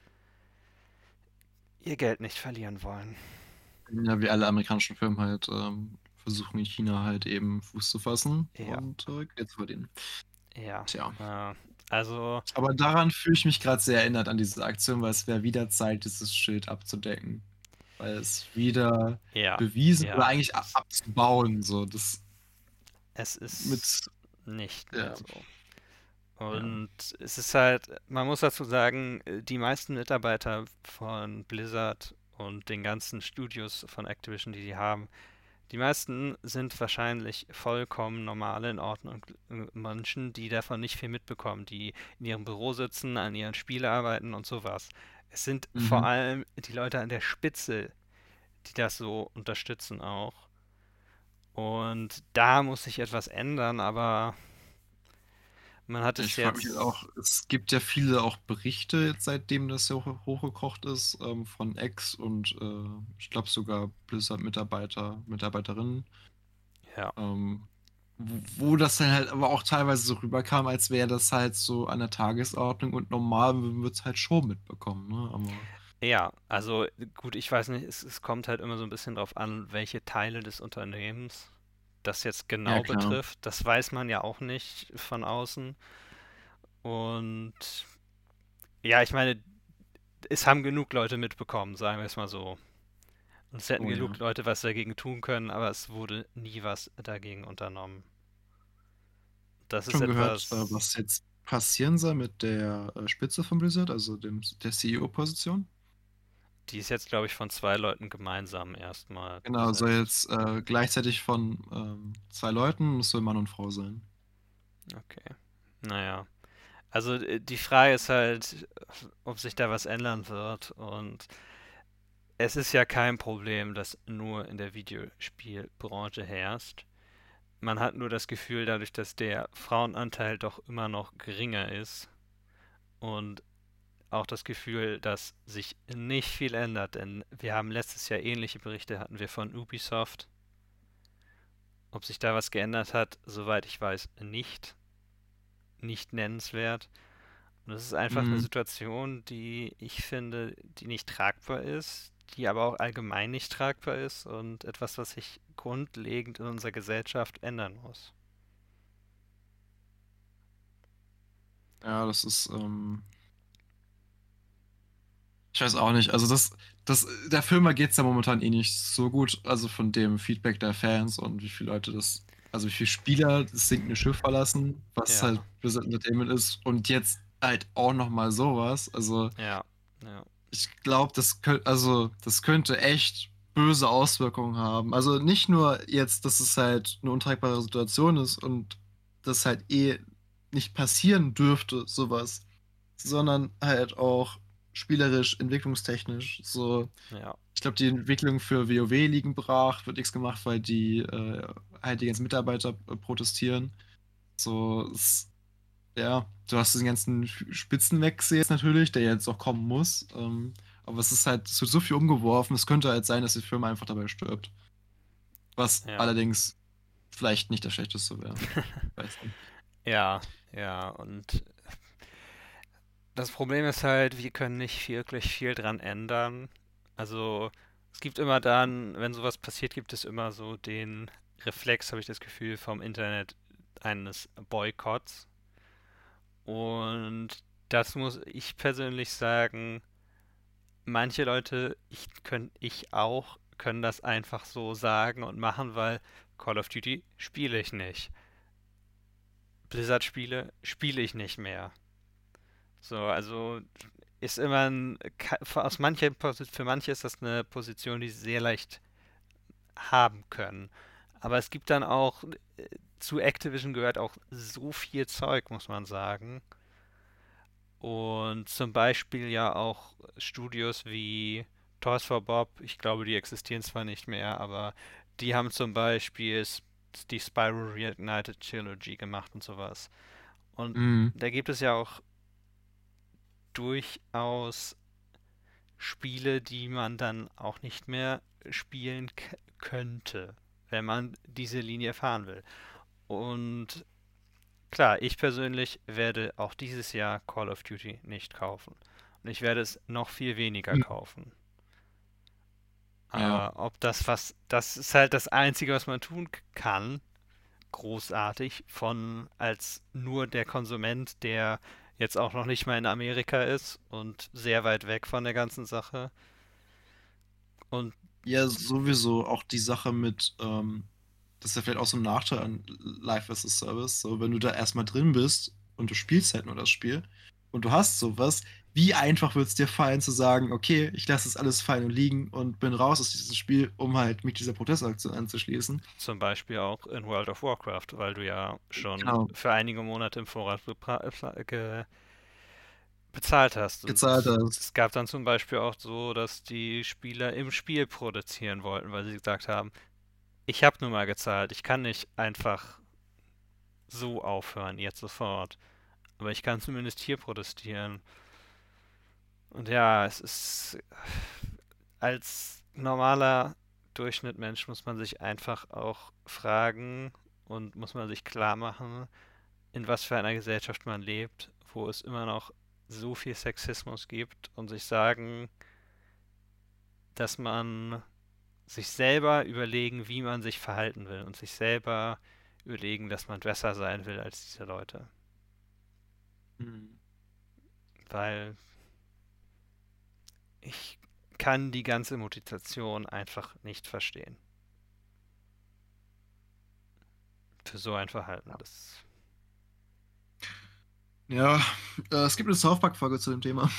ihr Geld nicht verlieren wollen. Ja, wie alle amerikanischen Firmen halt versuchen in China halt eben Fuß zu fassen Ja, und Geld zu verdienen. ja. Tja. Also, Aber daran fühle ich mich gerade sehr erinnert an diese Aktion, weil es wäre wieder Zeit, dieses Schild abzudecken. Weil es wieder ja, bewiesen oder ja. eigentlich abzubauen. So, das Es ist mit, nicht mehr ja, so. ja. Und es ist halt, man muss dazu sagen, die meisten Mitarbeiter von Blizzard und den ganzen Studios von Activision, die haben, die meisten sind wahrscheinlich vollkommen normale, in Ordnung Menschen, die davon nicht viel mitbekommen, die in ihrem Büro sitzen, an ihren Spielen arbeiten und sowas. Es sind vor Mhm. allem die Leute an der Spitze, die das so unterstützen auch. Und da muss sich etwas ändern, aber man hat es Ich frage mich jetzt auch, jetzt, es gibt ja viele auch Berichte jetzt, seitdem das ja hochgekocht ist, von Ex und ich glaube sogar Blizzard-Mitarbeiter, Mitarbeiterinnen, ja, ähm, wo das dann halt aber auch teilweise so rüberkam, als wäre das halt so an der Tagesordnung und normal wird es halt schon mitbekommen, ne? Aber ja, also gut, ich weiß nicht, es kommt halt immer so ein bisschen drauf an, welche Teile des Unternehmens das jetzt ja, genau klar. betrifft. Das weiß man ja auch nicht von außen. Und ja, ich meine, es haben genug Leute mitbekommen, sagen wir es mal so. Und es hätten Oh genug ja. Leute was dagegen tun können, aber es wurde nie was dagegen unternommen. Das ist Schon gehört, etwas, was jetzt passieren soll mit der Spitze von Blizzard, also der CEO-Position? die ist jetzt, glaube ich, von zwei Leuten gemeinsam erstmal Genau, soll besetzt. jetzt gleichzeitig von zwei Leuten, es soll Mann und Frau sein. Okay. Naja. Also die Frage ist halt, ob sich da was ändern wird. Und es ist ja kein Problem, das nur in der Videospielbranche herrscht. Man hat nur das Gefühl, dadurch, dass der Frauenanteil doch immer noch geringer ist und auch das Gefühl, dass sich nicht viel ändert, denn wir haben letztes Jahr ähnliche Berichte hatten wir von Ubisoft. Ob sich da was geändert hat, soweit ich weiß, nicht nennenswert. Und das ist einfach eine Mhm. Situation, die ich finde, die nicht tragbar ist, die aber auch allgemein nicht tragbar ist und etwas, was sich grundlegend in unserer Gesellschaft ändern muss. Ja, das ist, ich weiß auch nicht, also der Firma geht es ja momentan eh nicht so gut, also von dem Feedback der Fans und wie viele Leute also wie viele Spieler das sinkende Schiff verlassen, was Ja, halt Blizzard Entertainment ist und jetzt halt auch nochmal sowas, also ja, ja, ich glaube, das könnte echt böse Auswirkungen haben. Also nicht nur jetzt, dass es halt eine untragbare Situation ist und das halt eh nicht passieren dürfte, sowas, sondern halt auch spielerisch, entwicklungstechnisch. So, ja, ich glaube, die Entwicklung für WoW liegen brach, wird nichts gemacht, weil halt die ganzen Mitarbeiter protestieren. So, ja, du hast den ganzen Spitzenwechsel jetzt natürlich, der jetzt auch kommen muss. Aber es wird so viel umgeworfen, es könnte halt sein, dass die Firma einfach dabei stirbt. Was ja. allerdings vielleicht nicht das Schlechteste wäre. Weiß nicht. Ja, ja, und das Problem ist halt, wir können nicht wirklich viel dran ändern. Also, es gibt immer dann, wenn sowas passiert, gibt es immer so den Reflex, habe ich das Gefühl, vom Internet eines Boykotts. Und das muss ich persönlich sagen, manche Leute, ich auch, können das einfach so sagen und machen, weil Call of Duty spiele ich nicht. Blizzard-Spiele spiele ich nicht mehr. So, also ist immer für manche ist das eine Position, die sie sehr leicht haben können. Aber es gibt dann auch, zu Activision gehört auch so viel Zeug, muss man sagen. Und zum Beispiel ja auch Studios wie Toys for Bob, ich glaube, die existieren zwar nicht mehr, aber die haben zum Beispiel die Spyro Reignited Trilogy gemacht und sowas. Und Mhm. da gibt es ja auch durchaus Spiele, die man dann auch nicht mehr spielen könnte, wenn man diese Linie fahren will. Und klar, ich persönlich werde auch dieses Jahr Call of Duty nicht kaufen. Und ich werde es noch viel weniger kaufen. Ja. Aber das ist halt das Einzige, was man tun kann, großartig, als nur der Konsument, der jetzt auch noch nicht mal in Amerika ist und sehr weit weg von der ganzen Sache. Und Ja, sowieso auch die Sache mit, das ist ja vielleicht auch so ein Nachteil an Life as a Service, so wenn du da erstmal drin bist und du spielst halt nur das Spiel und du hast sowas, wie einfach wird es dir fallen zu sagen, okay, ich lasse das alles fallen und liegen und bin raus aus diesem Spiel, um halt mich dieser Protestaktion anzuschließen. zum Beispiel auch in World of Warcraft, weil du ja schon Genau, für einige Monate im Voraus bezahlt hast. Und gezahlt hast. es gab dann zum Beispiel auch so, dass die Spieler im Spiel produzieren wollten, weil sie gesagt haben, ich habe nun mal gezahlt, ich kann nicht einfach so aufhören, jetzt sofort. Aber ich kann zumindest hier protestieren. Und ja, es ist als normaler Durchschnittmensch muss man sich einfach auch fragen und muss man sich klar machen, in was für einer Gesellschaft man lebt, wo es immer noch so viel Sexismus gibt und sich sagen, dass man sich selber überlegen, wie man sich verhalten will und sich selber überlegen, dass man besser sein will als diese Leute. Mhm. Weil ich kann die ganze Motivation einfach nicht verstehen. Für so ein Verhalten. Ja, es gibt eine South Park-Folge zu dem Thema.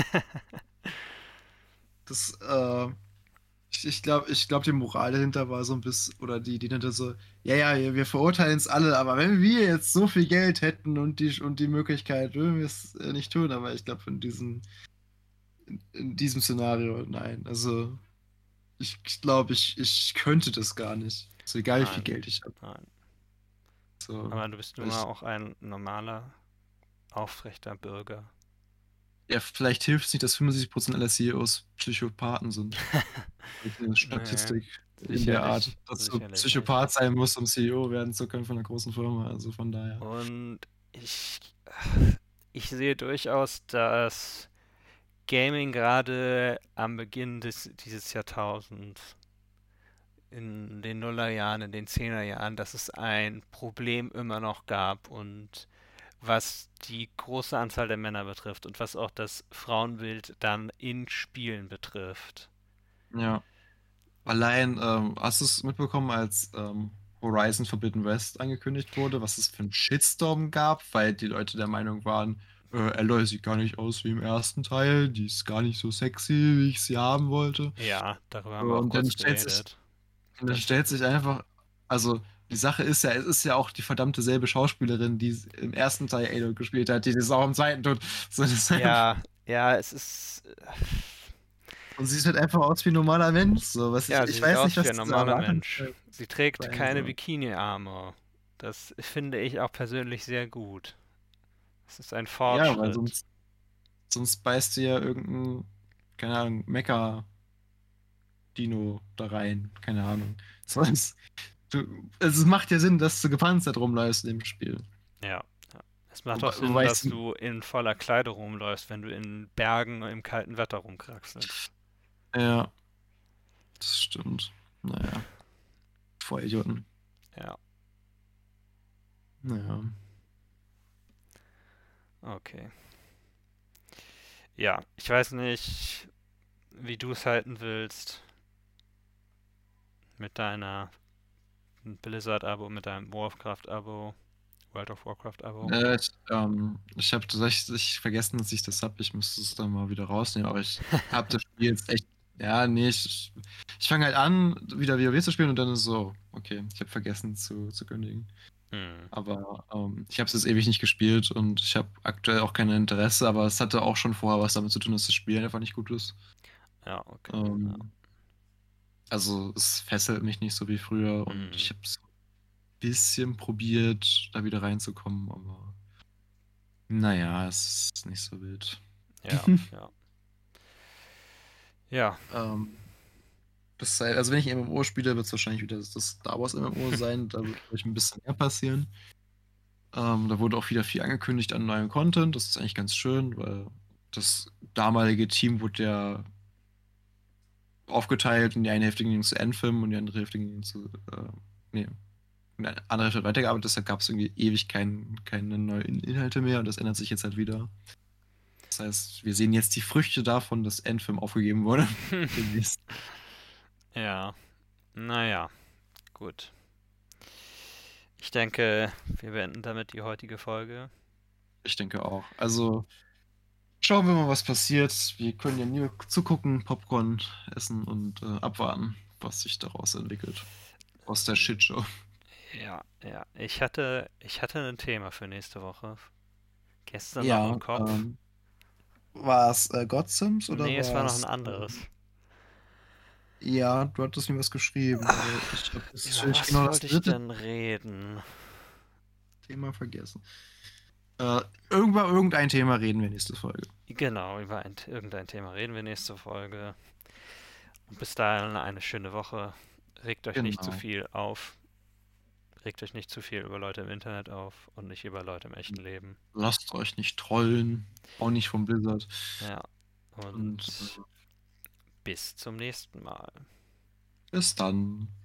Das, ich glaube, die Moral dahinter war so ein bisschen, oder die dahinter so, ja, ja, wir verurteilen es alle, aber wenn wir jetzt so viel Geld hätten und die Möglichkeit, würden wir es nicht tun. Aber ich glaube, in diesem Szenario, nein. Also, ich glaube, ich könnte das gar nicht. So egal, wie viel Nein, Geld ich habe. nein. So, Aber du bist nun mal ich, auch ein normaler, aufrechter Bürger. ja, vielleicht hilft es nicht, dass 75% aller CEOs Psychopathen sind. Das ist eine Nee, Statistik in der Art, sicherlich, dass du sicherlich nicht. Psychopath sein musst, um CEO werden zu können von einer großen Firma. Also von daher. Und ich, ich sehe durchaus, dass Gaming gerade am Beginn dieses Jahrtausends, in den Nullerjahren, in den Zehnerjahren, dass es ein Problem immer noch gab und was die große Anzahl der Männer betrifft und was auch das Frauenbild dann in Spielen betrifft. Ja. Allein, hast du es mitbekommen, als Horizon Forbidden West angekündigt wurde, was es für einen Shitstorm gab, weil die Leute der Meinung waren, Aloy sieht gar nicht aus wie im ersten Teil, die ist gar nicht so sexy, wie ich sie haben wollte. Ja, darüber haben wir auch Und dann kurz stellt sich, geredet. und dann Das, stellt sich einfach, also die Sache ist ja, es ist ja auch die verdammte selbe Schauspielerin, die im ersten Teil Aloy gespielt hat, die das auch im zweiten tut. So, das ist einfach, ja, ja, es ist. und sie sieht halt einfach aus wie ein normaler Mensch. So, was ich, Ja, sie ich sieht weiß nicht, aus wie was ein diese normaler Mensch. Erwartungshaltung Sie trägt sein keine soll. Bikini-Armor. Das finde ich auch persönlich sehr gut. Es ist ein Ja, weil Fortschritt. sonst beißt du ja irgendein, keine Ahnung, Mecha-Dino da rein. Keine Ahnung. Sonst, es macht ja Sinn, dass du gepanzert rumläufst im Spiel. Ja, ja. Es macht auch Sinn, Wobei es, dass du in voller Kleidung rumläufst, wenn du in Bergen im kalten Wetter rumkraxelst. ja, das stimmt. Naja, Vollidioten. Ja, Naja. okay. Ja, ich weiß nicht, wie du es halten willst mit deiner Blizzard-Abo, mit deinem Warcraft-Abo World of Warcraft-Abo? Ich habe tatsächlich vergessen, dass ich das habe. Ich müsste es dann mal wieder rausnehmen, aber ich habe das Spiel jetzt echt. Ja, nee, ich fange halt an, wieder WoW zu spielen und dann ist so, okay, ich habe vergessen zu kündigen. Aber ich habe es jetzt ewig nicht gespielt und ich habe aktuell auch kein Interesse, aber es hatte auch schon vorher was damit zu tun, dass das Spiel einfach nicht gut ist. Ja, okay. Also es fesselt mich nicht so wie früher und ich habe es ein bisschen probiert, da wieder reinzukommen, aber naja, es ist nicht so wild. Ja, ja. Ja. Also wenn ich MMO spiele, wird es wahrscheinlich wieder das Star Wars MMO sein. Da wird vielleicht ein bisschen mehr passieren. Da wurde auch wieder viel angekündigt an neuem Content. Das ist eigentlich ganz schön, weil das damalige Team wurde ja aufgeteilt und die eine Hälfte ging zu Anthem und die andere Hälfte ging zu. Nee. Und die andere Hälfte hat weitergearbeitet, deshalb gab es irgendwie ewig keine neuen Inhalte mehr und das ändert sich jetzt halt wieder. Das heißt, wir sehen jetzt die Früchte davon, dass Anthem aufgegeben wurde. Demnächst. Ja. Naja, gut. Ich denke, wir beenden damit die heutige Folge. Ich denke auch. Also schauen wir mal, was passiert. Wir können ja nur zugucken, Popcorn essen und abwarten, was sich daraus entwickelt. Aus der Shitshow. Ja, ja. Ich hatte ein Thema für nächste Woche. Gestern Ja, noch im Kopf. war es God Sims oder Nee, es war noch ein war's, anderes. Ja, du hattest mir was geschrieben, aber ich habe das Über was genau das wollte ich dritte denn reden? Thema vergessen. Über irgendein Thema reden wir nächste Folge. Genau, über irgendein Thema reden wir nächste Folge. Und bis dahin eine schöne Woche. Regt euch nicht zu Genau. viel auf. Regt euch nicht zu viel über Leute im Internet auf und nicht über Leute im echten Leben. Lasst euch nicht trollen, auch nicht vom Blizzard. Ja, und bis zum nächsten Mal. Bis dann.